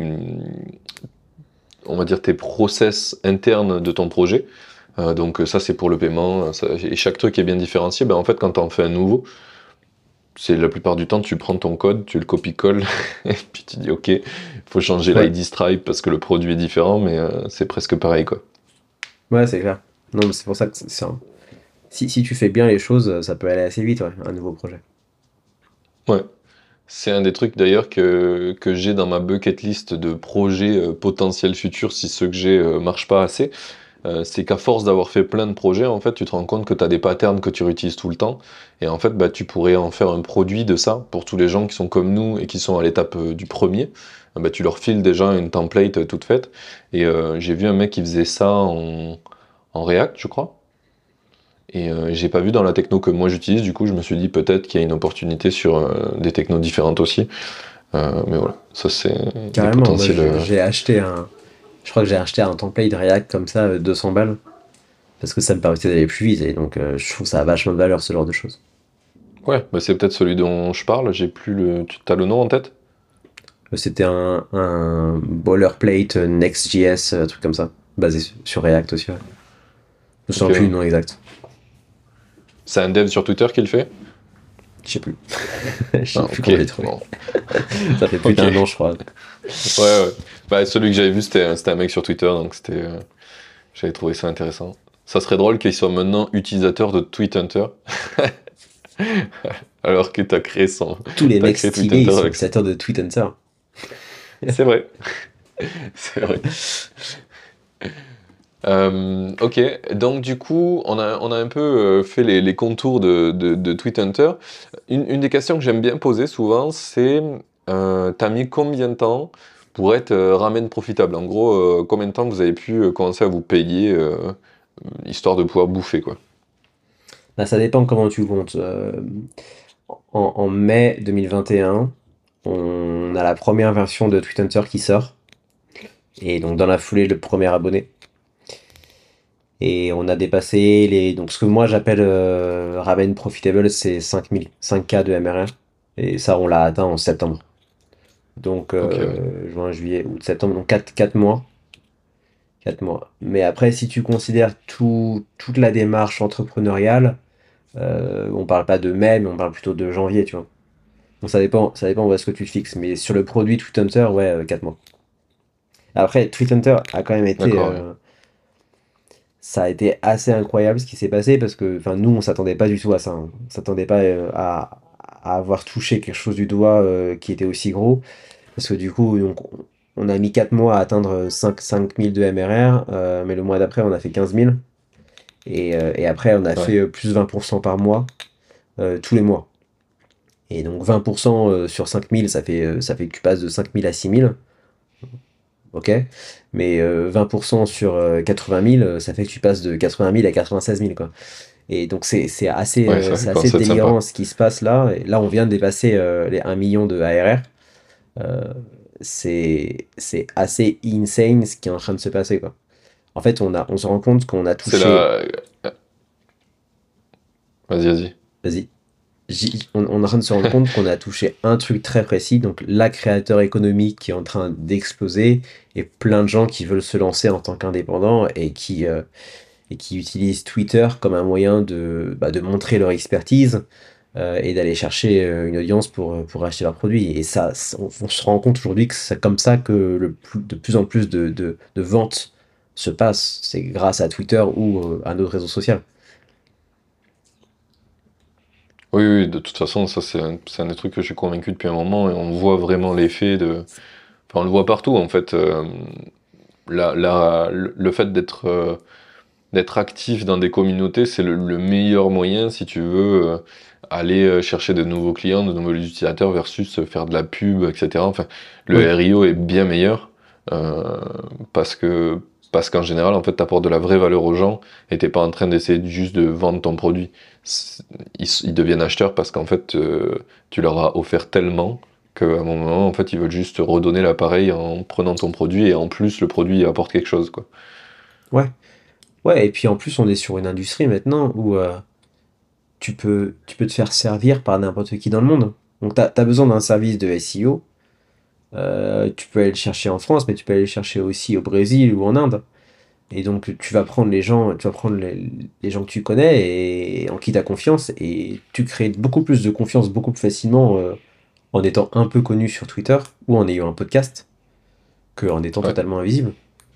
S3: on va dire tes process internes de ton projet. Euh, donc ça c'est pour le paiement, ça- et chaque truc est bien différencié. Ben, en fait, quand tu en fais un nouveau, c'est la plupart du temps, tu prends ton code, tu le copies-colles, et puis tu dis, ok, il faut changer
S1: Ouais,
S3: l'I D Stripe parce que le produit est différent, mais euh, c'est presque pareil, quoi.
S1: ouais, c'est clair. Non, mais c'est pour ça que c'est c'est un- si, si tu fais bien les choses, ça peut aller assez vite, ouais, un nouveau projet.
S3: Ouais. C'est un des trucs d'ailleurs que, que j'ai dans ma bucket list de projets euh, potentiels futurs si ceux que j'ai euh, marchent pas assez. Euh, c'est qu'à force d'avoir fait plein de projets, en fait, tu te rends compte que tu as des patterns que tu réutilises tout le temps. Et en fait, bah, tu pourrais en faire un produit de ça pour tous les gens qui sont comme nous et qui sont à l'étape euh, du premier. Euh, bah, tu leur files déjà une template euh, toute faite. Et euh, j'ai vu un mec qui faisait ça en, en React, je crois. Et euh, j'ai pas vu dans la techno que moi j'utilise. Du coup, je me suis dit peut-être qu'il y a une opportunité sur euh, des technos différentes aussi. Euh, mais voilà, ça c'est des
S1: Carrément, moi
S3: potentiels.
S1: je-
S3: euh,
S1: j'ai acheté un. Je crois que j'ai acheté un template React comme ça, euh, deux cents balles, parce que ça me permettait d'aller plus vite, et donc euh, je trouve ça a vachement de valeur ce genre de choses.
S3: Ouais, bah, c'est peut-être celui dont je parle. J'ai plus le. Tu as le nom en tête?
S1: Euh, C'était un, un boilerplate euh, Next.js, euh, un truc comme ça, basé su- sur React aussi. Ouais. Je me
S3: Ok,
S1: souviens plus
S3: ouais.
S1: du nom exact.
S3: C'est un dev sur Twitter qui le fait?
S1: Je sais plus. Je sais
S3: Ah,
S1: plus
S3: ok,
S1: comment j'ai trouvé.
S3: bon.
S1: Ça fait plus
S3: Ok.
S1: d'un an, je crois.
S3: Ouais, ouais. Bah, celui que j'avais vu, c'était c'était un mec sur Twitter, donc c'était. euh, J'avais trouvé ça intéressant. Ça serait drôle qu'il soit maintenant utilisateur de TweetHunter, alors que t'as créé son.
S1: Tous les
S3: T'as
S1: mecs
S3: créé
S1: stylés, ils
S3: TweetHunter
S1: sont
S3: avec ça.
S1: utilisateurs de TweetHunter.
S3: C'est vrai, c'est vrai. Euh, ok, donc du coup, on a, on a un peu euh, fait les, les contours de, de, de TweetHunter. Une, une des questions que j'aime bien poser souvent, c'est euh, t'as mis combien de temps pour être euh, ramen profitable? En gros, euh, combien de temps vous avez pu euh, commencer à vous payer euh, histoire de pouvoir bouffer, quoi.
S1: Bah, ça dépend comment tu comptes. Euh, en, en mai deux mille vingt et un, on a la première version de TweetHunter qui sort. Et donc dans la foulée, le premier abonné. Et on a dépassé les. Donc ce que moi j'appelle euh, Ramen Profitable, c'est cinq mille, cinq K de M R R. Et ça, on l'a atteint en septembre. Donc
S3: Ok, ouais.
S1: euh, juin, juillet, août, septembre, donc quatre quatre mois. Quatre mois. Mais après, si tu considères tout, toute la démarche entrepreneuriale, euh, on parle pas de mai, mais on parle plutôt de janvier, tu vois. Donc ça dépend, ça dépend où est-ce que tu te fixes. Mais sur le produit Tweet Hunter, ouais, euh, quatre mois. Après, Tweet Hunter a quand même été,
S3: D'accord, ouais.
S1: euh, ça a été assez incroyable ce qui s'est passé parce que, enfin, nous, on s'attendait pas du tout à ça. Hein. On s'attendait pas euh, à, à avoir touché quelque chose du doigt euh, qui était aussi gros. Parce que du coup, donc, on a mis quatre mois à atteindre cinq cinq mille de M R R, euh, mais le mois d'après, on a fait quinze mille. Et, euh, et après, on a
S3: Ouais,
S1: fait euh, plus vingt pour cent par mois, euh, tous les mois. Et donc vingt pour cent euh, sur cinq mille, ça fait, euh, ça fait que tu passes de cinq mille à six mille. Ok, mais euh, vingt pour cent sur euh, quatre-vingt mille, euh, ça fait que tu passes de quatre-vingt mille à quatre-vingt-seize mille, quoi. Et donc c'est c'est assez,
S3: ouais,
S1: euh,
S3: ça
S1: c'est
S3: commence
S1: assez
S3: à être sympa.
S1: délirant ce qui se passe là. Et là, on vient de dépasser euh, les un million de A R R. Euh, c'est c'est assez insane ce qui est en train de se passer, quoi. En fait, on a, on se rend compte qu'on a
S3: C'est
S1: touché.
S3: la. Vas-y, vas-y.
S1: Vas-y. J'y- On, on est en train de se rendre compte qu'on a touché un truc très précis, donc la créateur économique qui est en train d'exploser et plein de gens qui veulent se lancer en tant qu'indépendants et qui, euh, et qui utilisent Twitter comme un moyen de, bah, de montrer leur expertise euh, et d'aller chercher euh, une audience pour, euh, pour acheter leurs produits. Et ça, c- on, on se rend compte aujourd'hui que c'est comme ça que le plus, de plus en plus de, de, de ventes se passent. C'est grâce à Twitter ou euh, à un autre réseau social.
S3: Oui, oui, de toute façon, ça c'est un, c'est un des trucs que je suis convaincu depuis un moment et on voit vraiment l'effet de. Enfin, on le voit partout en fait. euh, la, la- le le fait d'être euh, d'être actif dans des communautés, c'est le, le meilleur moyen si tu veux euh, aller euh, chercher de nouveaux clients, de nouveaux utilisateurs versus euh, faire de la pub, et cetera. Enfin,
S1: Oui,
S3: le R I O est bien meilleur euh, parce que parce qu'en général, en fait, tu apportes de la vraie valeur aux gens et t'es pas en train d'essayer de- juste de vendre ton produit. C'est- Ils, ils deviennent acheteurs parce qu'en fait, euh, tu leur as offert tellement qu'à un moment, en fait, ils veulent juste te redonner l'appareil en prenant ton produit et en plus, le produit apporte quelque chose, quoi.
S1: ouais. Ouais, et puis en plus, on est sur une industrie maintenant où euh, tu peux, tu peux te faire servir par n'importe qui dans le monde. Donc, tu as besoin d'un service de S E O. euh, tu peux aller le chercher en France, mais tu peux aller le chercher aussi au Brésil ou en Inde. Et donc, tu vas prendre les gens, tu vas prendre les, les gens que tu connais et en qui tu as confiance, et tu crées beaucoup plus de confiance beaucoup plus facilement euh, en étant un peu connu sur Twitter ou en ayant un podcast qu'en étant
S3: Ouais.
S1: totalement invisible.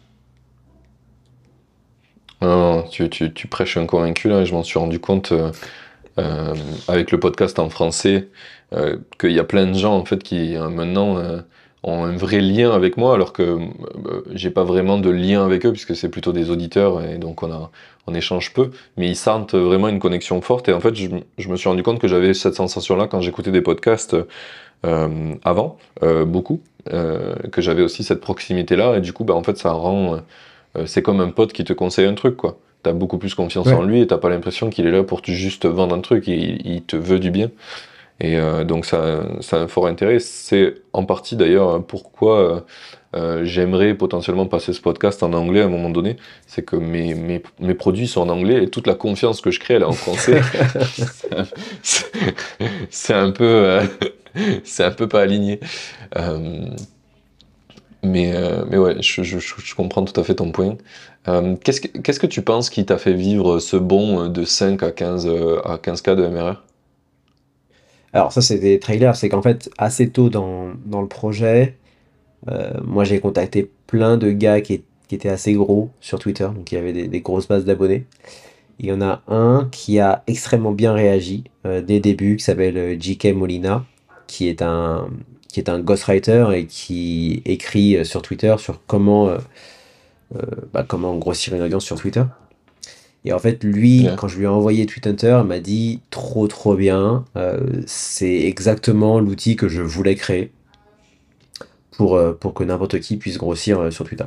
S3: Non, non, tu, tu, tu prêches un convaincu là, et je m'en suis rendu compte euh, euh, avec le podcast en français euh, qu'il y a plein de gens en fait qui euh, maintenant euh, ont un vrai lien avec moi alors que euh, j'ai pas vraiment de lien avec eux puisque c'est plutôt des auditeurs et donc on a on échange peu, mais ils sentent vraiment une connexion forte et en fait je, je me suis rendu compte que j'avais cette sensation là quand j'écoutais des podcasts euh, avant euh, beaucoup euh, que j'avais aussi cette proximité là et du coup bah en fait ça rend euh, c'est comme un pote qui te conseille un truc, quoi. T'as beaucoup plus confiance en
S1: Ouais,
S3: lui et t'as pas l'impression qu'il est là pour te juste te vendre un truc, il, il te veut du bien. Et euh, donc ça, ça a un fort intérêt. C'est en partie d'ailleurs pourquoi euh, euh, j'aimerais potentiellement passer ce podcast en anglais à un moment donné. C'est que mes, mes, mes produits sont en anglais et toute la confiance que je crée elle est en français. c'est c'est un peu, euh, c'est un peu pas aligné. Euh, mais, euh, mais ouais, je, je, je- je comprends tout à fait ton point. Euh, qu'est-ce que, qu'est-ce que tu penses qui t'a fait vivre ce bond de cinq à quinze, euh, à quinze K de M R R?
S1: Alors ça, c'est des trailers, c'est qu'en fait, assez tôt dans, dans le projet, euh, moi j'ai contacté plein de gars qui, qui étaient assez gros sur Twitter, donc il y avait des, des grosses bases d'abonnés. Il y en a un qui a extrêmement bien réagi euh, dès le début, qui s'appelle euh, J K Molina, qui est un, qui est un ghostwriter et qui écrit euh, sur Twitter sur comment, euh, euh, bah, comment grossir une audience sur Twitter. Et en fait, lui,
S3: Yeah.
S1: quand je lui ai envoyé Tweet Hunter, il m'a dit trop trop bien, euh, c'est exactement l'outil que je voulais créer pour, euh, pour que n'importe qui puisse grossir euh, sur Twitter.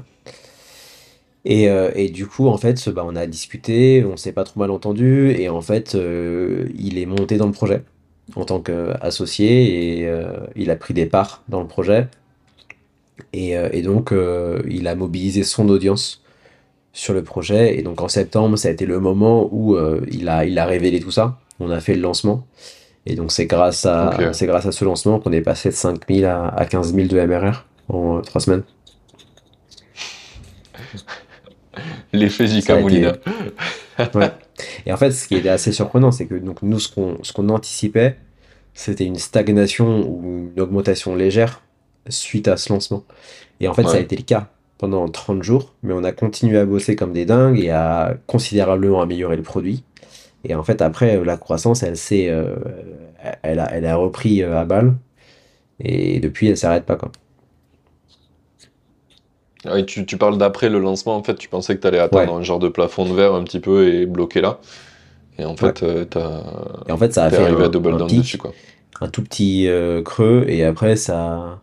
S1: Et, euh, et du coup, en fait, bah, on a discuté, on s'est pas trop mal entendu, et en fait, euh, il est monté dans le projet en tant qu'associé, et euh, il a pris des parts dans le projet, et, euh, et donc euh, il a mobilisé son audience sur le projet, et donc en septembre, ça a été le moment où euh, il a, il a révélé tout ça, on a fait le lancement, et donc c'est grâce
S3: Ok.
S1: à, c'est grâce à ce lancement qu'on est passé de cinq mille à, à quinze mille de M R R en euh, trois semaines.
S3: L'effet
S1: Ça
S3: J K
S1: a
S3: Molina.
S1: été... Ouais. Et en fait, ce qui était assez surprenant, c'est que donc, nous, ce qu'on ce qu'on anticipait, c'était une stagnation ou une augmentation légère suite à ce lancement. Et en fait, ça a
S3: Ouais.
S1: été le cas pendant trente jours, mais on a continué à bosser comme des dingues et à considérablement améliorer le produit. Et en fait, après, euh, la croissance, elle s'est, euh, elle a, elle a repris euh, à balle, et depuis, elle s'arrête pas, quoi.
S3: Ah, et tu, tu parles d'après le lancement, en fait, tu pensais que t'allais atteindre
S1: Ouais,
S3: un genre de plafond de verre un petit peu et bloquer là. Et en
S1: ouais.
S3: fait, euh, t'as,
S1: Et en fait, ça a
S3: t'es
S1: fait
S3: arrivé à
S1: un,
S3: double
S1: un
S3: down dessus,
S1: pic,
S3: quoi.
S1: un tout petit euh, creux, et après, ça.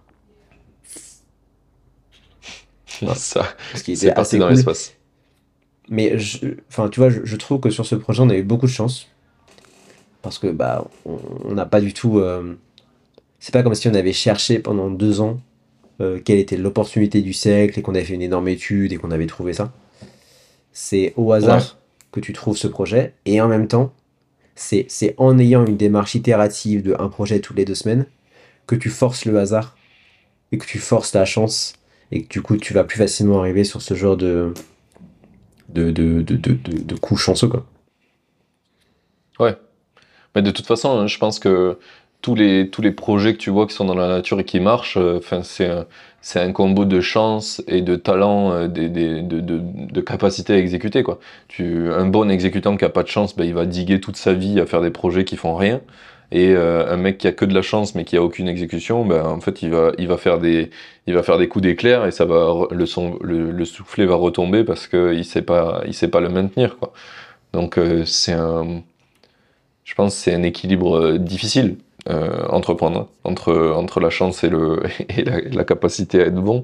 S1: Voilà.
S3: Ça,
S1: Ce qui était
S3: c'est parti
S1: assez
S3: dans
S1: cool.
S3: l'espace.
S1: Mais je, enfin, tu vois, je, je trouve que sur ce projet, on a eu beaucoup de chance. Parce que bah, on on n'a pas du tout. euh, c'est pas comme si on avait cherché pendant deux ans euh, quelle était l'opportunité du siècle et qu'on avait fait une énorme étude et qu'on avait trouvé ça. C'est au
S3: Ouais.
S1: hasard que tu trouves ce projet. Et en même temps, c'est c'est en ayant une démarche itérative de un projet toutes les deux semaines que tu forces le hasard et que tu forces la chance et que du coup, tu vas plus facilement arriver sur ce genre de, de, de, de, de, de, de coups chanceux, quoi.
S3: Ouais. Mais de toute façon, hein, je pense que tous les, tous les projets que tu vois qui sont dans la nature et qui marchent, euh, enfin, c'est un, c'est un combo de chance et de talent, euh, des, des- de, de, de capacité à exécuter, quoi. Tu, un bon exécutant qui a pas de chance, ben, il va diguer toute sa vie à faire des projets qui font rien. Et euh, un mec qui a que de la chance mais qui a aucune exécution, ben, en fait, il va, il va faire des, il va faire des coups d'éclair et ça va, re- le, son, le, le soufflet va retomber parce qu'il sait pas, il sait pas le maintenir, quoi. Donc, euh, c'est un, je pense que c'est un équilibre euh, difficile, euh, entreprendre, entre, entre la chance et, le, et la, la capacité à être bon.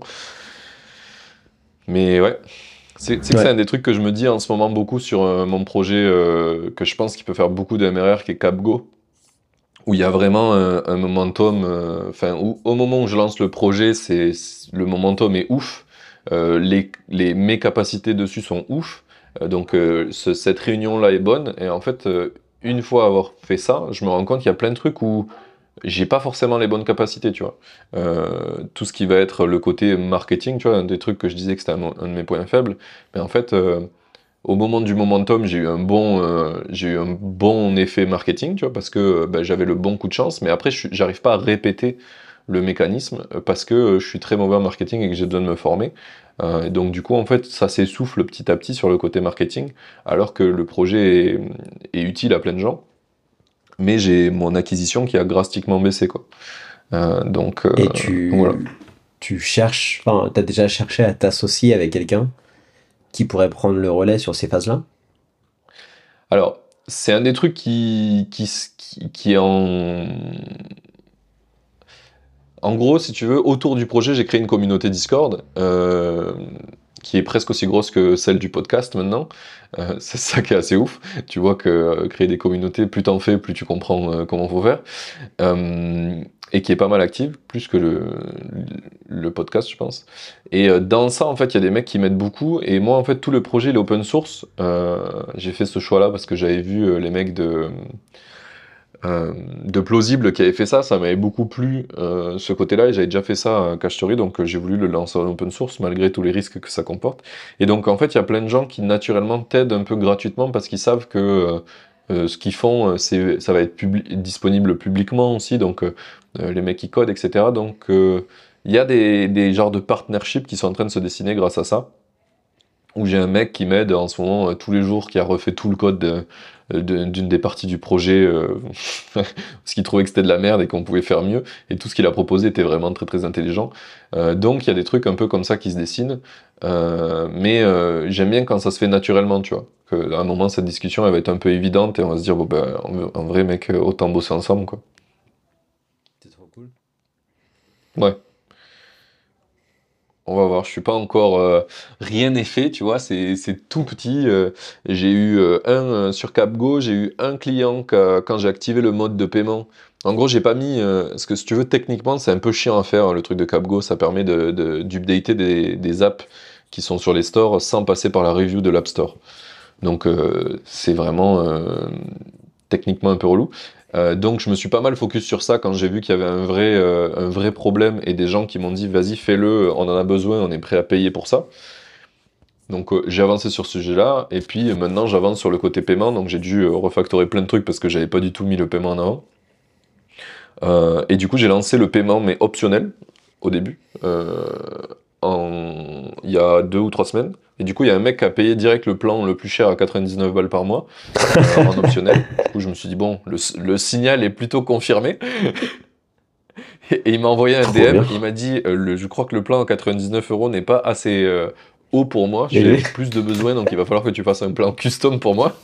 S3: Mais ouais, c'est c'est que c'est un
S1: Ouais.
S3: des trucs que je me dis en ce moment beaucoup sur euh, mon projet euh, que je pense qu'il peut faire beaucoup de M R R, qui est CapGo, où il y a vraiment un, un momentum, euh, enfin, où au moment où je lance le projet, c'est c'est- le momentum est ouf, euh, les, les, mes capacités dessus sont ouf, euh, donc euh, ce- cette réunion-là est bonne, et en fait, euh, une fois avoir fait ça, je me rends compte qu'il y a plein de trucs où j'ai pas forcément les bonnes capacités, tu vois. Euh, tout ce qui va être le côté marketing, tu vois, un des trucs que je disais que c'était un, un de mes points faibles, mais en fait, euh, au moment du momentum, j'ai eu un bon, euh, j'ai eu un bon effet marketing, tu vois, parce que euh, bah, j'avais le bon coup de chance, mais après, je suis- j'arrive pas à répéter le mécanisme euh, parce que euh, je suis très mauvais en marketing et que j'ai besoin de me former. Euh, et donc, du coup, en fait, ça s'essouffle petit à petit sur le côté marketing, alors que le projet est, est utile à plein de gens, mais j'ai mon acquisition qui a drastiquement baissé, quoi. Euh, donc, euh,
S1: Et
S3: donc voilà.
S1: tu, tu cherches, enfin, t'as déjà cherché à t'associer avec quelqu'un qui pourrait prendre le relais sur ces phases-là?
S3: Alors, c'est un des trucs qui, qui, s- qui, qui est en... En gros, si tu veux, autour du projet, j'ai créé une communauté Discord euh, qui est presque aussi grosse que celle du podcast maintenant. Euh, c'est ça qui est assez ouf. Tu vois que euh, créer des communautés, plus t'en fais, plus tu comprends euh, comment faut faire. Euh, et qui est pas mal active, plus que le, le podcast, je pense. Et euh, dans ça, en fait, il y a des mecs qui m'aident beaucoup. Et moi, en fait, tout le projet, il est open source. Euh, j'ai fait ce choix-là parce que j'avais vu euh, les mecs de, euh, de Plausible qui avaient fait ça. Ça m'avait beaucoup plu, euh, ce côté-là. Et j'avais déjà fait ça à Cache Story, donc euh, j'ai voulu le lancer en open source, malgré tous les risques que ça comporte. Et donc, en fait, il y a plein de gens qui, naturellement, t'aident un peu gratuitement parce qu'ils savent que... euh, euh, ce qu'ils font, euh, c'est, ça va être publi- disponible publiquement aussi, donc euh, euh, les mecs qui codent, et cetera. Donc euh, il y a des, des genres de partnerships qui sont en train de se dessiner grâce à ça, où j'ai un mec qui m'aide en ce moment euh, tous les jours, qui a refait tout le code de- de- d'une des parties du projet, euh, parce qu'il trouvait que c'était de la merde et qu'on pouvait faire mieux, et tout ce qu'il a proposé était vraiment très très intelligent. Euh, donc il y a des trucs un peu comme ça qui se dessinent, euh, mais euh, j'aime bien quand ça se fait naturellement, tu vois. Que, à un moment, cette discussion elle va être un peu évidente et on va se dire, bon ben, en, en vrai, mec, euh, autant bosser ensemble, quoi.
S1: C'est trop cool.
S3: Ouais. On va voir, je suis pas encore... euh, rien n'est fait, tu vois, c'est c'est tout petit. euh, j'ai eu euh, un euh, sur CapGo, j'ai eu un client qu'a- quand j'ai activé le mode de paiement. En gros, j'ai pas mis... euh, parce que si tu veux, techniquement, c'est un peu chiant à faire, hein, le truc de CapGo. Ça permet de, de- d'updater des, des apps qui sont sur les stores sans passer par la review de l'App Store. Donc, euh, c'est vraiment euh, techniquement un peu relou. Euh, donc je me suis pas mal focus sur ça quand j'ai vu qu'il y avait un vrai, euh, un vrai problème et des gens qui m'ont dit vas-y fais-le, on en a besoin, on est prêt à payer pour ça. Donc euh, j'ai avancé sur ce sujet-là et puis euh, maintenant j'avance sur le côté paiement, donc j'ai dû euh, refactorer plein de trucs parce que j'avais pas du tout mis le paiement en avant. Euh, et du coup j'ai lancé le paiement mais optionnel au début, euh, en... il y a deux ou trois semaines. Et du coup il y a un mec qui a payé direct le plan le plus cher à quatre-vingt-dix-neuf balles par mois euh, en optionnel. Du coup je me suis dit bon le, le signal est plutôt confirmé. Et il m'a envoyé un
S1: Trop
S3: D M,
S1: bien.
S3: il m'a dit euh, le, je crois que le plan à quatre-vingt-dix-neuf euros n'est pas assez euh, haut pour moi, j'ai
S1: Élevé.
S3: plus de besoins donc il va falloir que tu fasses un plan custom pour moi.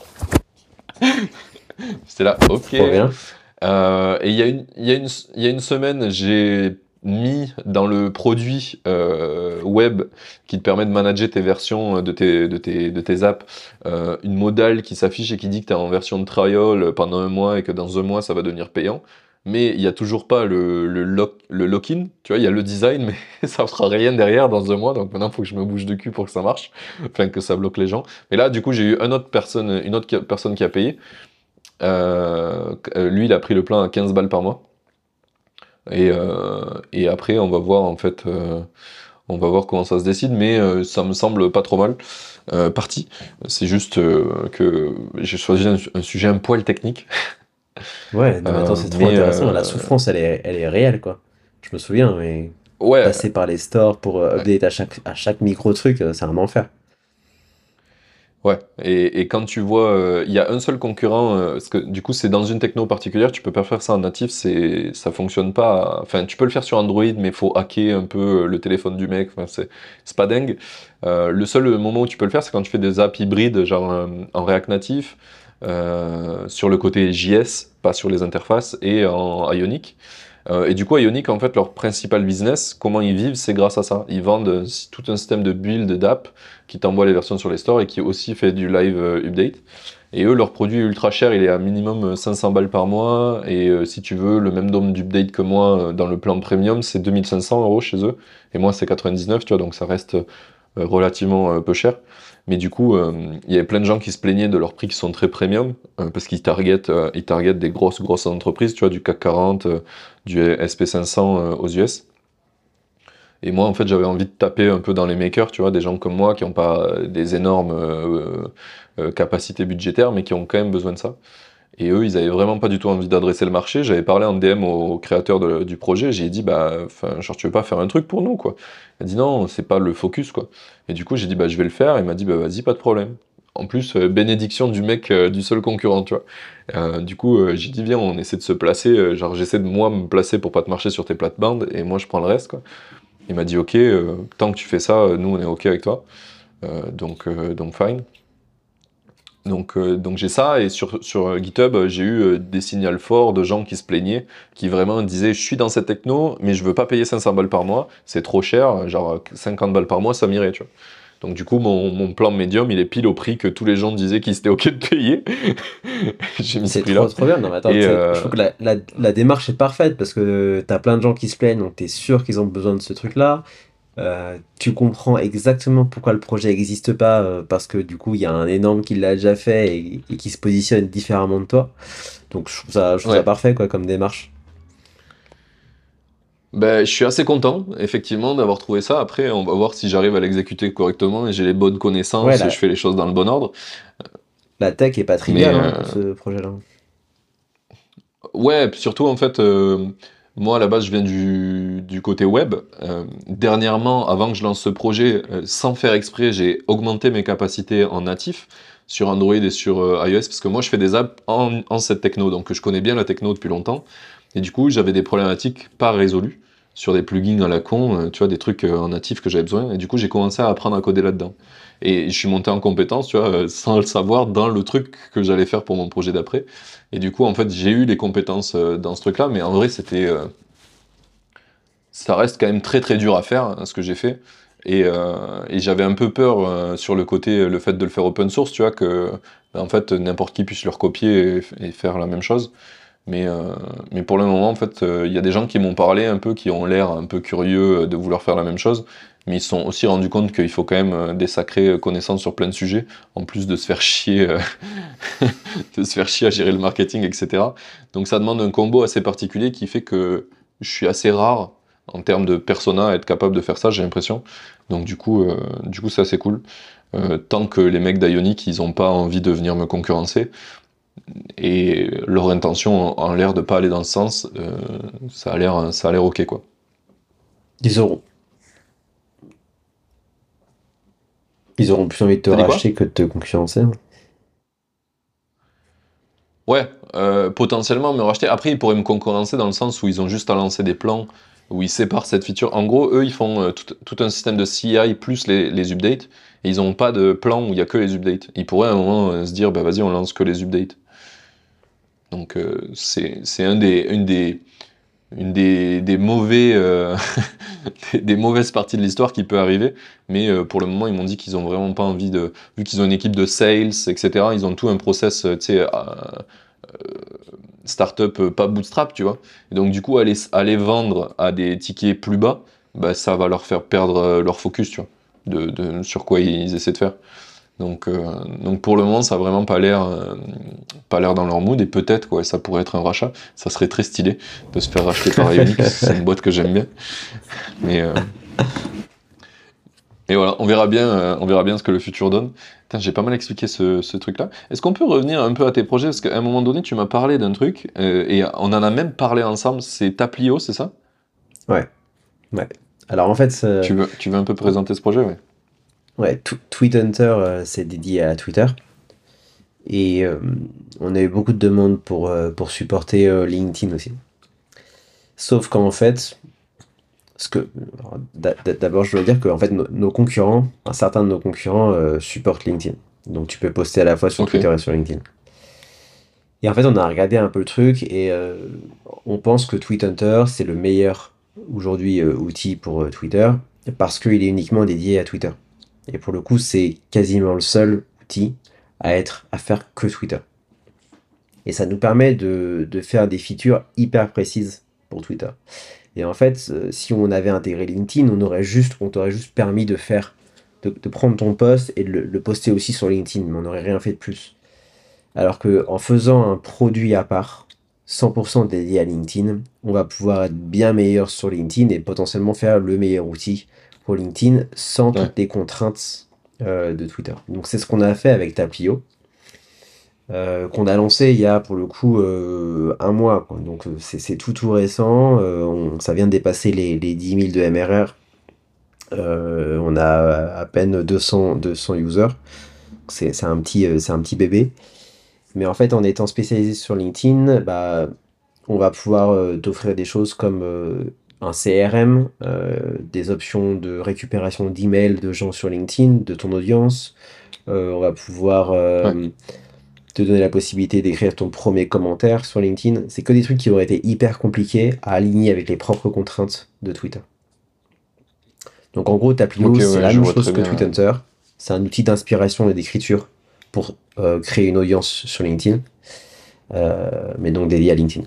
S3: J'étais là, ok.
S1: Trop bien.
S3: Euh, et il y a une, il y a une, il y a une semaine, j'ai mis dans le produit euh, web qui te permet de manager tes versions de tes, de tes, de tes apps, euh, une modale qui s'affiche et qui dit que tu es en version de trial pendant un mois et que dans un mois ça va devenir payant. Mais il n'y a toujours pas le, le, lock, le lock-in, tu vois, il y a le design, mais ça ne fera rien derrière dans un mois, donc maintenant il faut que je me bouge de cul pour que ça marche, enfin que ça bloque les gens. Mais là, du coup, j'ai eu une autre personne, une autre qui- personne qui a payé. Euh, lui, il a pris le plan à quinze balles par mois. Et, euh, et après, on va voir en fait, euh, on va voir comment ça se décide, mais euh, ça me semble pas trop mal euh, parti. C'est juste euh, que j'ai choisi un, un sujet un poil technique,
S1: Ouais, non mais attends,
S3: Euh,
S1: c'est trop
S3: mais
S1: intéressant. La
S3: euh,
S1: souffrance, elle est, elle est réelle, quoi. Je me souviens, mais
S3: ouais,
S1: passer par les stores pour euh,
S3: ouais.
S1: update à chaque, à chaque micro truc, euh, c'est un enfer.
S3: Ouais, et, et quand tu vois, euh, il y a un seul concurrent, euh, parce que du coup c'est dans une techno particulière, tu peux pas faire ça en natif, c'est, ça fonctionne pas. Enfin, tu peux le faire sur Android, mais il faut hacker un peu le téléphone du mec. Enfin, c'est, c'est pas dingue. Euh, le seul moment où tu peux le faire, c'est quand tu fais des apps hybrides, genre euh, en React Native, euh, sur le côté J S, pas sur les interfaces, et en Ionic. Euh, et du coup, Ionic, en fait, leur principal business, comment ils vivent, c'est grâce à ça. Ils vendent euh, tout un système de build d'app qui t'envoie les versions sur les stores et qui aussi fait du live euh, update. Et eux, leur produit est ultra cher, il est à minimum euh, cinq cents balles par mois. Et euh, si tu veux le même nombre d'updates que moi euh, dans le plan premium, c'est deux mille cinq cents euros chez eux. Et moi, c'est quatre-vingt-dix-neuf, tu vois, donc ça reste euh, relativement euh, peu cher. Mais du coup, euh, il y avait plein de gens qui se plaignaient de leurs prix qui sont très premium, euh, parce qu'ils targetent, euh, ils targetent des grosses, grosses entreprises, tu vois, du CAC quarante, euh, du S P cinq cents euh, aux U S. Et moi, en fait, j'avais envie de taper un peu dans les makers, tu vois, des gens comme moi qui n'ont pas euh, des énormes euh, euh, capacités budgétaires, mais qui ont quand même besoin de ça. Et eux, ils avaient vraiment pas du tout envie d'adresser le marché. J'avais parlé en D M au créateur de- du projet, j'ai dit, bah, enfin, genre, tu veux pas faire un truc pour nous, quoi. Il a dit, non, c'est pas le focus, quoi. Et du coup, j'ai dit, bah, je vais le faire. Il m'a dit, bah, vas-y, pas de problème. En plus, euh, bénédiction du mec, euh, du seul concurrent, tu vois. Euh, du coup, euh, j'ai dit, viens, on essaie de se placer. euh, genre, j'essaie de moi me placer pour pas te marcher sur tes plates-bandes, et moi, je prends le reste, quoi. Il m'a dit, ok, euh, tant que tu fais ça, euh, nous, on est ok avec toi. Euh, donc, euh, donc, fine. Donc, euh, donc j'ai ça, et sur, sur euh, GitHub, euh, j'ai eu euh, des signaux forts de gens qui se plaignaient, qui vraiment disaient, je suis dans cette techno, mais je veux pas payer cinq cents balles par mois, c'est trop cher, genre euh, cinquante balles par mois, ça m'irait, tu vois. Donc du coup, mon, mon plan médium, il est pile au prix que tous les gens disaient qu'ils étaient ok de payer. J'ai mis ce
S1: C'est trop
S3: prix-là.
S1: trop bien. Non, mais attends,
S3: Et
S1: tu sais, je
S3: euh,
S1: trouve que la, la, la démarche est parfaite parce que t'as plein de gens qui se plaignent, donc t'es sûr qu'ils ont besoin de ce truc-là. Euh, tu comprends exactement pourquoi le projet n'existe pas, euh, parce que du coup, il y a un énorme qui l'a déjà fait et, et qui se positionne différemment de toi. Donc, je trouve ça, je trouve ça
S3: ouais,
S1: parfait, quoi, comme démarche.
S3: ben, je suis assez content, effectivement, d'avoir trouvé ça. Après, on va voir si j'arrive à l'exécuter correctement et j'ai les bonnes
S1: Ouais,
S3: connaissances, je
S1: la,
S3: fais les choses dans le bon ordre.
S1: la tech est pas
S3: Mais,
S1: triviale, hein, pour
S3: euh,
S1: ce projet-là.
S3: Ouais, puis surtout en fait, euh, moi à la base je viens du, du côté web. Euh, dernièrement, avant que je lance ce projet, euh, sans faire exprès, j'ai augmenté mes capacités en natif sur Android et sur euh, iOS, parce que moi je fais des apps en, en cette techno, donc je connais bien la techno depuis longtemps. Et du coup, j'avais des problématiques pas résolues sur des plugins à la con, euh, tu vois, des trucs euh, en natif que j'avais besoin. Et du coup, j'ai commencé à apprendre à coder là-dedans. Et je suis monté en compétence, tu vois, euh, sans le savoir, dans le truc que j'allais faire pour mon projet d'après. Et du coup, en fait, j'ai eu les compétences euh, dans ce truc-là, mais en vrai, c'était, euh, ça reste quand même très très dur à faire, hein, ce que j'ai fait. Et, euh, et j'avais un peu peur euh, sur le côté, le fait de le faire open source, tu vois, que ben, en fait n'importe qui puisse le recopier et, et faire la même chose. Mais, euh, mais pour le moment, en fait, euh, il y a des gens qui m'ont parlé un peu, qui ont l'air un peu curieux euh, de vouloir faire la même chose, mais ils se sont aussi rendus compte qu'il faut quand même euh, des sacrées connaissances sur plein de sujets, en plus de se faire chier, euh, de se faire chier à gérer le marketing, et cetera. Donc ça demande un combo assez particulier qui fait que je suis assez rare en termes de persona à être capable de faire ça, j'ai l'impression. Donc du coup, euh, du coup, c'est assez cool. Euh, tant que les mecs d'Ionic, ils ont pas envie de venir me concurrencer, et leur intention en l'air de pas aller dans ce sens, euh, ça a l'air, ça a l'air ok quoi.
S1: Ils auront, ils auront plus envie de te
S3: T'as dit quoi?
S1: racheter que de te concurrencer, hein.
S3: Ouais, euh, potentiellement me racheter. Après, ils pourraient me concurrencer dans le sens où ils ont juste à lancer des plans où ils séparent cette feature. En gros, eux, ils font euh, tout, tout un système de C I plus les, les updates, et ils n'ont pas de plan où il y a que les updates. Ils pourraient à un moment euh, se dire, bah vas-y, on lance que les updates. Donc euh, c'est c'est un des, une des, une des, des mauvais, euh, des, des mauvaises parties de l'histoire qui peut arriver, mais euh, pour le moment ils m'ont dit qu'ils ont vraiment pas envie de, vu qu'ils ont une équipe de sales, et cetera, ils ont tout un process, euh, tu sais, euh, startup euh, pas bootstrap, tu vois, et donc du coup aller, aller vendre à des tickets plus bas, bah, ça va leur faire perdre euh, leur focus, tu vois, de, de, sur quoi ils essaient de faire. Donc, euh, donc pour le moment, ça a vraiment pas l'air, euh, pas l'air dans leur mood, et peut-être quoi, ça pourrait être un rachat. Ça serait très stylé de se faire racheter par Ionic. C'est une boîte que j'aime bien. Mais, euh, mais voilà, on verra bien, euh, on verra bien ce que le futur donne. Putain, j'ai pas mal expliqué ce, ce truc-là. Est-ce qu'on peut revenir un peu à tes projets? Parce qu'à un moment donné, tu m'as parlé d'un truc, euh, et on en a même parlé ensemble. C'est Taplio, c'est ça?
S1: Ouais, ouais. Alors en fait,
S3: Tu
S1: c'est-
S3: veux, tu veux un peu présenter ce projet, ouais.
S1: Ouais, Tw- Tweet Hunter, euh, c'est dédié à Twitter. Et euh, on a eu beaucoup de demandes pour, euh, pour supporter euh, LinkedIn aussi. Sauf qu'en fait, ce que, alors, d'a- d'a- d'abord, je dois dire que en fait, nos, nos concurrents, un certain de nos concurrents euh, supportent LinkedIn. Donc tu peux poster à la fois sur
S3: Ok,
S1: Twitter et sur LinkedIn. Et en fait, on a regardé un peu le truc et euh, on pense que Tweet Hunter, c'est le meilleur aujourd'hui euh, outil pour euh, Twitter parce qu'il est uniquement dédié à Twitter. Et pour le coup, c'est quasiment le seul outil à être à faire que Twitter. Et ça nous permet de, de faire des features hyper précises pour Twitter. Et en fait, euh, si on avait intégré LinkedIn, on aurait juste, on t'aurait juste permis de faire, de, de prendre ton post et de le, le poster aussi sur LinkedIn, mais on n'aurait rien fait de plus. Alors que en faisant un produit à part, cent pour cent dédié à LinkedIn, on va pouvoir être bien meilleur sur LinkedIn et potentiellement faire le meilleur outil pour LinkedIn sans
S3: ouais.
S1: toutes les contraintes euh, de Twitter. Donc c'est ce qu'on a fait avec Taplio, euh, qu'on a lancé il y a pour le coup euh, un mois, quoi. Donc euh, c'est c'est tout tout récent, euh, on- ça vient de dépasser les, les dix mille de M R R. Euh, on a à peine deux cents, deux cents users. C'est c'est un petit, euh, c'est un petit bébé. Mais en fait, en étant spécialisé sur LinkedIn, bah, on va pouvoir euh, t'offrir des choses comme euh, un C R M, euh, des options de récupération d'emails de gens sur LinkedIn, de ton audience. Euh, on va pouvoir
S3: Ouais.
S1: euh, te donner la possibilité d'écrire ton premier commentaire sur LinkedIn. C'est que des trucs qui auraient été hyper compliqués à aligner avec les propres contraintes de Twitter. Donc en gros,
S3: Ok,
S1: Taplio, c'est
S3: ouais,
S1: la
S3: je
S1: même
S3: vois
S1: chose
S3: très
S1: que
S3: bien.
S1: Tweethunter. C'est un outil d'inspiration et d'écriture pour euh, créer une audience sur LinkedIn, euh, mais donc dédié à LinkedIn.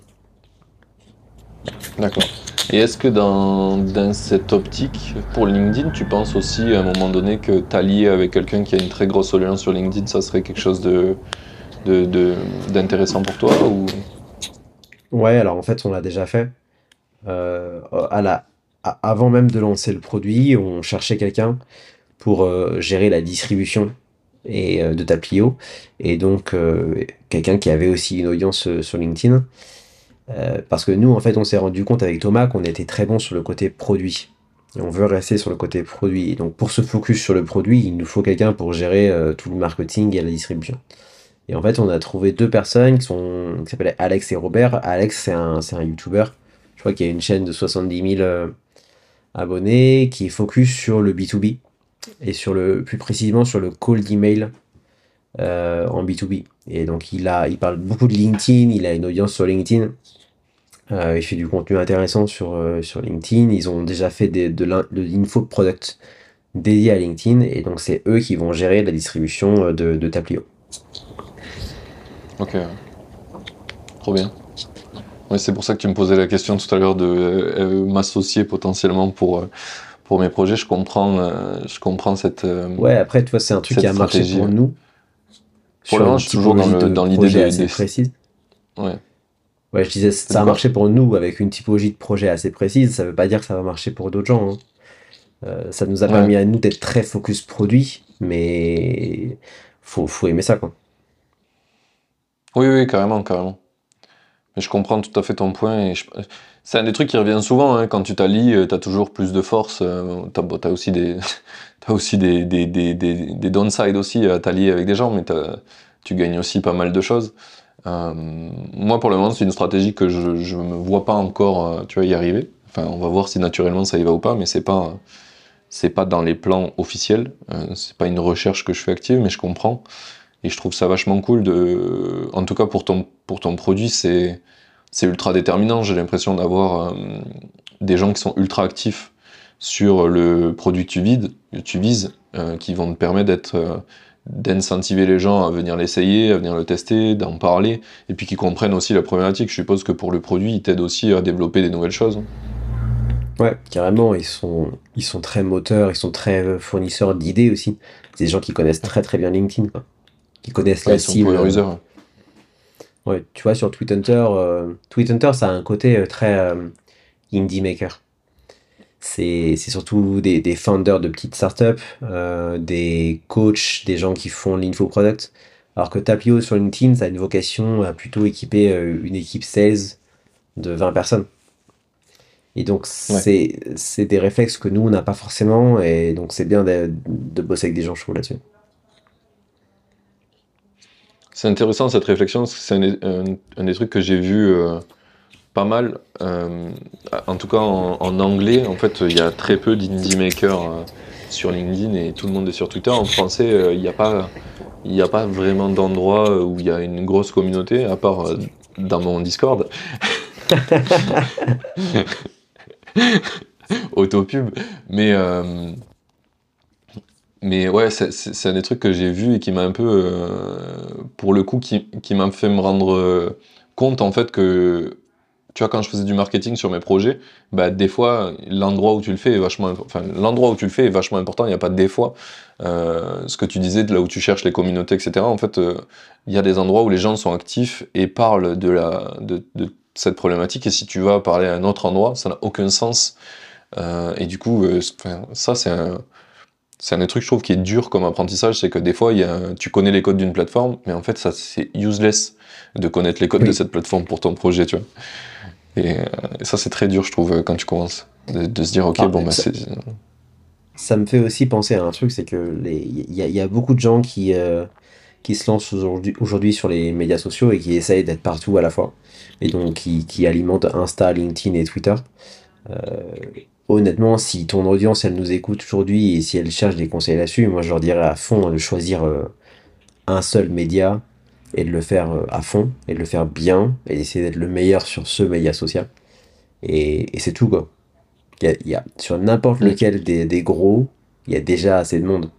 S3: D'accord. Et est-ce que dans, dans cette optique, pour LinkedIn, tu penses aussi à un moment donné que t'allier avec quelqu'un qui a une très grosse audience sur LinkedIn, ça serait quelque chose de, de, de- d'intéressant pour toi ou...
S1: Ouais, alors en fait, on l'a déjà fait. Euh, à la, a- avant même de lancer le produit, on cherchait quelqu'un pour euh, gérer la distribution et, euh, de Taplio. Et donc, euh, quelqu'un qui avait aussi une audience euh, sur LinkedIn. Euh, parce que nous, en fait, on s'est rendu compte avec Thomas qu'on était très bon sur le côté produit. Et on veut rester sur le côté produit. Et donc, pour se focus sur le produit, il nous faut quelqu'un pour gérer euh, tout le marketing et la distribution. Et en fait, on a trouvé deux personnes qui sont, qui s'appellent Alex et Robert. Alex, c'est un, c'est un YouTuber. Je crois qu'il y a une chaîne de soixante-dix mille euh, abonnés qui est focus sur le B deux B et sur le, plus précisément sur le cold email euh, en B deux B. Et donc, il a, il parle beaucoup de LinkedIn. Il a une audience sur LinkedIn. Euh, il fait du contenu intéressant sur, euh, sur LinkedIn. Ils ont déjà fait des- de l'in- de l'info product dédié à LinkedIn. Et donc, c'est eux qui vont gérer la distribution euh, de, de Taplio.
S3: Ok, ouais. Trop bien. Ouais, c'est pour ça que tu me posais la question tout à l'heure de euh, m'associer potentiellement pour, euh, pour mes projets. Je comprends, euh, je comprends cette, euh,
S1: Ouais, après, tu vois, c'est un truc qui
S3: cette
S1: a marché
S3: stratégie.
S1: pour
S3: Ouais.
S1: nous
S3: Pour
S1: sur
S3: le moment,
S1: une
S3: je suis toujours dans
S1: typologie
S3: le,
S1: de
S3: dans l'idée
S1: projet
S3: de,
S1: assez
S3: de...
S1: précise.
S3: Ouais.
S1: Ouais, je disais,
S3: T'as
S1: ça
S3: dit
S1: a
S3: quoi?
S1: marché pour nous avec une typologie de projet assez précise. Ça veut pas dire que ça va marcher pour d'autres gens, hein. Euh, ça nous a
S3: Ouais.
S1: permis à nous d'être très focus produit, mais faut, faut aimer ça, quoi.
S3: Oui, oui, carrément, carrément. Mais je comprends tout à fait ton point. Et je- c'est un des trucs qui revient souvent, hein. Quand tu t'allies, euh, t'as toujours plus de force. euh, T'as, bon, t'as aussi des, t'as aussi des, des, des, des, des downsides aussi à t'allier avec des gens, mais t'as- tu gagnes aussi pas mal de choses. Euh, Moi, pour le moment, c'est une stratégie que je, je me vois pas encore, euh, tu vois, y arriver. Enfin, on va voir si naturellement ça y va ou pas, mais c'est pas, c'est pas dans les plans officiels. Euh, c'est pas une recherche que je fais active, mais je comprends. Et je trouve ça vachement cool de, en tout cas pour ton, pour ton produit, c'est, c'est ultra déterminant. J'ai l'impression d'avoir euh, des gens qui sont ultra actifs sur le produit que tu, vides, que tu vises, euh, qui vont te permettre d'être, euh, d'incentiver les gens à venir l'essayer, à venir le tester, d'en parler, et puis qui comprennent aussi la problématique. Je suppose que pour le produit, ils t'aident aussi à développer des nouvelles choses.
S1: Ouais, carrément, ils sont, ils sont très moteurs, ils sont très euh, fournisseurs d'idées aussi. C'est des gens qui connaissent très très bien LinkedIn, quoi. Qui connaissent
S3: Ouais,
S1: la
S3: ils sont
S1: cible.
S3: power
S1: euh.
S3: users.
S1: Ouais, tu vois, sur Tweethunter, euh, Tweethunter, ça a un côté euh, très euh, indie maker. C'est c'est surtout des, des founders de petites startups, euh, des coachs, des gens qui font l'infoproduct. Alors que Taplio sur LinkedIn, ça a une vocation à plutôt équiper euh, une équipe sales de vingt personnes. Et donc,
S3: Ouais.
S1: c'est c'est des réflexes que nous, on n'a pas forcément. Et donc, c'est bien de, de bosser avec des gens chauds là-dessus.
S3: C'est intéressant cette réflexion, parce que c'est un, un- un des trucs que j'ai vu euh, pas mal. euh, en tout cas en, en anglais, en fait, il y a très peu d'indie makers euh, sur LinkedIn et tout le monde est sur Twitter. En français, euh, il n'y a pas, il y a pas vraiment d'endroit où il y a une grosse communauté, à part euh, dans mon Discord. Autopub. Mais, euh, mais ouais, c'est c'est- c'est un des trucs que j'ai vu et qui m'a un peu, euh, pour le coup, qui, qui m'a fait me rendre euh, compte en fait que, tu vois, quand je faisais du marketing sur mes projets, bah des fois, l'endroit où tu le fais est vachement, imp- enfin, l'endroit où tu le fais est vachement important. Il n'y a pas de des fois. Euh, ce que tu disais de là où tu cherches les communautés, et cetera. En fait, euh, il y a des endroits où les gens sont actifs et parlent de la, de, de cette problématique. Et si tu vas parler à un autre endroit, ça n'a aucun sens. Euh, et du coup, euh, c- enfin, ça c'est un, c'est un des trucs, je trouve, qui est dur comme apprentissage, c'est que des fois, il y a, tu connais les codes d'une plateforme, mais en fait, ça c'est useless de connaître les codes de
S1: Oui,
S3: cette plateforme pour ton projet, tu vois. Et, euh, et ça, c'est très dur, je trouve, quand tu commences. De, de se dire, ok,
S1: alors,
S3: bon, bah,
S1: ça,
S3: c'est.
S1: ça me fait aussi penser à un truc, c'est que les, il y a, il y a beaucoup de gens qui, euh, qui se lancent aujourd'hui aujourd'hui sur les médias sociaux et qui essayent d'être partout à la fois. Et donc qui, qui alimentent Insta, LinkedIn et Twitter. Euh, Honnêtement, si ton audience, elle nous écoute aujourd'hui et si elle cherche des conseils là-dessus, moi je leur dirais à fond de choisir euh, un seul média et de le faire euh, à fond et de le faire bien et d'essayer d'être le meilleur sur ce média social. Et, et c'est tout quoi. Il y a, il y a- sur n'importe
S3: Mm.
S1: lequel des, des gros, il y a déjà assez de monde.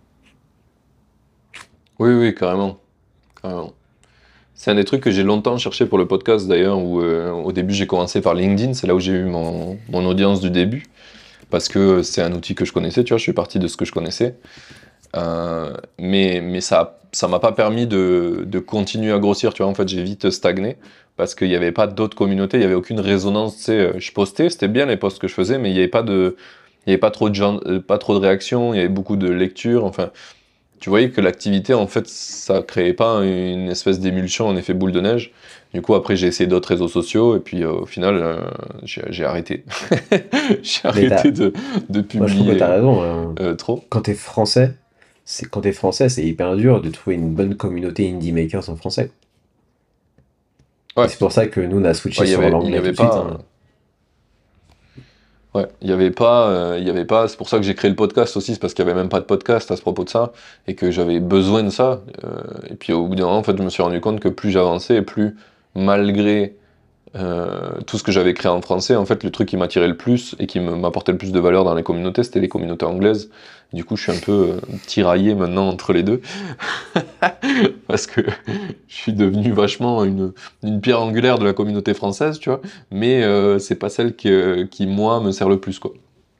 S3: Oui, oui, carrément. Carrément. C'est un des trucs que j'ai longtemps cherché pour le podcast, d'ailleurs, où euh, au début, j'ai commencé par LinkedIn, c'est là où j'ai eu mon, mon audience du début, parce que c'est un outil que je connaissais, tu vois, je suis parti de ce que je connaissais. Euh, mais mais ça ça m'a pas permis de, de continuer à grossir, tu vois. En fait, j'ai vite stagné parce qu'il n'y avait pas d'autres communautés, il y avait aucune résonance. Tu sais, je postais, c'était bien les posts que je faisais, mais il n'y avait pas de, il y avait pas trop de gens, euh, pas trop de réactions, il y avait beaucoup de lectures. Enfin, tu voyais que l'activité, en fait, ça créait pas une espèce d'émulsion, en effet boule de neige. Du coup, après, j'ai essayé d'autres réseaux sociaux et puis euh, au final, euh, j'ai j'ai arrêté. J'ai
S1: Mais t'as,
S3: arrêté de, de
S1: moi je trouve que
S3: publier
S1: t'as raison, hein.
S3: euh, trop.
S1: Quand t'es français, c'est quand t'es français, c'est hyper dur de trouver une bonne communauté indie makers en français. Et
S3: Ouais.
S1: c'est pour ça que nous on a switché
S3: Ouais, il y
S1: sur
S3: avait, il y
S1: l'anglais tout
S3: avait
S1: de suite,
S3: pas.
S1: hein.
S3: Ouais, il y avait pas, euh, il y avait pas. C'est pour ça que j'ai créé le podcast aussi, c'est parce qu'il y avait même pas de podcast à ce propos de ça et que j'avais besoin de ça. Euh, et puis au bout d'un moment, en fait, je me suis rendu compte que plus j'avançais, et plus malgré euh, tout ce que j'avais créé en français, en fait, le truc qui m'attirait le plus et qui me- m'apportait le plus de valeur dans les communautés, c'était les communautés anglaises. Du coup, je suis un peu euh, tiraillé maintenant entre les deux parce que je suis devenu vachement une, une pierre angulaire de la communauté française, tu vois, mais euh, c'est pas celle qui, euh, qui, moi, me sert le plus, quoi.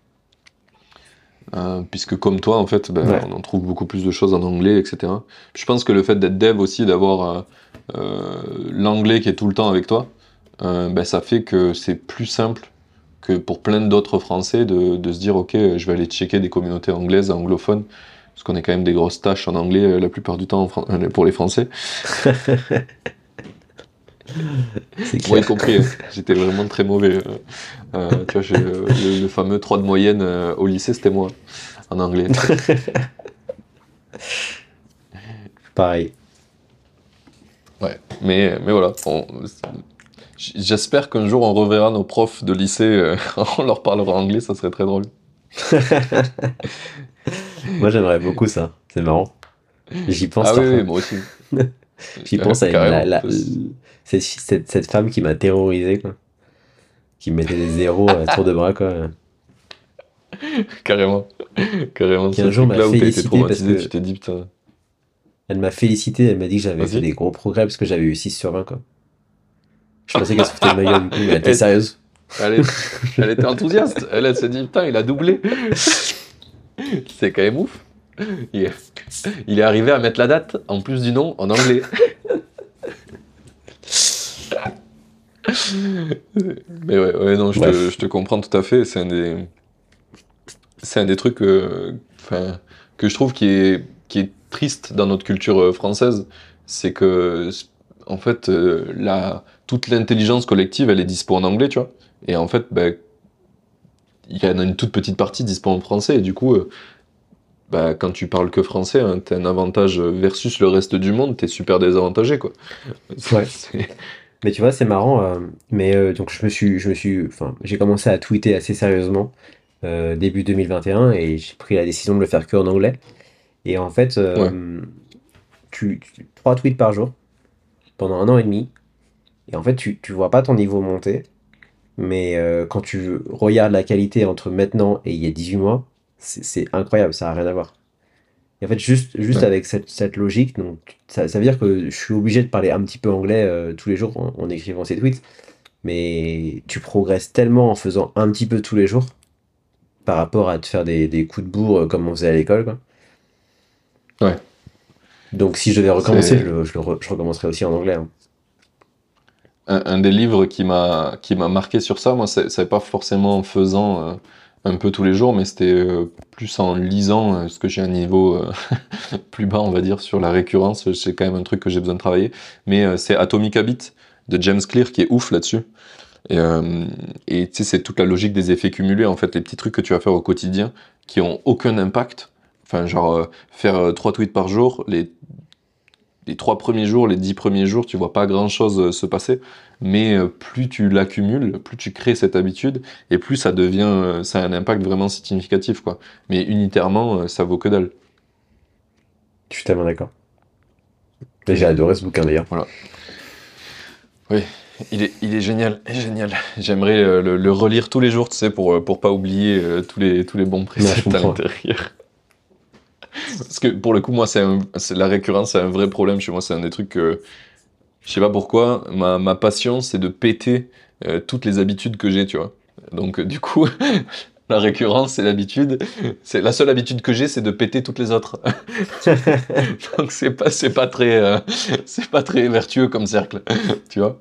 S3: Euh, puisque comme toi, en fait, ben,
S1: Ouais.
S3: on en trouve beaucoup plus de choses en anglais, et cetera. Puis je pense que le fait d'être dev aussi, d'avoir euh, euh, l'anglais qui est tout le temps avec toi, euh, ben, ça fait que c'est plus simple que pour plein d'autres Français de, de se dire, ok, je vais aller checker des communautés anglaises, anglophones, parce qu'on est quand même des grosses tâches en anglais euh, la plupart du temps en Fran- euh, pour les Français.
S1: C'est
S3: Moi y
S1: clair.
S3: compris, hein. J'étais vraiment très mauvais. euh. Euh, tu vois, j'ai, euh, le, le fameux trois de moyenne euh, au lycée, c'était moi, en anglais.
S1: Pareil.
S3: Ouais, mais, mais voilà. on- J'espère qu'un jour on reverra nos profs de lycée, euh, on leur parlera anglais, ça serait très drôle.
S1: Moi j'aimerais beaucoup ça. C'est marrant. J'y pense
S3: Ah oui, oui,
S1: parfois.
S3: moi aussi.
S1: J'y
S3: Euh,
S1: pense à une- la,
S3: carrément.
S1: la- cette, cette, cette femme qui m'a terrorisé, quoi. Qui me mettait des zéros à tour de bras, quoi.
S3: Carrément. Carrément,
S1: Qui
S3: ce
S1: un jour m'a
S3: truc-là où t'as été
S1: félicité parce
S3: traumatisé, tu
S1: que
S3: t'es dit, putain,
S1: elle m'a félicité, elle m'a dit que j'avais fait
S3: vas-y.
S1: des gros progrès parce que j'avais eu six sur vingt quoi. Je pensais qu'elle se foutait de ma gueule du coup, mais elle était
S3: Elle,
S1: sérieuse.
S3: elle est- elle était enthousiaste. Elle, elle s'est dit, putain, il a doublé. C'est quand même ouf. Il est, il est arrivé à mettre la date, en plus du nom, en anglais. Mais ouais, ouais, non, je te,
S1: Bref.
S3: je te comprends tout à fait. C'est un des, c'est un des trucs euh, enfin, que je trouve qui est, qui est triste dans notre culture euh, française. C'est que, en fait, euh, la, toute l'intelligence collective, elle est dispo en anglais, tu vois. Et en fait, ben, il y en a une toute petite partie dispo en français, et du coup, euh, bah, quand tu parles que français, hein, t'as un avantage versus le reste du monde, t'es super désavantagé, quoi.
S1: Ouais.
S3: C'est-
S1: Mais tu vois, c'est marrant. euh, mais euh, donc je me suis, je me suis, enfin, j'ai commencé à tweeter assez sérieusement euh, début deux mille vingt et un et un et j'ai pris la décision de le faire que en anglais. Et en fait,
S3: Ouais,
S1: euh, tu, tu- trois tweets par jour pendant un an et demi. Et en fait, tu, tu vois pas ton niveau monter. Mais euh, quand tu regardes la qualité entre maintenant et il y a dix-huit mois, c'est c'est incroyable, ça n'a rien à voir. Et en fait, juste, juste
S3: ouais.
S1: avec cette, cette logique, donc, ça, ça veut dire que je suis obligé de parler un petit peu anglais euh, tous les jours en, en écrivant ces tweets, mais tu progresses tellement en faisant un petit peu tous les jours par rapport à te faire des, des coups de bourre euh, comme on faisait à l'école, quoi.
S3: Ouais,
S1: Donc si je devais recommencer, je,
S3: c'est
S1: le, je, le re- je recommencerais aussi en anglais, hein.
S3: un, un des livres qui m'a qui m'a marqué sur ça. Moi, c'est c'est pas forcément en faisant euh, un peu tous les jours, mais c'était euh, plus en lisant, euh, parce que j'ai un niveau euh, plus bas, on va dire, sur la récurrence. C'est quand même un truc que j'ai besoin de travailler. Mais euh, c'est Atomic Habits de James Clear qui est ouf là-dessus. Et euh, et tu sais, c'est toute la logique des effets cumulés, en fait, les petits trucs que tu vas faire au quotidien qui ont aucun impact. Enfin, genre, euh, faire euh, trois tweets par jour, les les trois premiers jours, les dix premiers jours, tu vois pas grand-chose euh, se passer, mais euh, plus tu l'accumules, plus tu crées cette habitude, et plus ça devient, euh, ça a un impact vraiment significatif, quoi. Mais unitairement, euh, ça vaut que dalle.
S1: Je suis tellement d'accord. Et j'ai
S3: Et
S1: adoré ce bouquin d'ailleurs.
S3: voilà. Oui, il est, il est génial, il est génial. J'aimerais euh, le, le relire tous les jours, tu sais, pour, euh, pour pas oublier euh, tous les, tous les bons
S1: Ouais, je
S3: préceptes à
S1: comprends.
S3: l'intérieur. Parce que pour le coup, moi, c'est un- c'est la récurrence, c'est un vrai problème chez moi. C'est un des trucs que je sais pas pourquoi, ma, ma passion, c'est de péter euh, toutes les habitudes que j'ai, tu vois. Donc, euh, du coup, la récurrence, c'est l'habitude. C'est la seule habitude que j'ai, c'est de péter toutes les autres. Donc, c'est pas, c'est pas très, euh, c'est pas très vertueux comme cercle, tu vois.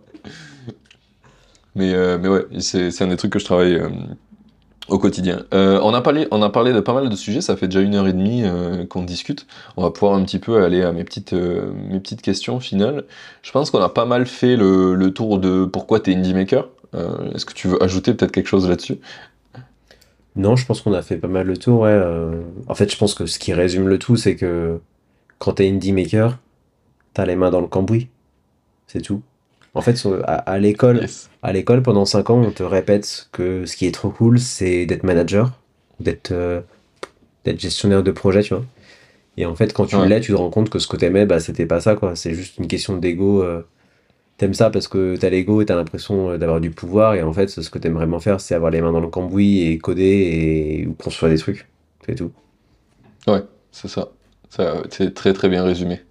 S3: Mais, euh, mais ouais, c'est, c'est un des trucs que je travaille euh, au quotidien. Euh, on a parlé, on a parlé de pas mal de sujets. Ça fait déjà une heure et demie euh, qu'on discute. On va pouvoir un petit peu aller à mes petites, euh, mes petites questions finales. Je pense qu'on a pas mal fait le, le tour de pourquoi t'es indie maker. Euh, est-ce que tu veux ajouter peut-être quelque chose là-dessus?
S1: Non, je pense qu'on a fait pas mal le tour, ouais. euh. En fait, je pense que ce qui résume le tout, c'est que quand t'es indie maker, t'as les mains dans le cambouis, c'est tout. En fait, sur- à, à l'école,
S3: Yes.
S1: à l'école, pendant cinq ans, on te répète que ce qui est trop cool, c'est d'être manager, d'être euh, d'être gestionnaire de projet, tu vois. Et en fait, quand tu
S3: Ouais,
S1: l'es, tu te rends compte que ce que t'aimais, bah, c'était pas ça, quoi. C'est juste une question d'ego. euh. T'aimes ça parce que t'as l'ego et t'as l'impression euh, d'avoir du pouvoir, et en fait, ce que t'aimes vraiment faire, c'est avoir les mains dans le cambouis et coder et ou construire des trucs. C'est tout.
S3: ouais, c'est ça. Ça, c'est très très bien résumé.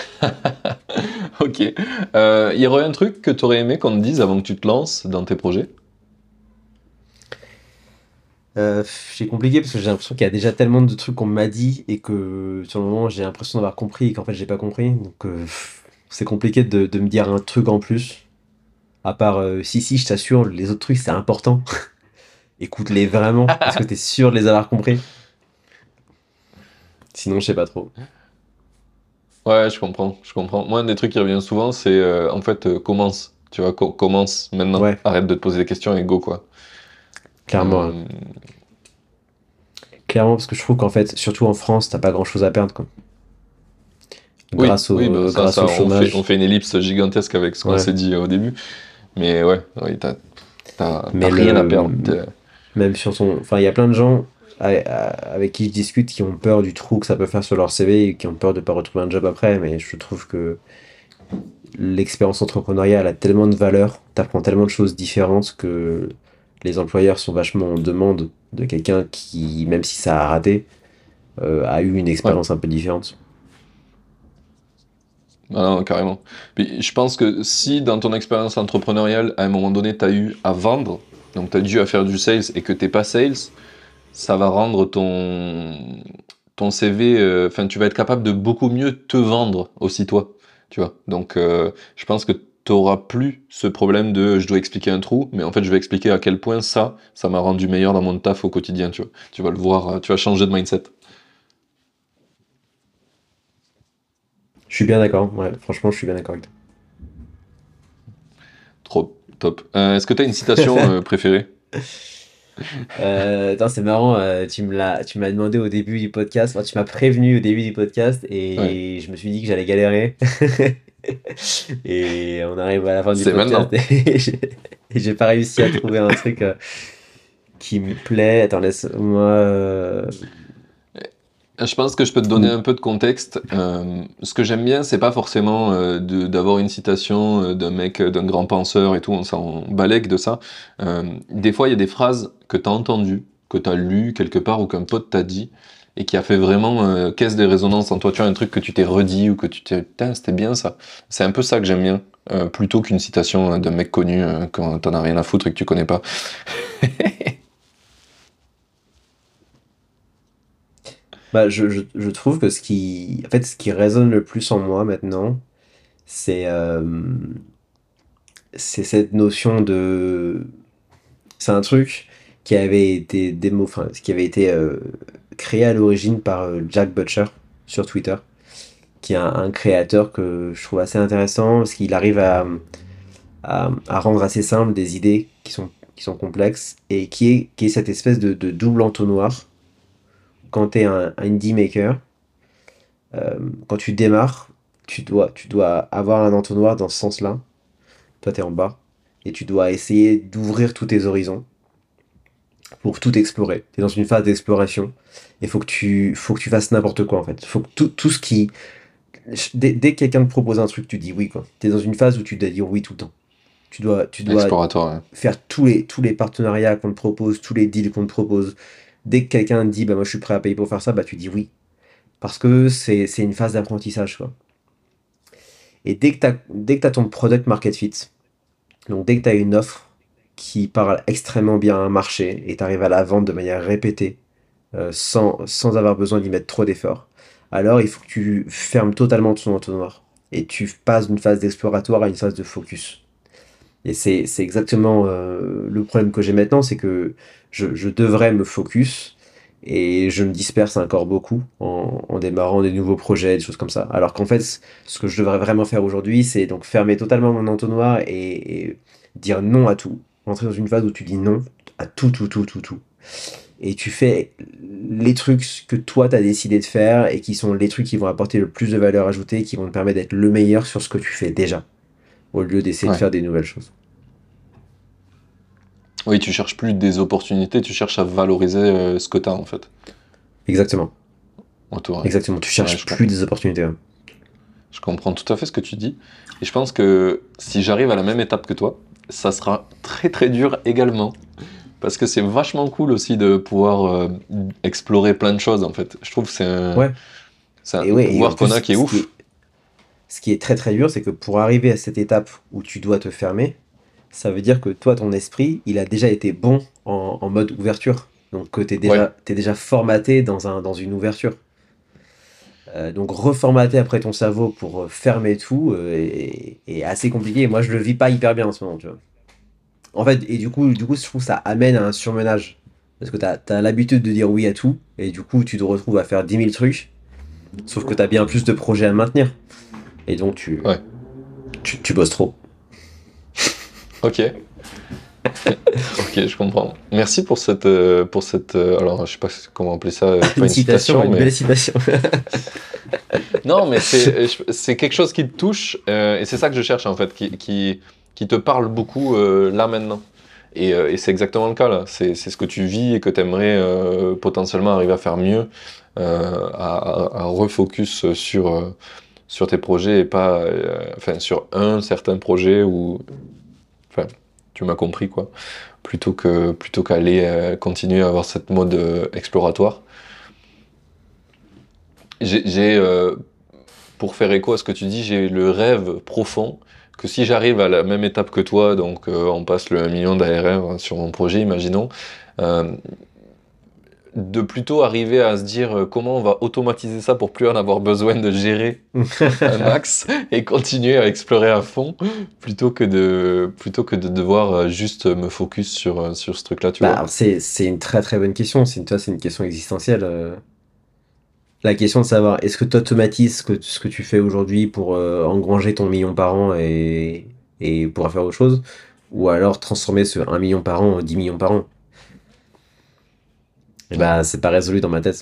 S3: Ok. Euh, il y aurait un truc que t'aurais aimé qu'on te dise avant que tu te lances dans tes projets?
S1: Euh, c'est compliqué parce que j'ai l'impression qu'il y a déjà tellement de trucs qu'on m'a dit et que sur le moment j'ai l'impression d'avoir compris et qu'en fait j'ai pas compris. Donc euh, c'est compliqué de, de me dire un truc en plus. À part euh, si si je t'assure, les autres trucs c'est important. Écoute-les vraiment parce que t'es sûr de les avoir compris. Sinon je sais pas trop.
S3: Ouais, je comprends, je comprends. Moi, un des trucs qui revient souvent, c'est euh, en fait, euh, commence. Tu vois, co- commence maintenant.
S1: Ouais,
S3: Arrête de te poser des questions et go, quoi.
S1: clairement, hein.
S3: Euh,
S1: Clairement parce que je trouve qu'en fait, surtout en France, t'as pas grand-chose à perdre quoi.
S3: Oui,
S1: Grâce
S3: oui, bah
S1: au
S3: ça,
S1: grâce
S3: ça,
S1: au
S3: on fait, on
S1: chômage.
S3: fait une ellipse gigantesque avec ce qu'on
S1: Ouais.
S3: s'est dit au début. Mais ouais, oui, t'as, t'as, t'as
S1: Mais
S3: rien à
S1: le
S3: perdre. T'es-
S1: même sur son. Enfin, il y a plein de gens a- a- avec qui je discute qui ont peur du trou que ça peut faire sur leur C V et qui ont peur de pas retrouver un job après. Mais je trouve que l'expérience entrepreneuriale a tellement de valeur, t'apprends tellement de choses différentes que les employeurs sont vachement en demande de quelqu'un qui, même si ça a raté, euh, a eu une
S3: Ouais,
S1: expérience un peu différente.
S3: ah non, carrément. Puis je pense que si dans ton expérience entrepreneuriale, à un moment donné, t'as eu à vendre, donc t'as dû à faire du sales et que t'es pas sales, ça va rendre ton, ton C V, euh, enfin, tu vas être capable de beaucoup mieux te vendre aussi, toi, tu vois. Donc, euh, je pense que tu auras plus ce problème de je dois expliquer un trou, mais en fait, je vais expliquer à quel point ça, ça m'a rendu meilleur dans mon taf au quotidien, tu vois. Tu vas le voir, euh, tu vas changer de mindset.
S1: Je suis bien d'accord, ouais, franchement, je suis bien d'accord avec
S3: Trop top. Euh, est-ce que tu as une citation
S1: toi.
S3: euh, préférée?
S1: Euh, attends, c'est marrant, euh, tu me l'as, tu m'as demandé au début du podcast, enfin, tu m'as prévenu au début du podcast
S3: Ouais.
S1: et je me suis dit que j'allais galérer. Et on arrive à la fin du
S3: C'est
S1: podcast
S3: maintenant.
S1: et j'ai et j'ai pas réussi à trouver un truc euh, qui me plaît. Attends, laisse-moi. euh,
S3: Je pense que je peux te donner
S1: ou-
S3: un peu de contexte. Euh, ce que j'aime bien, c'est pas forcément euh, de- d'avoir une citation euh, d'un mec, euh, d'un grand penseur et tout, on s'en balèque de ça. Euh, des fois, il y a des phrases que tu as entendues, que tu as lues quelque part ou qu'un pote t'a dit, et qui a fait vraiment euh, caisse des résonances en toi. Tu vois, un truc que tu t'es redit ou que tu t'es... Putain, c'était bien ça. C'est un peu ça que j'aime bien, euh, plutôt qu'une citation euh, d'un mec connu euh, quand t'en as rien à foutre et que tu connais pas.
S1: Bah, je, je, je trouve que ce qui, en fait, ce qui résonne le plus en moi maintenant, c'est euh, c'est cette notion de. C'est un truc qui avait été démo, enfin, qui avait été euh, créé à l'origine par euh, Jack Butcher sur Twitter, qui est un, un créateur que je trouve assez intéressant parce qu'il arrive à, à, à rendre assez simple des idées qui sont, qui sont complexes et qui est, qui est cette espèce de, de double entonnoir quand tu es un, un indie maker. Euh, quand tu démarres, tu dois, tu dois avoir un entonnoir dans ce sens-là. Toi, tu es en bas et tu dois essayer d'ouvrir tous tes horizons pour tout explorer. Tu es dans une phase d'exploration. Il faut que tu, faut que tu fasses n'importe quoi en fait. Faut que tout, tout ce qui. Dès, dès que quelqu'un te propose un truc, tu dis oui quoi. Tu es dans une phase où tu dois dire oui tout le temps. Tu dois, tu dois
S3: Exploratoire, hein.
S1: faire tous les, tous les partenariats qu'on te propose, tous les deals qu'on te propose. Dès que quelqu'un te dit bah moi je suis prêt à payer pour faire ça, bah tu dis oui. Parce que c'est, c'est une phase d'apprentissage quoi. Et dès que tu as, dès que t'as ton product market fit, donc dès que tu as une offre qui parle extrêmement bien à un marché et tu arrives à la vendre de manière répétée, euh, sans, sans avoir besoin d'y mettre trop d'efforts, alors il faut que tu fermes totalement ton entonnoir et tu passes d'une phase d'exploratoire à une phase de focus. Et c'est, c'est exactement euh, le problème que j'ai maintenant, c'est que je, je devrais me focus et je me disperse encore beaucoup en, en démarrant des nouveaux projets, des choses comme ça. Alors qu'en fait, ce que je devrais vraiment faire aujourd'hui, c'est donc fermer totalement mon entonnoir et, et dire non à tout. Entrer dans une phase où tu dis non à tout, tout, tout, tout, tout. Et tu fais les trucs que toi, tu as décidé de faire et qui sont les trucs qui vont apporter le plus de valeur ajoutée, qui vont te permettre d'être le meilleur sur ce que tu fais déjà, au lieu d'essayer de
S3: Ouais.
S1: faire des nouvelles choses.
S3: Oui, tu cherches plus des opportunités, tu cherches à valoriser euh, ce que tu as en fait
S1: Exactement.
S3: autour. Ouais.
S1: Exactement. Tu
S3: Ouais,
S1: cherches
S3: je,
S1: plus
S3: com-
S1: des opportunités. Ouais.
S3: je comprends tout à fait ce que tu dis. Et je pense que si j'arrive à la même étape que toi, ça sera très très dur également. Parce que c'est vachement cool aussi de pouvoir euh, explorer plein de choses en fait. Je trouve que c'est un,
S1: Ouais.
S3: c'est un
S1: Et ouais. Et en
S3: pouvoir qu'on a
S1: plus,
S3: qui est
S1: ce qui
S3: ouf.
S1: est, ce qui est très très dur, c'est que pour arriver à cette étape où tu dois te fermer, ça veut dire que toi, ton esprit, il a déjà été bon en, en mode ouverture. Donc que tu es
S3: Ouais,
S1: déjà, t'es déjà formaté dans, un, dans une ouverture. Euh, donc reformater après ton cerveau pour euh, fermer tout euh, est, est assez compliqué. Et moi, je le vis pas hyper bien en ce moment, tu vois. En fait, et du coup, du coup, je trouve que ça amène à un surmenage. Parce que t'as, t'as l'habitude de dire oui à tout, et du coup, tu te retrouves à faire dix mille trucs, sauf que t'as bien plus de projets à maintenir. Et donc, tu,
S3: ouais.
S1: tu, tu bosses trop.
S3: Ok. Ok, je comprends. Merci pour cette, euh, pour cette. euh, alors, je sais pas comment appeler ça. euh, Pas
S1: Une
S3: une
S1: citation,
S3: citation,
S1: une
S3: mais
S1: belle citation.
S3: non, mais c'est je- c'est quelque chose qui te touche euh, et c'est ça que je cherche en fait, qui, qui, qui te parle beaucoup euh, là maintenant. Et, euh, et c'est exactement le cas là. C'est c'est ce que tu vis et que tu aimerais potentiellement arriver à faire mieux, euh, à, à, à refocus sur, euh, sur tes projets et pas euh, enfin, sur un certain projet ou. Enfin, tu m'as compris quoi. Plutôt que plutôt qu'aller euh, continuer à avoir cette mode euh, exploratoire. J'ai, j'ai, euh, pour faire écho à ce que tu dis, j'ai le rêve profond que si j'arrive à la même étape que toi, donc euh, on passe le un million d'A R R sur mon projet, imaginons, euh, de plutôt arriver à se dire euh, comment on va automatiser ça pour plus en avoir besoin de gérer un max et continuer à explorer à fond plutôt que de, plutôt que de devoir euh, juste me focus sur, euh, sur ce truc-là, tu
S1: Bah,
S3: vois.
S1: alors, c'est, c'est une très très bonne question. C'est une, toi, c'est une question existentielle. euh. La question de savoir est-ce que tu automatises ce que, ce que tu fais aujourd'hui pour euh, engranger ton million par an et, et pouvoir faire autre chose, ou alors transformer ce un million par an en dix millions par an. Et bah, c'est pas résolu dans ma tête.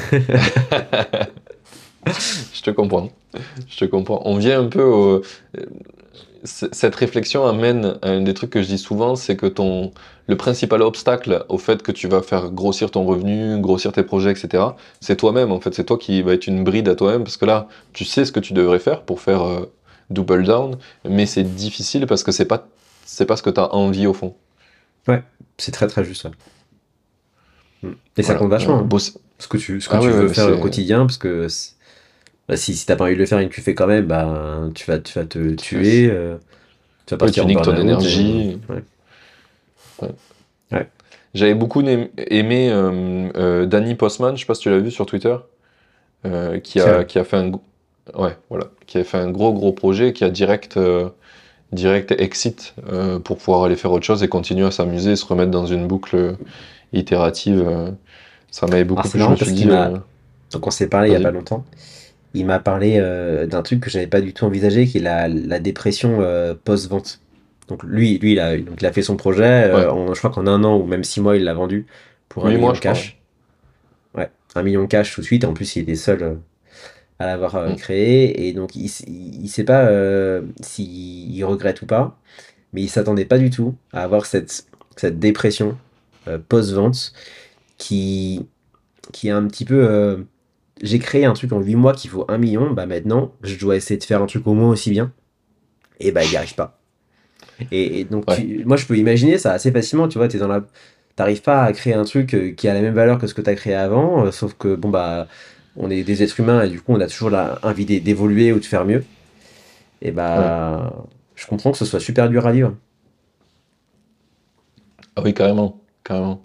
S3: Je te comprends. Je te comprends. On vient un peu au... c- Cette réflexion amène à un des trucs que je dis souvent, c'est que ton le principal obstacle au fait que tu vas faire grossir ton revenu, grossir tes projets, et cetera, c'est toi-même en fait. C'est toi qui va être une bride à toi-même parce que là, tu sais ce que tu devrais faire pour faire euh, double down, mais c'est difficile parce que c'est pas c'est pas ce que tu as envie au fond.
S1: Ouais, c'est très très juste. Ouais. Mm. Et ça
S3: Voilà.
S1: compte
S3: Euh,
S1: vachement, hein.
S3: boss-
S1: Ce que tu, ce que
S3: Ah
S1: tu
S3: ouais, ouais,
S1: veux
S3: mais
S1: faire au
S3: c'est
S1: quotidien, parce que c'est- bah, si, si t'as pas envie de le faire et que tu le fais quand même, bah, tu vas, tu vas te tuer, euh, tu vas
S3: oui,
S1: partir
S3: tu
S1: en
S3: niques ton
S1: burn-out. Et...
S3: énergie.
S1: Ouais.
S3: Ouais.
S1: Ouais.
S3: J'avais beaucoup aimé, aimé, euh, euh, Danny Postman, je sais pas si tu l'as vu sur Twitter, euh, qui a,
S1: Tiens.
S3: qui a fait un, go- ouais, voilà, qui a fait un gros gros projet, qui a direct, euh, direct exit euh, pour pouvoir aller faire autre chose et continuer à s'amuser, et se remettre dans une boucle itérative. euh. Ça m'avait
S1: Alors
S3: beaucoup
S1: c'est
S3: plu. Je me
S1: marrant
S3: suis
S1: parce
S3: dit,
S1: qu'il
S3: euh,
S1: m'a. Donc on s'est parlé il y a pas
S3: vas-y.
S1: longtemps. Il m'a parlé euh, d'un truc que j'avais pas du tout envisagé, qui est la, la dépression euh, post-vente. Donc lui, lui il a, donc il a fait son projet,
S3: Ouais,
S1: euh, en, je crois qu'en un an ou même six mois, il l'a vendu pour un
S3: huit mois,
S1: million
S3: je crois.
S1: cash. Ouais, un million cash tout de suite. En plus, il était seul euh, à l'avoir euh,
S3: Ouais. Mm.
S1: créé. Et donc, il, s- il, il sait pas euh, s'il il regrette ou pas, mais il s'attendait pas du tout à avoir cette, cette dépression euh, post-vente qui, qui est un petit peu. euh, j'ai créé un truc en huit mois qui vaut un million, bah maintenant, je dois essayer de faire un truc au moins aussi bien. Et bah, il n'y arrive pas. Et, et donc,
S3: Ouais,
S1: tu, moi, je peux imaginer ça assez facilement. Tu vois, t'es dans la. T'arrives pas à créer un truc euh, qui a la même valeur que ce que tu as créé avant, euh, sauf que, bon, bah, on est des êtres humains et du coup, on a toujours la, envie d'é- d'évoluer ou de faire mieux. Et
S3: ouais.
S1: bah, je comprends que ce soit super dur à vivre.
S3: Ah oui, carrément, carrément.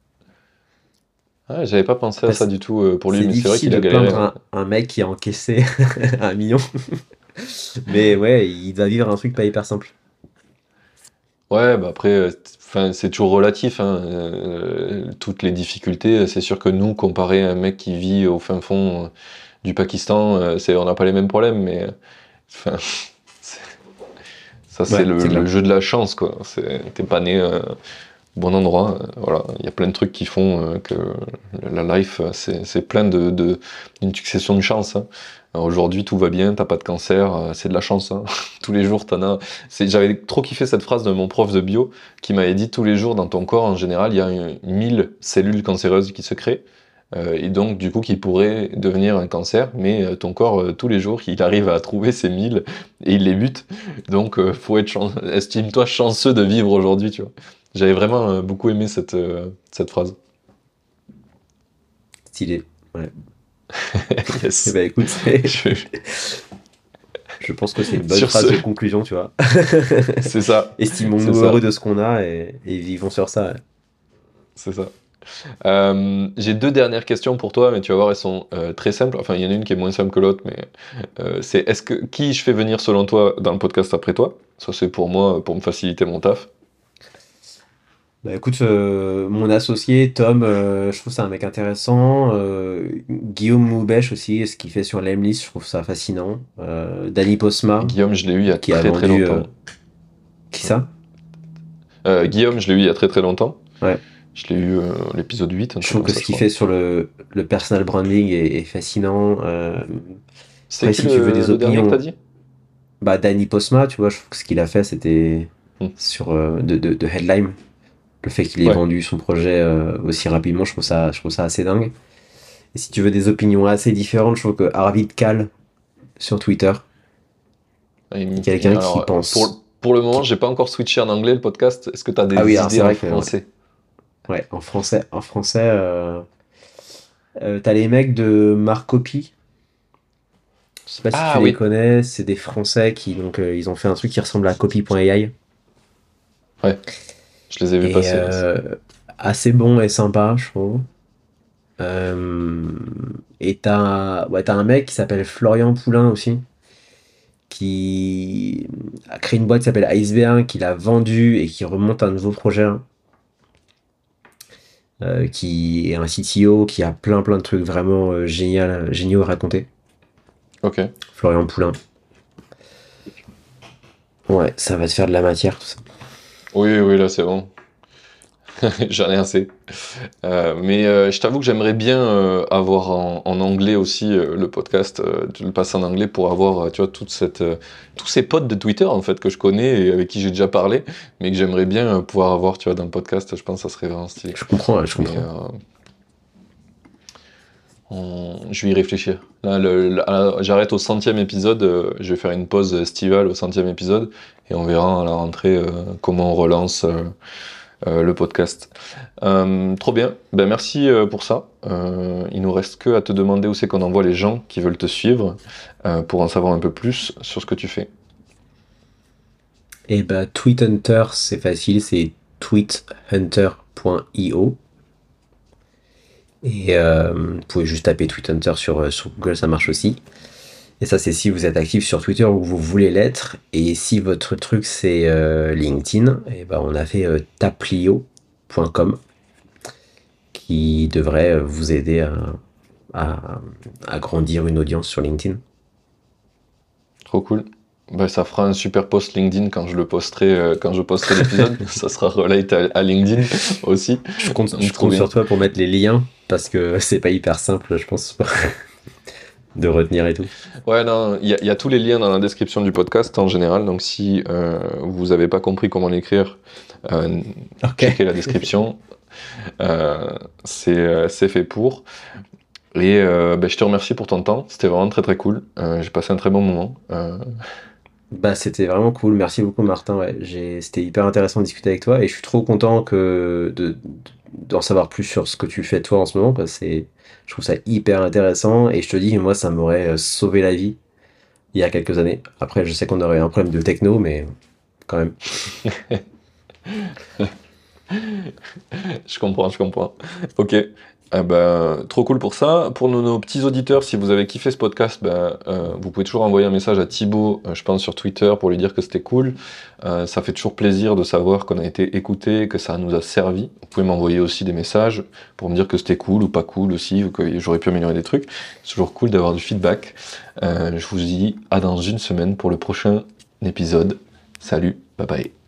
S3: Ah, j'avais pas pensé à
S1: Après,
S3: ça
S1: c'est
S3: du tout euh, pour lui,
S1: c'est
S3: mais c'est vrai
S1: difficile
S3: qu'il a
S1: de
S3: galéré.
S1: plaindre
S3: Hein.
S1: un, un mec qui a encaissé un million, mais ouais, il va vivre un truc pas hyper simple.
S3: Ouais, bah après, euh, t- 'fin, c'est toujours relatif, hein, euh, toutes les difficultés. C'est sûr que nous, comparé à un mec qui vit au fin fond euh, du Pakistan, euh, c'est, on n'a pas les mêmes problèmes, mais euh, 'fin, c'est- ça, c'est
S1: Ouais,
S3: le,
S1: c'est
S3: le
S1: clair.
S3: jeu de la chance, quoi. C'est, t'es pas né euh, au bon endroit. euh, voilà, il y a plein de trucs qui font euh, que la life, euh, c'est, c'est plein de, de, une succession de chances. Hein. Alors aujourd'hui, tout va bien, t'as pas de cancer, euh, c'est de la chance. Hein. Tous les jours, t'en as. C'est, j'avais trop kiffé cette phrase de mon prof de bio qui m'avait dit tous les jours dans ton corps, en général, il y a une- mille cellules cancéreuses qui se créent. euh, et donc, du coup, qui pourraient devenir un cancer, mais euh, ton corps, euh, tous les jours, il arrive à trouver ces mille et il les bute. Donc, euh, faut être chan- estime-toi chanceux de vivre aujourd'hui, tu vois. J'avais vraiment euh, beaucoup aimé cette, euh, cette phrase.
S1: Stylé. Ouais. Et
S3: Yes.
S1: bah écoute, c'est-
S3: Je-
S1: je pense que c'est une bonne
S3: Sur ce,
S1: phrase de conclusion, tu vois.
S3: c'est ça. C'est
S1: Estimons-nous heureux
S3: ça.
S1: de ce qu'on a et, et vivons sur ça. Ouais.
S3: C'est ça. Euh, j'ai deux dernières questions pour toi, mais tu vas voir, elles sont euh, très simples. Enfin, il y en a une qui est moins simple que l'autre, mais euh, c'est est-ce que qui je fais venir selon toi dans le podcast après toi? Ça, c'est pour moi, pour me faciliter mon taf.
S1: Bah écoute, euh, mon associé Tom, euh, je trouve ça un mec intéressant. Euh, Guillaume Moubèche aussi, ce qu'il fait sur l'Emlist, je trouve ça fascinant. Euh, Danny Posma,
S3: Guillaume, je l'ai eu il y a
S1: qui a
S3: très très
S1: vendu. euh,
S3: longtemps.
S1: Qui ça?
S3: Euh, Guillaume, je l'ai eu il y a très très longtemps.
S1: Ouais.
S3: Je l'ai eu euh, l'épisode huit, un
S1: Je
S3: truc
S1: trouve
S3: comme
S1: que
S3: ça,
S1: ce
S3: je
S1: qu'il
S3: crois.
S1: fait sur le, le personal branding est, est fascinant. Euh,
S3: C'est
S1: après,
S3: qui
S1: si tu veux
S3: le,
S1: des
S3: le dernier que t'as
S1: opinions,
S3: dit?
S1: bah Danny Posma, tu vois, je trouve que ce qu'il a fait, c'était
S3: Hmm.
S1: sur euh, de, de, de Headline. Le fait qu'il ait
S3: Ouais.
S1: vendu son projet euh, aussi rapidement, je trouve ça, je trouve ça assez dingue. Et si tu veux des opinions assez différentes, je trouve que Arvid Kahl sur Twitter
S3: Ah, il
S1: est
S3: me-
S1: quelqu'un qui
S3: Alors,
S1: pense.
S3: pour, pour le moment,
S1: qui-
S3: j'ai pas encore switché en anglais le podcast. Est-ce que t'as
S1: Ah oui,
S3: des
S1: alors c'est
S3: idées en
S1: vrai que ouais,
S3: français?
S1: ouais, en français, en français, euh, euh, t'as les mecs de Marcopy. Je sais pas si tu
S3: Ah
S1: les
S3: oui,
S1: connais, c'est des Français qui donc euh, ils ont fait un truc qui ressemble à copy point A I
S3: ouais, je les ai vus
S1: et
S3: passer. Yes.
S1: euh, assez bon et sympa, je trouve. Euh, et t'as ouais, t'as un mec qui s'appelle Florian Poulain aussi, qui a créé une boîte qui s'appelle Iceberg, qu'il a vendu et qui remonte un nouveau projet, hein, euh, qui est un C T O, qui a plein plein de trucs vraiment euh, génial, géniaux à raconter.
S3: Ok.
S1: Florian Poulain. Ouais, ça va te faire de la matière, tout ça.
S3: Oui, oui, là c'est bon. J'en ai assez. Euh, mais euh, je t'avoue que j'aimerais bien euh, avoir en, en anglais aussi euh, le podcast, euh, de le passer en anglais pour avoir, euh, tu vois, toute cette, euh, tous ces potes de Twitter en fait que je connais et avec qui j'ai déjà parlé, mais que j'aimerais bien euh, pouvoir avoir, tu vois, dans le podcast. Je pense que ça serait vraiment stylé.
S1: Je comprends, ouais, je
S3: Mais
S1: comprends.
S3: euh, on- je vais y réfléchir. Là, le- le- à la- j'arrête au centième épisode. Euh, je vais faire une pause estivale au centième épisode et on verra à la rentrée euh, comment on relance. Euh, euh, le podcast. Euh, trop bien, ben, merci euh, pour ça. Euh, il nous reste que à te demander où c'est qu'on envoie les gens qui veulent te suivre euh, pour en savoir un peu plus sur ce que tu fais.
S1: Et bah, Tweet Hunter, c'est facile, c'est tweet hunter point io. Et euh, vous pouvez juste taper Tweet Hunter sur, euh, sur Google, ça marche aussi. Et ça, c'est si vous êtes actif sur Twitter ou vous voulez l'être. Et si votre truc, c'est euh, LinkedIn, et ben on a fait euh, taplio point com qui devrait euh, vous aider à, à, à grandir une audience sur LinkedIn.
S3: Trop cool. Ben, ça fera un super post LinkedIn quand je le posterai, euh, quand je posterai l'épisode. Ça sera relate à, à LinkedIn aussi.
S1: Je compte,
S3: Donc,
S1: je
S3: trop
S1: compte
S3: bien.
S1: sur toi pour mettre les liens parce que c'est pas hyper simple, je pense, de retenir et tout.
S3: Ouais, non, il y, a- il y a tous les liens dans la description du podcast en général. Donc si euh, vous n'avez pas compris comment l'écrire, euh,
S1: Ok.
S3: checkez la description. Euh, c'est euh, c'est fait pour. Et euh, ben, je te remercie pour ton temps, c'était vraiment très très cool. Euh, j'ai passé un très bon moment. Euh,
S1: Bah, c'était vraiment cool. Merci beaucoup, Martin. Ouais, j'ai... C'était hyper intéressant de discuter avec toi et je suis trop content que de... d'en savoir plus sur ce que tu fais toi en ce moment parce que c'est... je trouve ça hyper intéressant et je te dis, moi, ça m'aurait euh, sauvé la vie il y a quelques années. Après, je sais qu'on aurait un problème de techno, mais quand même.
S3: je comprends, je comprends. Ok. Eh ben, trop cool pour ça. Pour nos, nos petits auditeurs, si vous avez kiffé ce podcast, ben, euh, vous pouvez toujours envoyer un message à Thibaut, euh, je pense, sur Twitter pour lui dire que c'était cool. Euh, ça fait toujours plaisir de savoir qu'on a été écouté, que ça nous a servi. Vous pouvez m'envoyer aussi des messages pour me dire que c'était cool ou pas cool aussi, ou que j'aurais pu améliorer des trucs. C'est toujours cool d'avoir du feedback. Euh, je vous dis à dans une semaine pour le prochain épisode. Salut, bye bye.